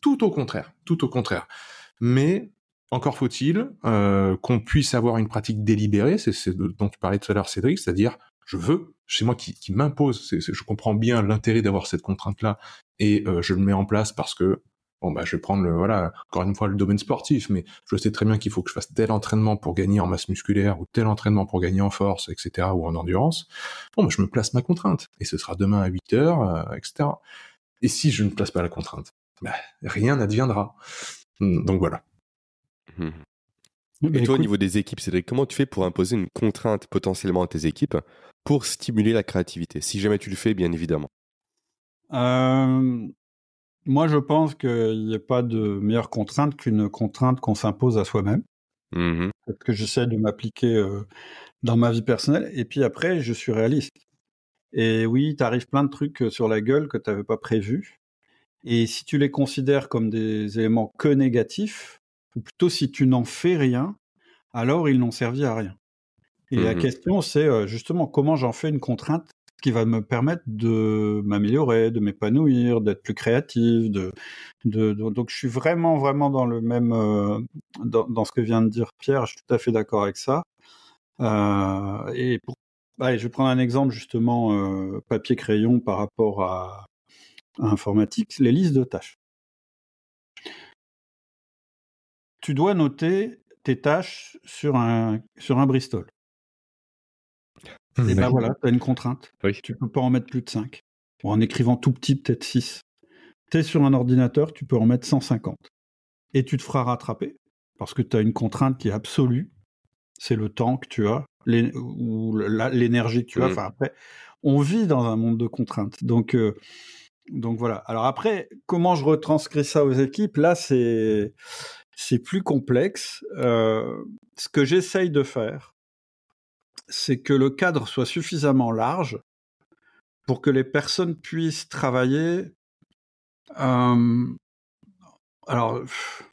Tout au contraire, tout au contraire. Mais encore faut-il euh, qu'on puisse avoir une pratique délibérée, c'est ce dont tu parlais tout à l'heure, Cédric, c'est-à-dire je veux, c'est moi qui, qui m'impose, c'est, c'est, je comprends bien l'intérêt d'avoir cette contrainte-là et euh, je le mets en place parce que bon bah je vais prendre le voilà encore une fois le domaine sportif, mais je sais très bien qu'il faut que je fasse tel entraînement pour gagner en masse musculaire ou tel entraînement pour gagner en force, et cetera ou en endurance. Bon bah je me place ma contrainte et ce sera demain à huit heures, euh, et cetera. Et si je ne place pas la contrainte, bah, rien n'adviendra. Donc voilà. Mmh. Bah, Et toi, écoute, au niveau des équipes, Cédric, comment tu fais pour imposer une contrainte potentiellement à tes équipes pour stimuler la créativité? Si jamais tu le fais, bien évidemment. euh, moi, je pense qu'il n'y a pas de meilleure contrainte qu'une contrainte qu'on s'impose à soi-même. Mmh. Parce que j'essaie de m'appliquer euh, dans ma vie personnelle. Et puis après, je suis réaliste. Et oui, t'arrives plein de trucs euh, sur la gueule que t'avais pas prévus. Et si tu les considères comme des éléments que négatifs, ou plutôt si tu n'en fais rien, alors ils n'ont servi à rien. Et la Mmh. question, c'est euh, justement comment j'en fais une contrainte qui va me permettre de m'améliorer, de m'épanouir, d'être plus créatif. De, de, de- donc je suis vraiment, vraiment dans le même, euh, dans, dans ce que vient de dire Pierre. Je suis tout à fait d'accord avec ça. Euh, et pour, allez, je vais prendre un exemple justement euh, papier crayon par rapport à, à informatique, les listes de tâches. Tu dois noter tes tâches sur un sur un Bristol. Et ben voilà, tu as une contrainte. Oui. Tu peux pas en mettre plus de cinq. Ou en écrivant tout petit, peut-être six. Tu es sur un ordinateur, tu peux en mettre cent cinquante. Et tu te feras rattraper parce que tu as une contrainte qui est absolue. C'est le temps que tu as, l'é- ou la- l'énergie que tu as. Mm. Enfin, après, on vit dans un monde de contraintes. Donc, euh, donc voilà. Alors après, comment je retranscris ça aux équipes? Là, c'est c'est plus complexe. Euh, ce que j'essaye de faire, c'est que le cadre soit suffisamment large pour que les personnes puissent travailler. Euh, alors, pff,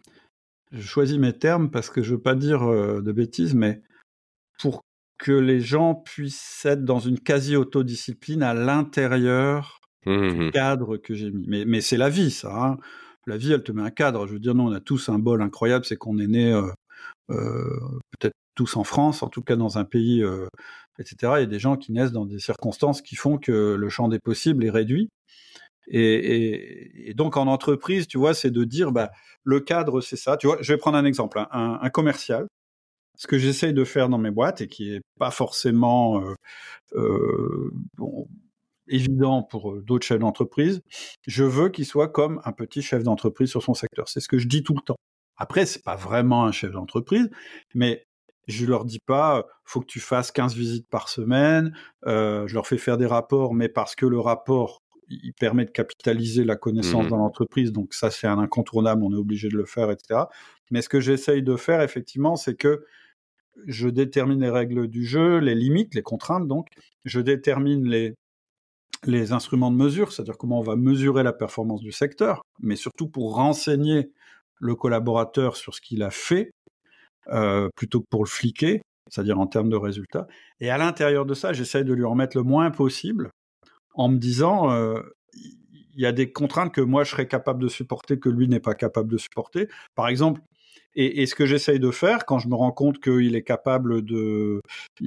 je choisis mes termes parce que je veux pas dire euh, de bêtises, mais pour que les gens puissent être dans une quasi-autodiscipline à l'intérieur du Mhm. cadre que j'ai mis. Mais, mais c'est la vie, ça. Hein. La vie, elle te met un cadre. Je veux dire, nous, on a tous un bol incroyable, c'est qu'on est né euh, euh, peut-être tous en France, en tout cas dans un pays, euh, et cetera. Il y a des gens qui naissent dans des circonstances qui font que le champ des possibles est réduit. Et, et, et donc en entreprise, tu vois, c'est de dire, bah, le cadre, c'est ça. Tu vois, je vais prendre un exemple. Hein. Un, un commercial, ce que j'essaye de faire dans mes boîtes et qui est pas forcément euh, euh, bon, évident pour d'autres chefs d'entreprise, je veux qu'il soit comme un petit chef d'entreprise sur son secteur. C'est ce que je dis tout le temps. Après, c'est pas vraiment un chef d'entreprise, mais je leur dis pas, faut que tu fasses quinze visites par semaine. Euh, je leur fais faire des rapports, mais parce que le rapport, il permet de capitaliser la connaissance Mhm. dans l'entreprise, donc ça c'est un incontournable, on est obligé de le faire, et cetera. Mais ce que j'essaye de faire, effectivement, c'est que je détermine les règles du jeu, les limites, les contraintes, donc je détermine les les instruments de mesure, c'est-à-dire comment on va mesurer la performance du secteur, mais surtout pour renseigner le collaborateur sur ce qu'il a fait, euh, plutôt que pour le fliquer, c'est-à-dire en termes de résultats. Et à l'intérieur de ça, j'essaye de lui en mettre le moins possible, en me disant, euh, il y a des contraintes que moi je serais capable de supporter, que lui n'est pas capable de supporter. Par exemple, et, et ce que j'essaye de faire, quand je me rends compte qu'il est capable de...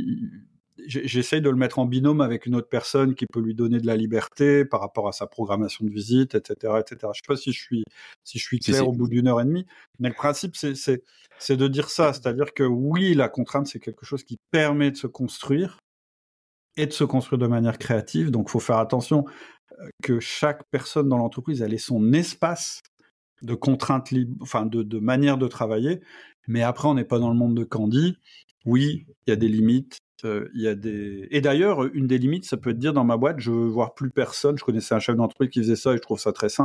J'essaye de le mettre en binôme avec une autre personne qui peut lui donner de la liberté par rapport à sa programmation de visite, et cetera, et cetera. Je sais pas si je suis, si je suis Si, clair si. au bout d'une heure et demie, mais le principe, c'est, c'est, c'est de dire ça. C'est-à-dire que oui, la contrainte, c'est quelque chose qui permet de se construire et de se construire de manière créative. Donc, il faut faire attention que chaque personne dans l'entreprise, elle ait son espace de contraintes libres, enfin, de, de manière de travailler. Mais après, on n'est pas dans le monde de Candy. Oui, il y a des limites. Euh, il y a des... Et d'ailleurs, une des limites, ça peut être dire dans ma boîte, je veux voir plus personne. Je connaissais un chef d'entreprise qui faisait ça et je trouve ça très sain.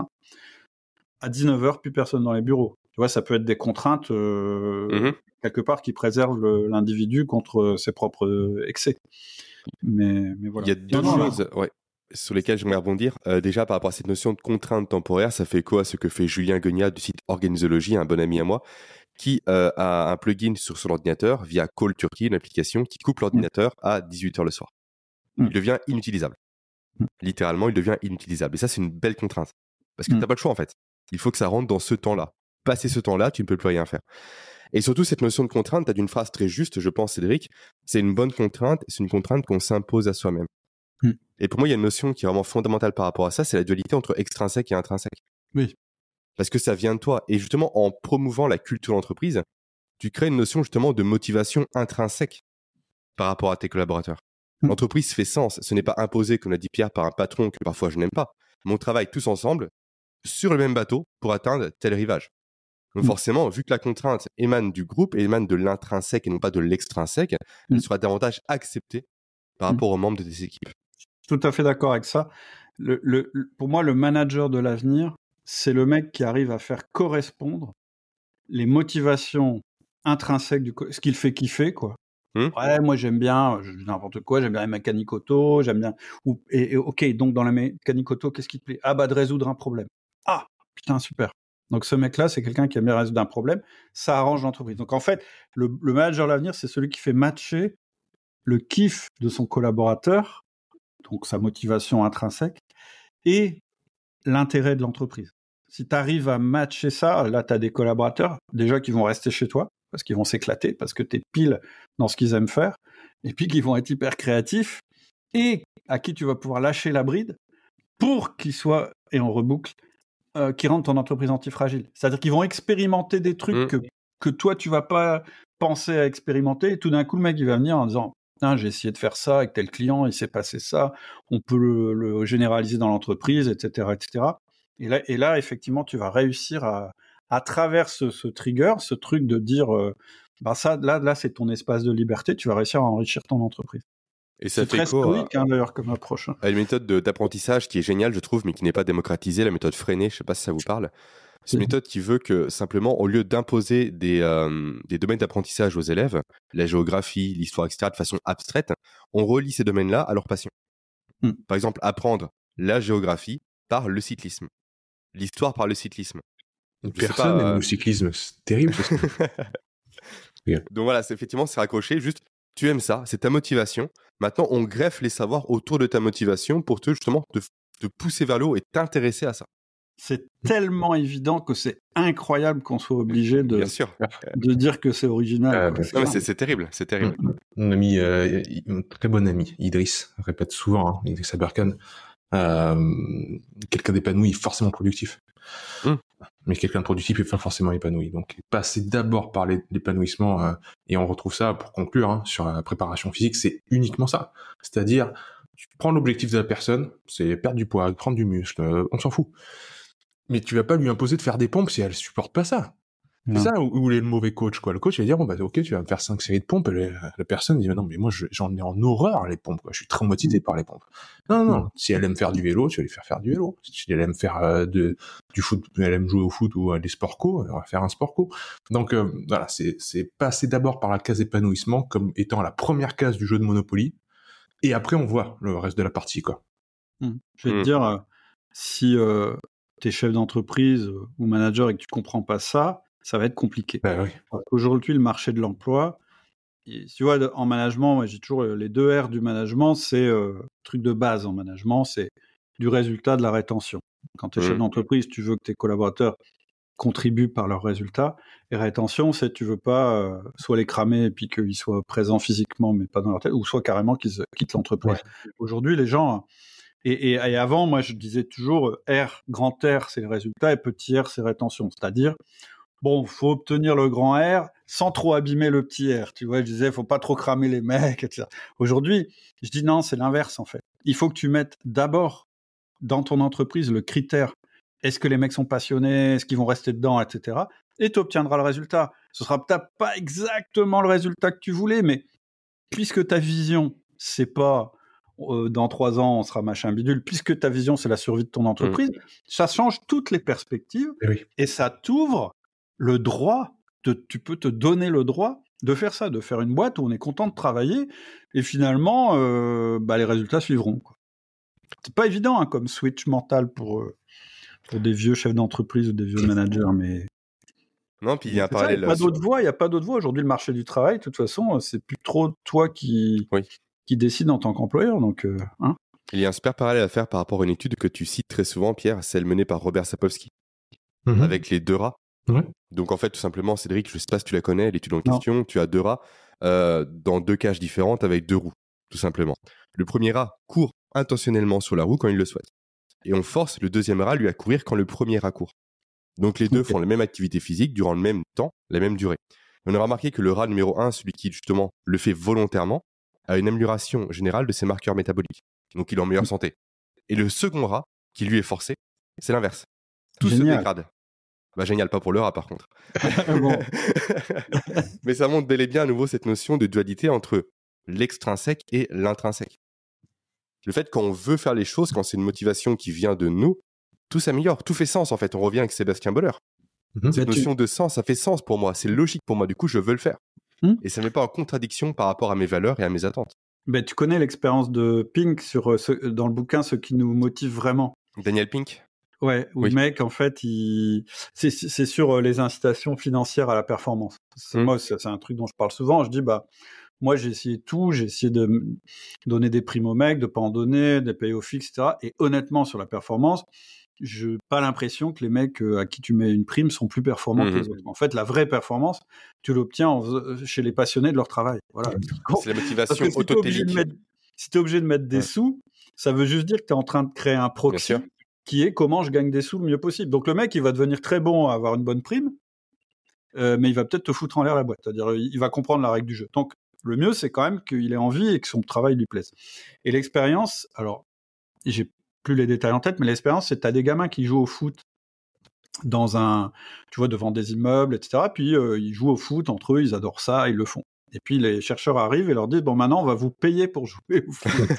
À dix-neuf heures, plus personne dans les bureaux. Tu vois, ça peut être des contraintes, euh, Mhm. quelque part, qui préservent le- l'individu contre ses propres excès. Mais, mais voilà. Il y a deux Non, non, là- choses ouais, sur lesquelles j'aimerais rebondir. Euh, déjà, par rapport à cette notion de contrainte temporaire, ça fait quoi à ce que fait Julien Guegnat du site Organisologie, un bon ami à moi, qui euh, a un plugin sur son ordinateur via Call Turkey, une application qui coupe l'ordinateur à dix-huit heures le soir. Mm. Il devient inutilisable. Mm. Littéralement, il devient inutilisable. Et ça, c'est une belle contrainte. Parce que Mm. tu n'as pas le choix, en fait. Il faut que ça rentre dans ce temps-là. Passer ce temps-là, tu ne peux plus rien faire. Et surtout, cette notion de contrainte, tu as d'une phrase très juste, je pense, Cédric, c'est une bonne contrainte, c'est une contrainte qu'on s'impose à soi-même. Mm. Et pour moi, il y a une notion qui est vraiment fondamentale par rapport à ça, c'est la dualité entre extrinsèque et intrinsèque. Oui. Parce que ça vient de toi. Et justement, en promouvant la culture d'entreprise, tu crées une notion justement de motivation intrinsèque par rapport à tes collaborateurs. Mm. L'entreprise fait sens. Ce n'est pas imposé, comme l'a dit Pierre, par un patron que parfois je n'aime pas. Mais on travaille tous ensemble sur le même bateau pour atteindre tel rivage. Donc mmh. forcément, vu que la contrainte émane du groupe et émane de l'intrinsèque et non pas de l'extrinsèque, mmh. elle sera davantage acceptée par rapport mmh. aux membres de tes équipes. Je suis tout à fait d'accord avec ça. Le, le, le, pour moi, le manager de l'avenir, c'est le mec qui arrive à faire correspondre les motivations intrinsèques du co- ce qu'il fait kiffer, quoi. Mmh. Ouais, moi j'aime bien je, n'importe quoi, j'aime bien la mécanique auto, j'aime bien. Ou, et, et ok, donc dans la mécanique auto, qu'est-ce qui te plaît ? Ah bah de résoudre un problème. Ah putain super. Donc ce mec-là, c'est quelqu'un qui aime bien résoudre un problème, ça arrange l'entreprise. Donc en fait, le, le manager de l'avenir, c'est celui qui fait matcher le kiff de son collaborateur, donc sa motivation intrinsèque, et l'intérêt de l'entreprise. Si tu arrives à matcher ça, là tu as des collaborateurs déjà qui vont rester chez toi, parce qu'ils vont s'éclater, parce que tu es pile dans ce qu'ils aiment faire, et puis qui vont être hyper créatifs, et à qui tu vas pouvoir lâcher la bride pour qu'ils soient, et on reboucle, Euh, qui rendent ton entreprise antifragile. C'est-à-dire qu'ils vont expérimenter des trucs mmh. que, que toi, tu vas pas penser à expérimenter, et tout d'un coup, le mec, il va venir en disant ah, « j'ai essayé de faire ça avec tel client, il s'est passé ça, on peut le, le généraliser dans l'entreprise, et cetera et cetera » Et là, et là, effectivement, tu vas réussir à, à travers ce, ce trigger, ce truc de dire euh, bah ça, là, là, c'est ton espace de liberté, tu vas réussir à enrichir ton entreprise. Et ça c'est fait très écho stoïque, à... hein, d'ailleurs, comme approche. À une méthode de, d'apprentissage qui est géniale, je trouve, mais qui n'est pas démocratisée, la méthode Freinet, je ne sais pas si ça vous parle. C'est une méthode qui veut que, simplement, au lieu d'imposer des, euh, des domaines d'apprentissage aux élèves, la géographie, l'histoire, et cetera, de façon abstraite, on relie ces domaines-là à leur passion. Mm. Par exemple, apprendre la géographie par le cyclisme, l'histoire par le cyclisme. Personne n'aime euh... le cyclisme, c'est terrible. Donc voilà, c'est, effectivement, c'est raccroché, juste... Tu aimes ça, c'est ta motivation. Maintenant, on greffe les savoirs autour de ta motivation pour te, justement, te, te pousser vers le haut et t'intéresser à ça. C'est tellement évident que c'est incroyable qu'on soit obligé de, Bien sûr. de dire que c'est original. Euh, c'est, non, mais c'est, c'est terrible, c'est terrible. Mon ami, euh, un très bon ami, Idriss, répète souvent, hein, Idriss Aberkan, euh, quelqu'un d'épanoui, forcément productif. Mm. Mais quelqu'un de productif n'est pas forcément épanoui. Donc, passer d'abord par l'épanouissement, euh, et on retrouve ça, pour conclure, hein, sur la préparation physique, c'est uniquement ça. C'est-à-dire, tu prends l'objectif de la personne, c'est perdre du poids, prendre du muscle, euh, on s'en fout. Mais tu vas pas lui imposer de faire des pompes si elle supporte pas ça. Non. C'est ça où, où est le mauvais coach, quoi. Le coach, il va dire, bon, bah, ok, tu vas me faire cinq séries de pompes, et la, la personne dit, non, mais moi, je, j'en ai en horreur, les pompes, quoi. Je suis traumatisé par les pompes. Non, non, non. Si elle aime faire du vélo, tu vas lui faire faire du vélo. Si elle aime faire euh, de, du foot, elle aime jouer au foot ou à des sports co, on va faire un sport co. Donc, euh, voilà, c'est, c'est passer d'abord par la case épanouissement comme étant la première case du jeu de Monopoly. Et après, on voit le reste de la partie, quoi. Mmh. Je vais mmh. te dire, euh, si, euh, t'es chef d'entreprise euh, ou manager et que tu comprends pas ça, ça va être compliqué. Ben oui. Aujourd'hui, le marché de l'emploi, tu vois, en management, moi, j'ai toujours les deux R du management, c'est euh, truc de base en management, c'est du résultat, de la rétention. Quand tu es mmh. chef d'entreprise, tu veux que tes collaborateurs contribuent par leurs résultats. Et rétention, c'est tu veux pas euh, soit les cramer et puis qu'ils soient présents physiquement, mais pas dans leur tête, ou soit carrément qu'ils quittent l'entreprise. Ouais. Aujourd'hui, les gens... Et, et, et avant, moi, je disais toujours R, grand R, c'est le résultat, et petit R, c'est rétention. C'est-à-dire, bon, faut obtenir le grand R sans trop abîmer le petit R. Tu vois, je disais, faut pas trop cramer les mecs, et cetera. Aujourd'hui, je dis non, c'est l'inverse, en fait. Il faut que tu mettes d'abord dans ton entreprise le critère. Est-ce que les mecs sont passionnés? Est-ce qu'ils vont rester dedans, et cetera. Et tu obtiendras le résultat. Ce sera peut-être pas exactement le résultat que tu voulais, mais puisque ta vision, c'est pas euh, dans trois ans, on sera machin bidule, puisque ta vision, c'est la survie de ton entreprise, mmh. ça change toutes les perspectives et, oui. et ça t'ouvre le droit, de, tu peux te donner le droit de faire ça, de faire une boîte où on est content de travailler et finalement, euh, bah, les résultats suivront, quoi. C'est pas évident hein, comme switch mental pour, euh, pour des vieux chefs d'entreprise ou des vieux managers, mais... Non, puis il y a un parallèle. Il n'y a pas d'autre voie, il n'y a pas d'autre voie. Aujourd'hui, le marché du travail, de toute façon, c'est plus trop toi qui, oui. qui décide en tant qu'employeur. Donc, euh, hein. Il y a un super parallèle à faire par rapport à une étude que tu cites très souvent, Pierre, celle menée par Robert Sapolsky. Mhm. avec les deux rats. Ouais. Donc en fait, tout simplement, Cédric, je ne sais pas si tu la connais, l'étude en Non. question, tu as deux rats euh, dans deux cages différentes avec deux roues, tout simplement. Le premier rat court intentionnellement sur la roue quand il le souhaite. Et on force le deuxième rat lui à courir quand le premier rat court. Donc les deux Ok. font la même activité physique durant le même temps, la même durée. Et on a remarqué que le rat numéro un, celui qui justement le fait volontairement, a une amélioration générale de ses marqueurs métaboliques. Donc il est en meilleure santé. Et le second rat, qui lui est forcé, c'est l'inverse. Tout se Génial. dégrade. Bah génial, pas pour le rat par contre. Bon. Mais ça montre bel et bien à nouveau cette notion de dualité entre l'extrinsèque et l'intrinsèque. Le fait qu'on veut faire les choses, quand c'est une motivation qui vient de nous, tout s'améliore, tout fait sens en fait. On revient avec Sébastien Boller. Mhm. Cette Bah, tu- notion de sens, ça fait sens pour moi, c'est logique pour moi, du coup je veux le faire. Hmm. Et ça ne met pas en contradiction par rapport à mes valeurs et à mes attentes. Ben, tu connais l'expérience de Pink sur, euh, ce- dans le bouquin, ce qui nous motive vraiment. Daniel Pink. Ouais, où Oui. le mec, en fait, il... c'est, c'est sur euh, les incitations financières à la performance. C'est, Mm. Moi, c'est, c'est un truc dont je parle souvent. Je dis, bah, moi, j'ai essayé tout. J'ai essayé de m- donner des primes aux mecs, de pas en donner, de les payer au fixe, et cetera. Et honnêtement, sur la performance, je n'ai pas l'impression que les mecs euh, à qui tu mets une prime sont plus performants Mhm. que les autres. En fait, la vraie performance, tu l'obtiens en fais- chez les passionnés de leur travail. Voilà. C'est la Parce motivation que si tu es obligé de autotélique. mettre, si t'es obligé de mettre des Ouais. sous, ça veut juste dire que tu es en train de créer un proxy sûr. qui est comment je gagne des sous le mieux possible. Donc le mec, il va devenir très bon à avoir une bonne prime, euh, mais il va peut-être te foutre en l'air la boîte. C'est-à-dire, il va comprendre la règle du jeu. Donc le mieux, c'est quand même qu'il ait envie et que son travail lui plaise. Et l'expérience, alors, j'ai plus les détails en tête, mais l'expérience, c'est que tu as des gamins qui jouent au foot dans un, tu vois, devant des immeubles, et cetera. Puis euh, ils jouent au foot entre eux, ils adorent ça, ils le font. Et puis les chercheurs arrivent et leur disent bon, maintenant on va vous payer pour jouer au foot.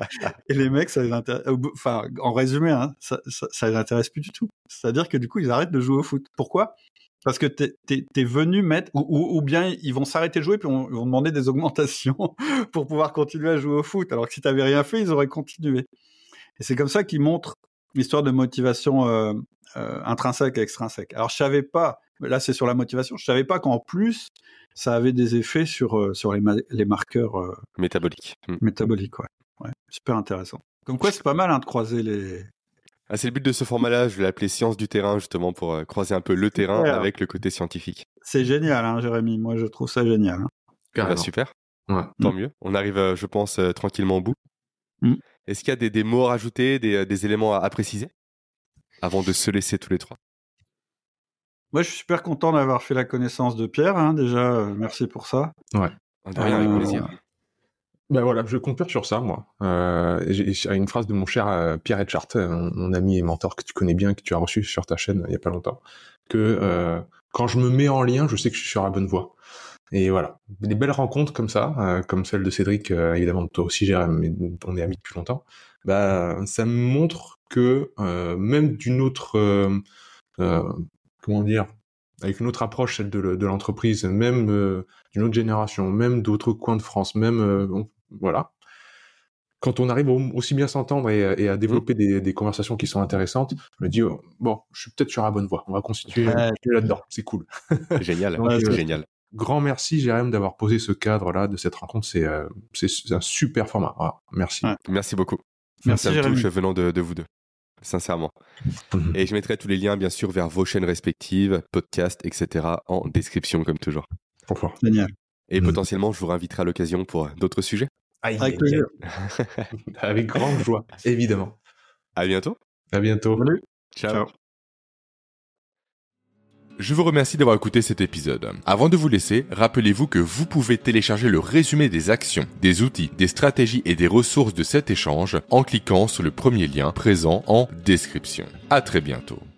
Et les mecs, ça les intéresse. Enfin, en résumé, hein, ça, ça, ça les intéresse plus du tout. C'est-à-dire que du coup, ils arrêtent de jouer au foot. Pourquoi ? Parce que t'es, t'es, t'es venu mettre, ou, ou, ou bien ils vont s'arrêter de jouer puis on, ils vont demander des augmentations pour pouvoir continuer à jouer au foot. Alors que si t'avais rien fait, ils auraient continué. Et c'est comme ça qu'ils montrent l'histoire de motivation euh, euh, intrinsèque et extrinsèque. Alors je savais pas, là c'est sur la motivation, je savais pas qu'en plus ça avait des effets sur euh, sur les, ma- les marqueurs euh, Métabolique. Mm. métaboliques. Ouais. Ouais, super intéressant. Comme quoi c'est pas mal hein, de croiser les. Ah, c'est le but de ce format-là, je vais l'appeler science du terrain, justement, pour euh, croiser un peu le terrain Super. avec le côté scientifique. C'est génial, hein, Jérémy. Moi je trouve ça génial. Hein. Ah bah, Carrément. super, Ouais. tant mieux. On arrive, euh, je pense, euh, tranquillement au bout. Mm. Est-ce qu'il y a des, des mots à rajouter, des, euh, des éléments à, à préciser avant de se laisser tous les trois? Moi je suis super content d'avoir fait la connaissance de Pierre. Hein, déjà, euh, merci pour ça. Ouais. Ah, de rien, avec Euh, plaisir. Ben voilà, je conclure sur ça, moi. Euh, j'ai, j'ai une phrase de mon cher euh, Pierre Etchart, mon, mon ami et mentor que tu connais bien, que tu as reçu sur ta chaîne euh, il y a pas longtemps, que euh, quand je me mets en lien, je sais que je suis sur la bonne voie. Et voilà, des belles rencontres comme ça, euh, comme celle de Cédric, euh, évidemment, toi aussi, Jérém, mais on est amis depuis longtemps, bah, ça me montre que euh, même d'une autre, euh, euh, comment dire, avec une autre approche, celle de, le- de l'entreprise, même euh, d'une autre génération, même d'autres coins de France, même, euh, bon, voilà. Quand on arrive au- aussi bien s'entendre et, et à développer des, des conversations qui sont intéressantes, je me dis, oh, bon, je suis peut-être sur la bonne voie, on va continuer, Ouais. continuer là-dedans, c'est cool. Génial, Donc, c'est euh, génial. Grand merci, Jérém, d'avoir posé ce cadre-là de cette rencontre. C'est, euh, c'est, c'est un super format. Voilà, merci. Ouais. Merci beaucoup. Merci Ça me Jérémy. touche venant de, de vous deux, sincèrement. Mhm. Et je mettrai tous les liens, bien sûr, vers vos chaînes respectives, podcasts, et cetera, en description, comme toujours. Trop fort. Génial. Et Mhm. potentiellement, je vous réinviterai à l'occasion pour d'autres sujets. Aïe, Avec aïe, plaisir. aïe. Avec grande joie, évidemment. À bientôt. À bientôt. Salut. Ciao. Ciao. Je vous remercie d'avoir écouté cet épisode. Avant de vous laisser, rappelez-vous que vous pouvez télécharger le résumé des actions, des outils, des stratégies et des ressources de cet échange en cliquant sur le premier lien présent en description. À très bientôt.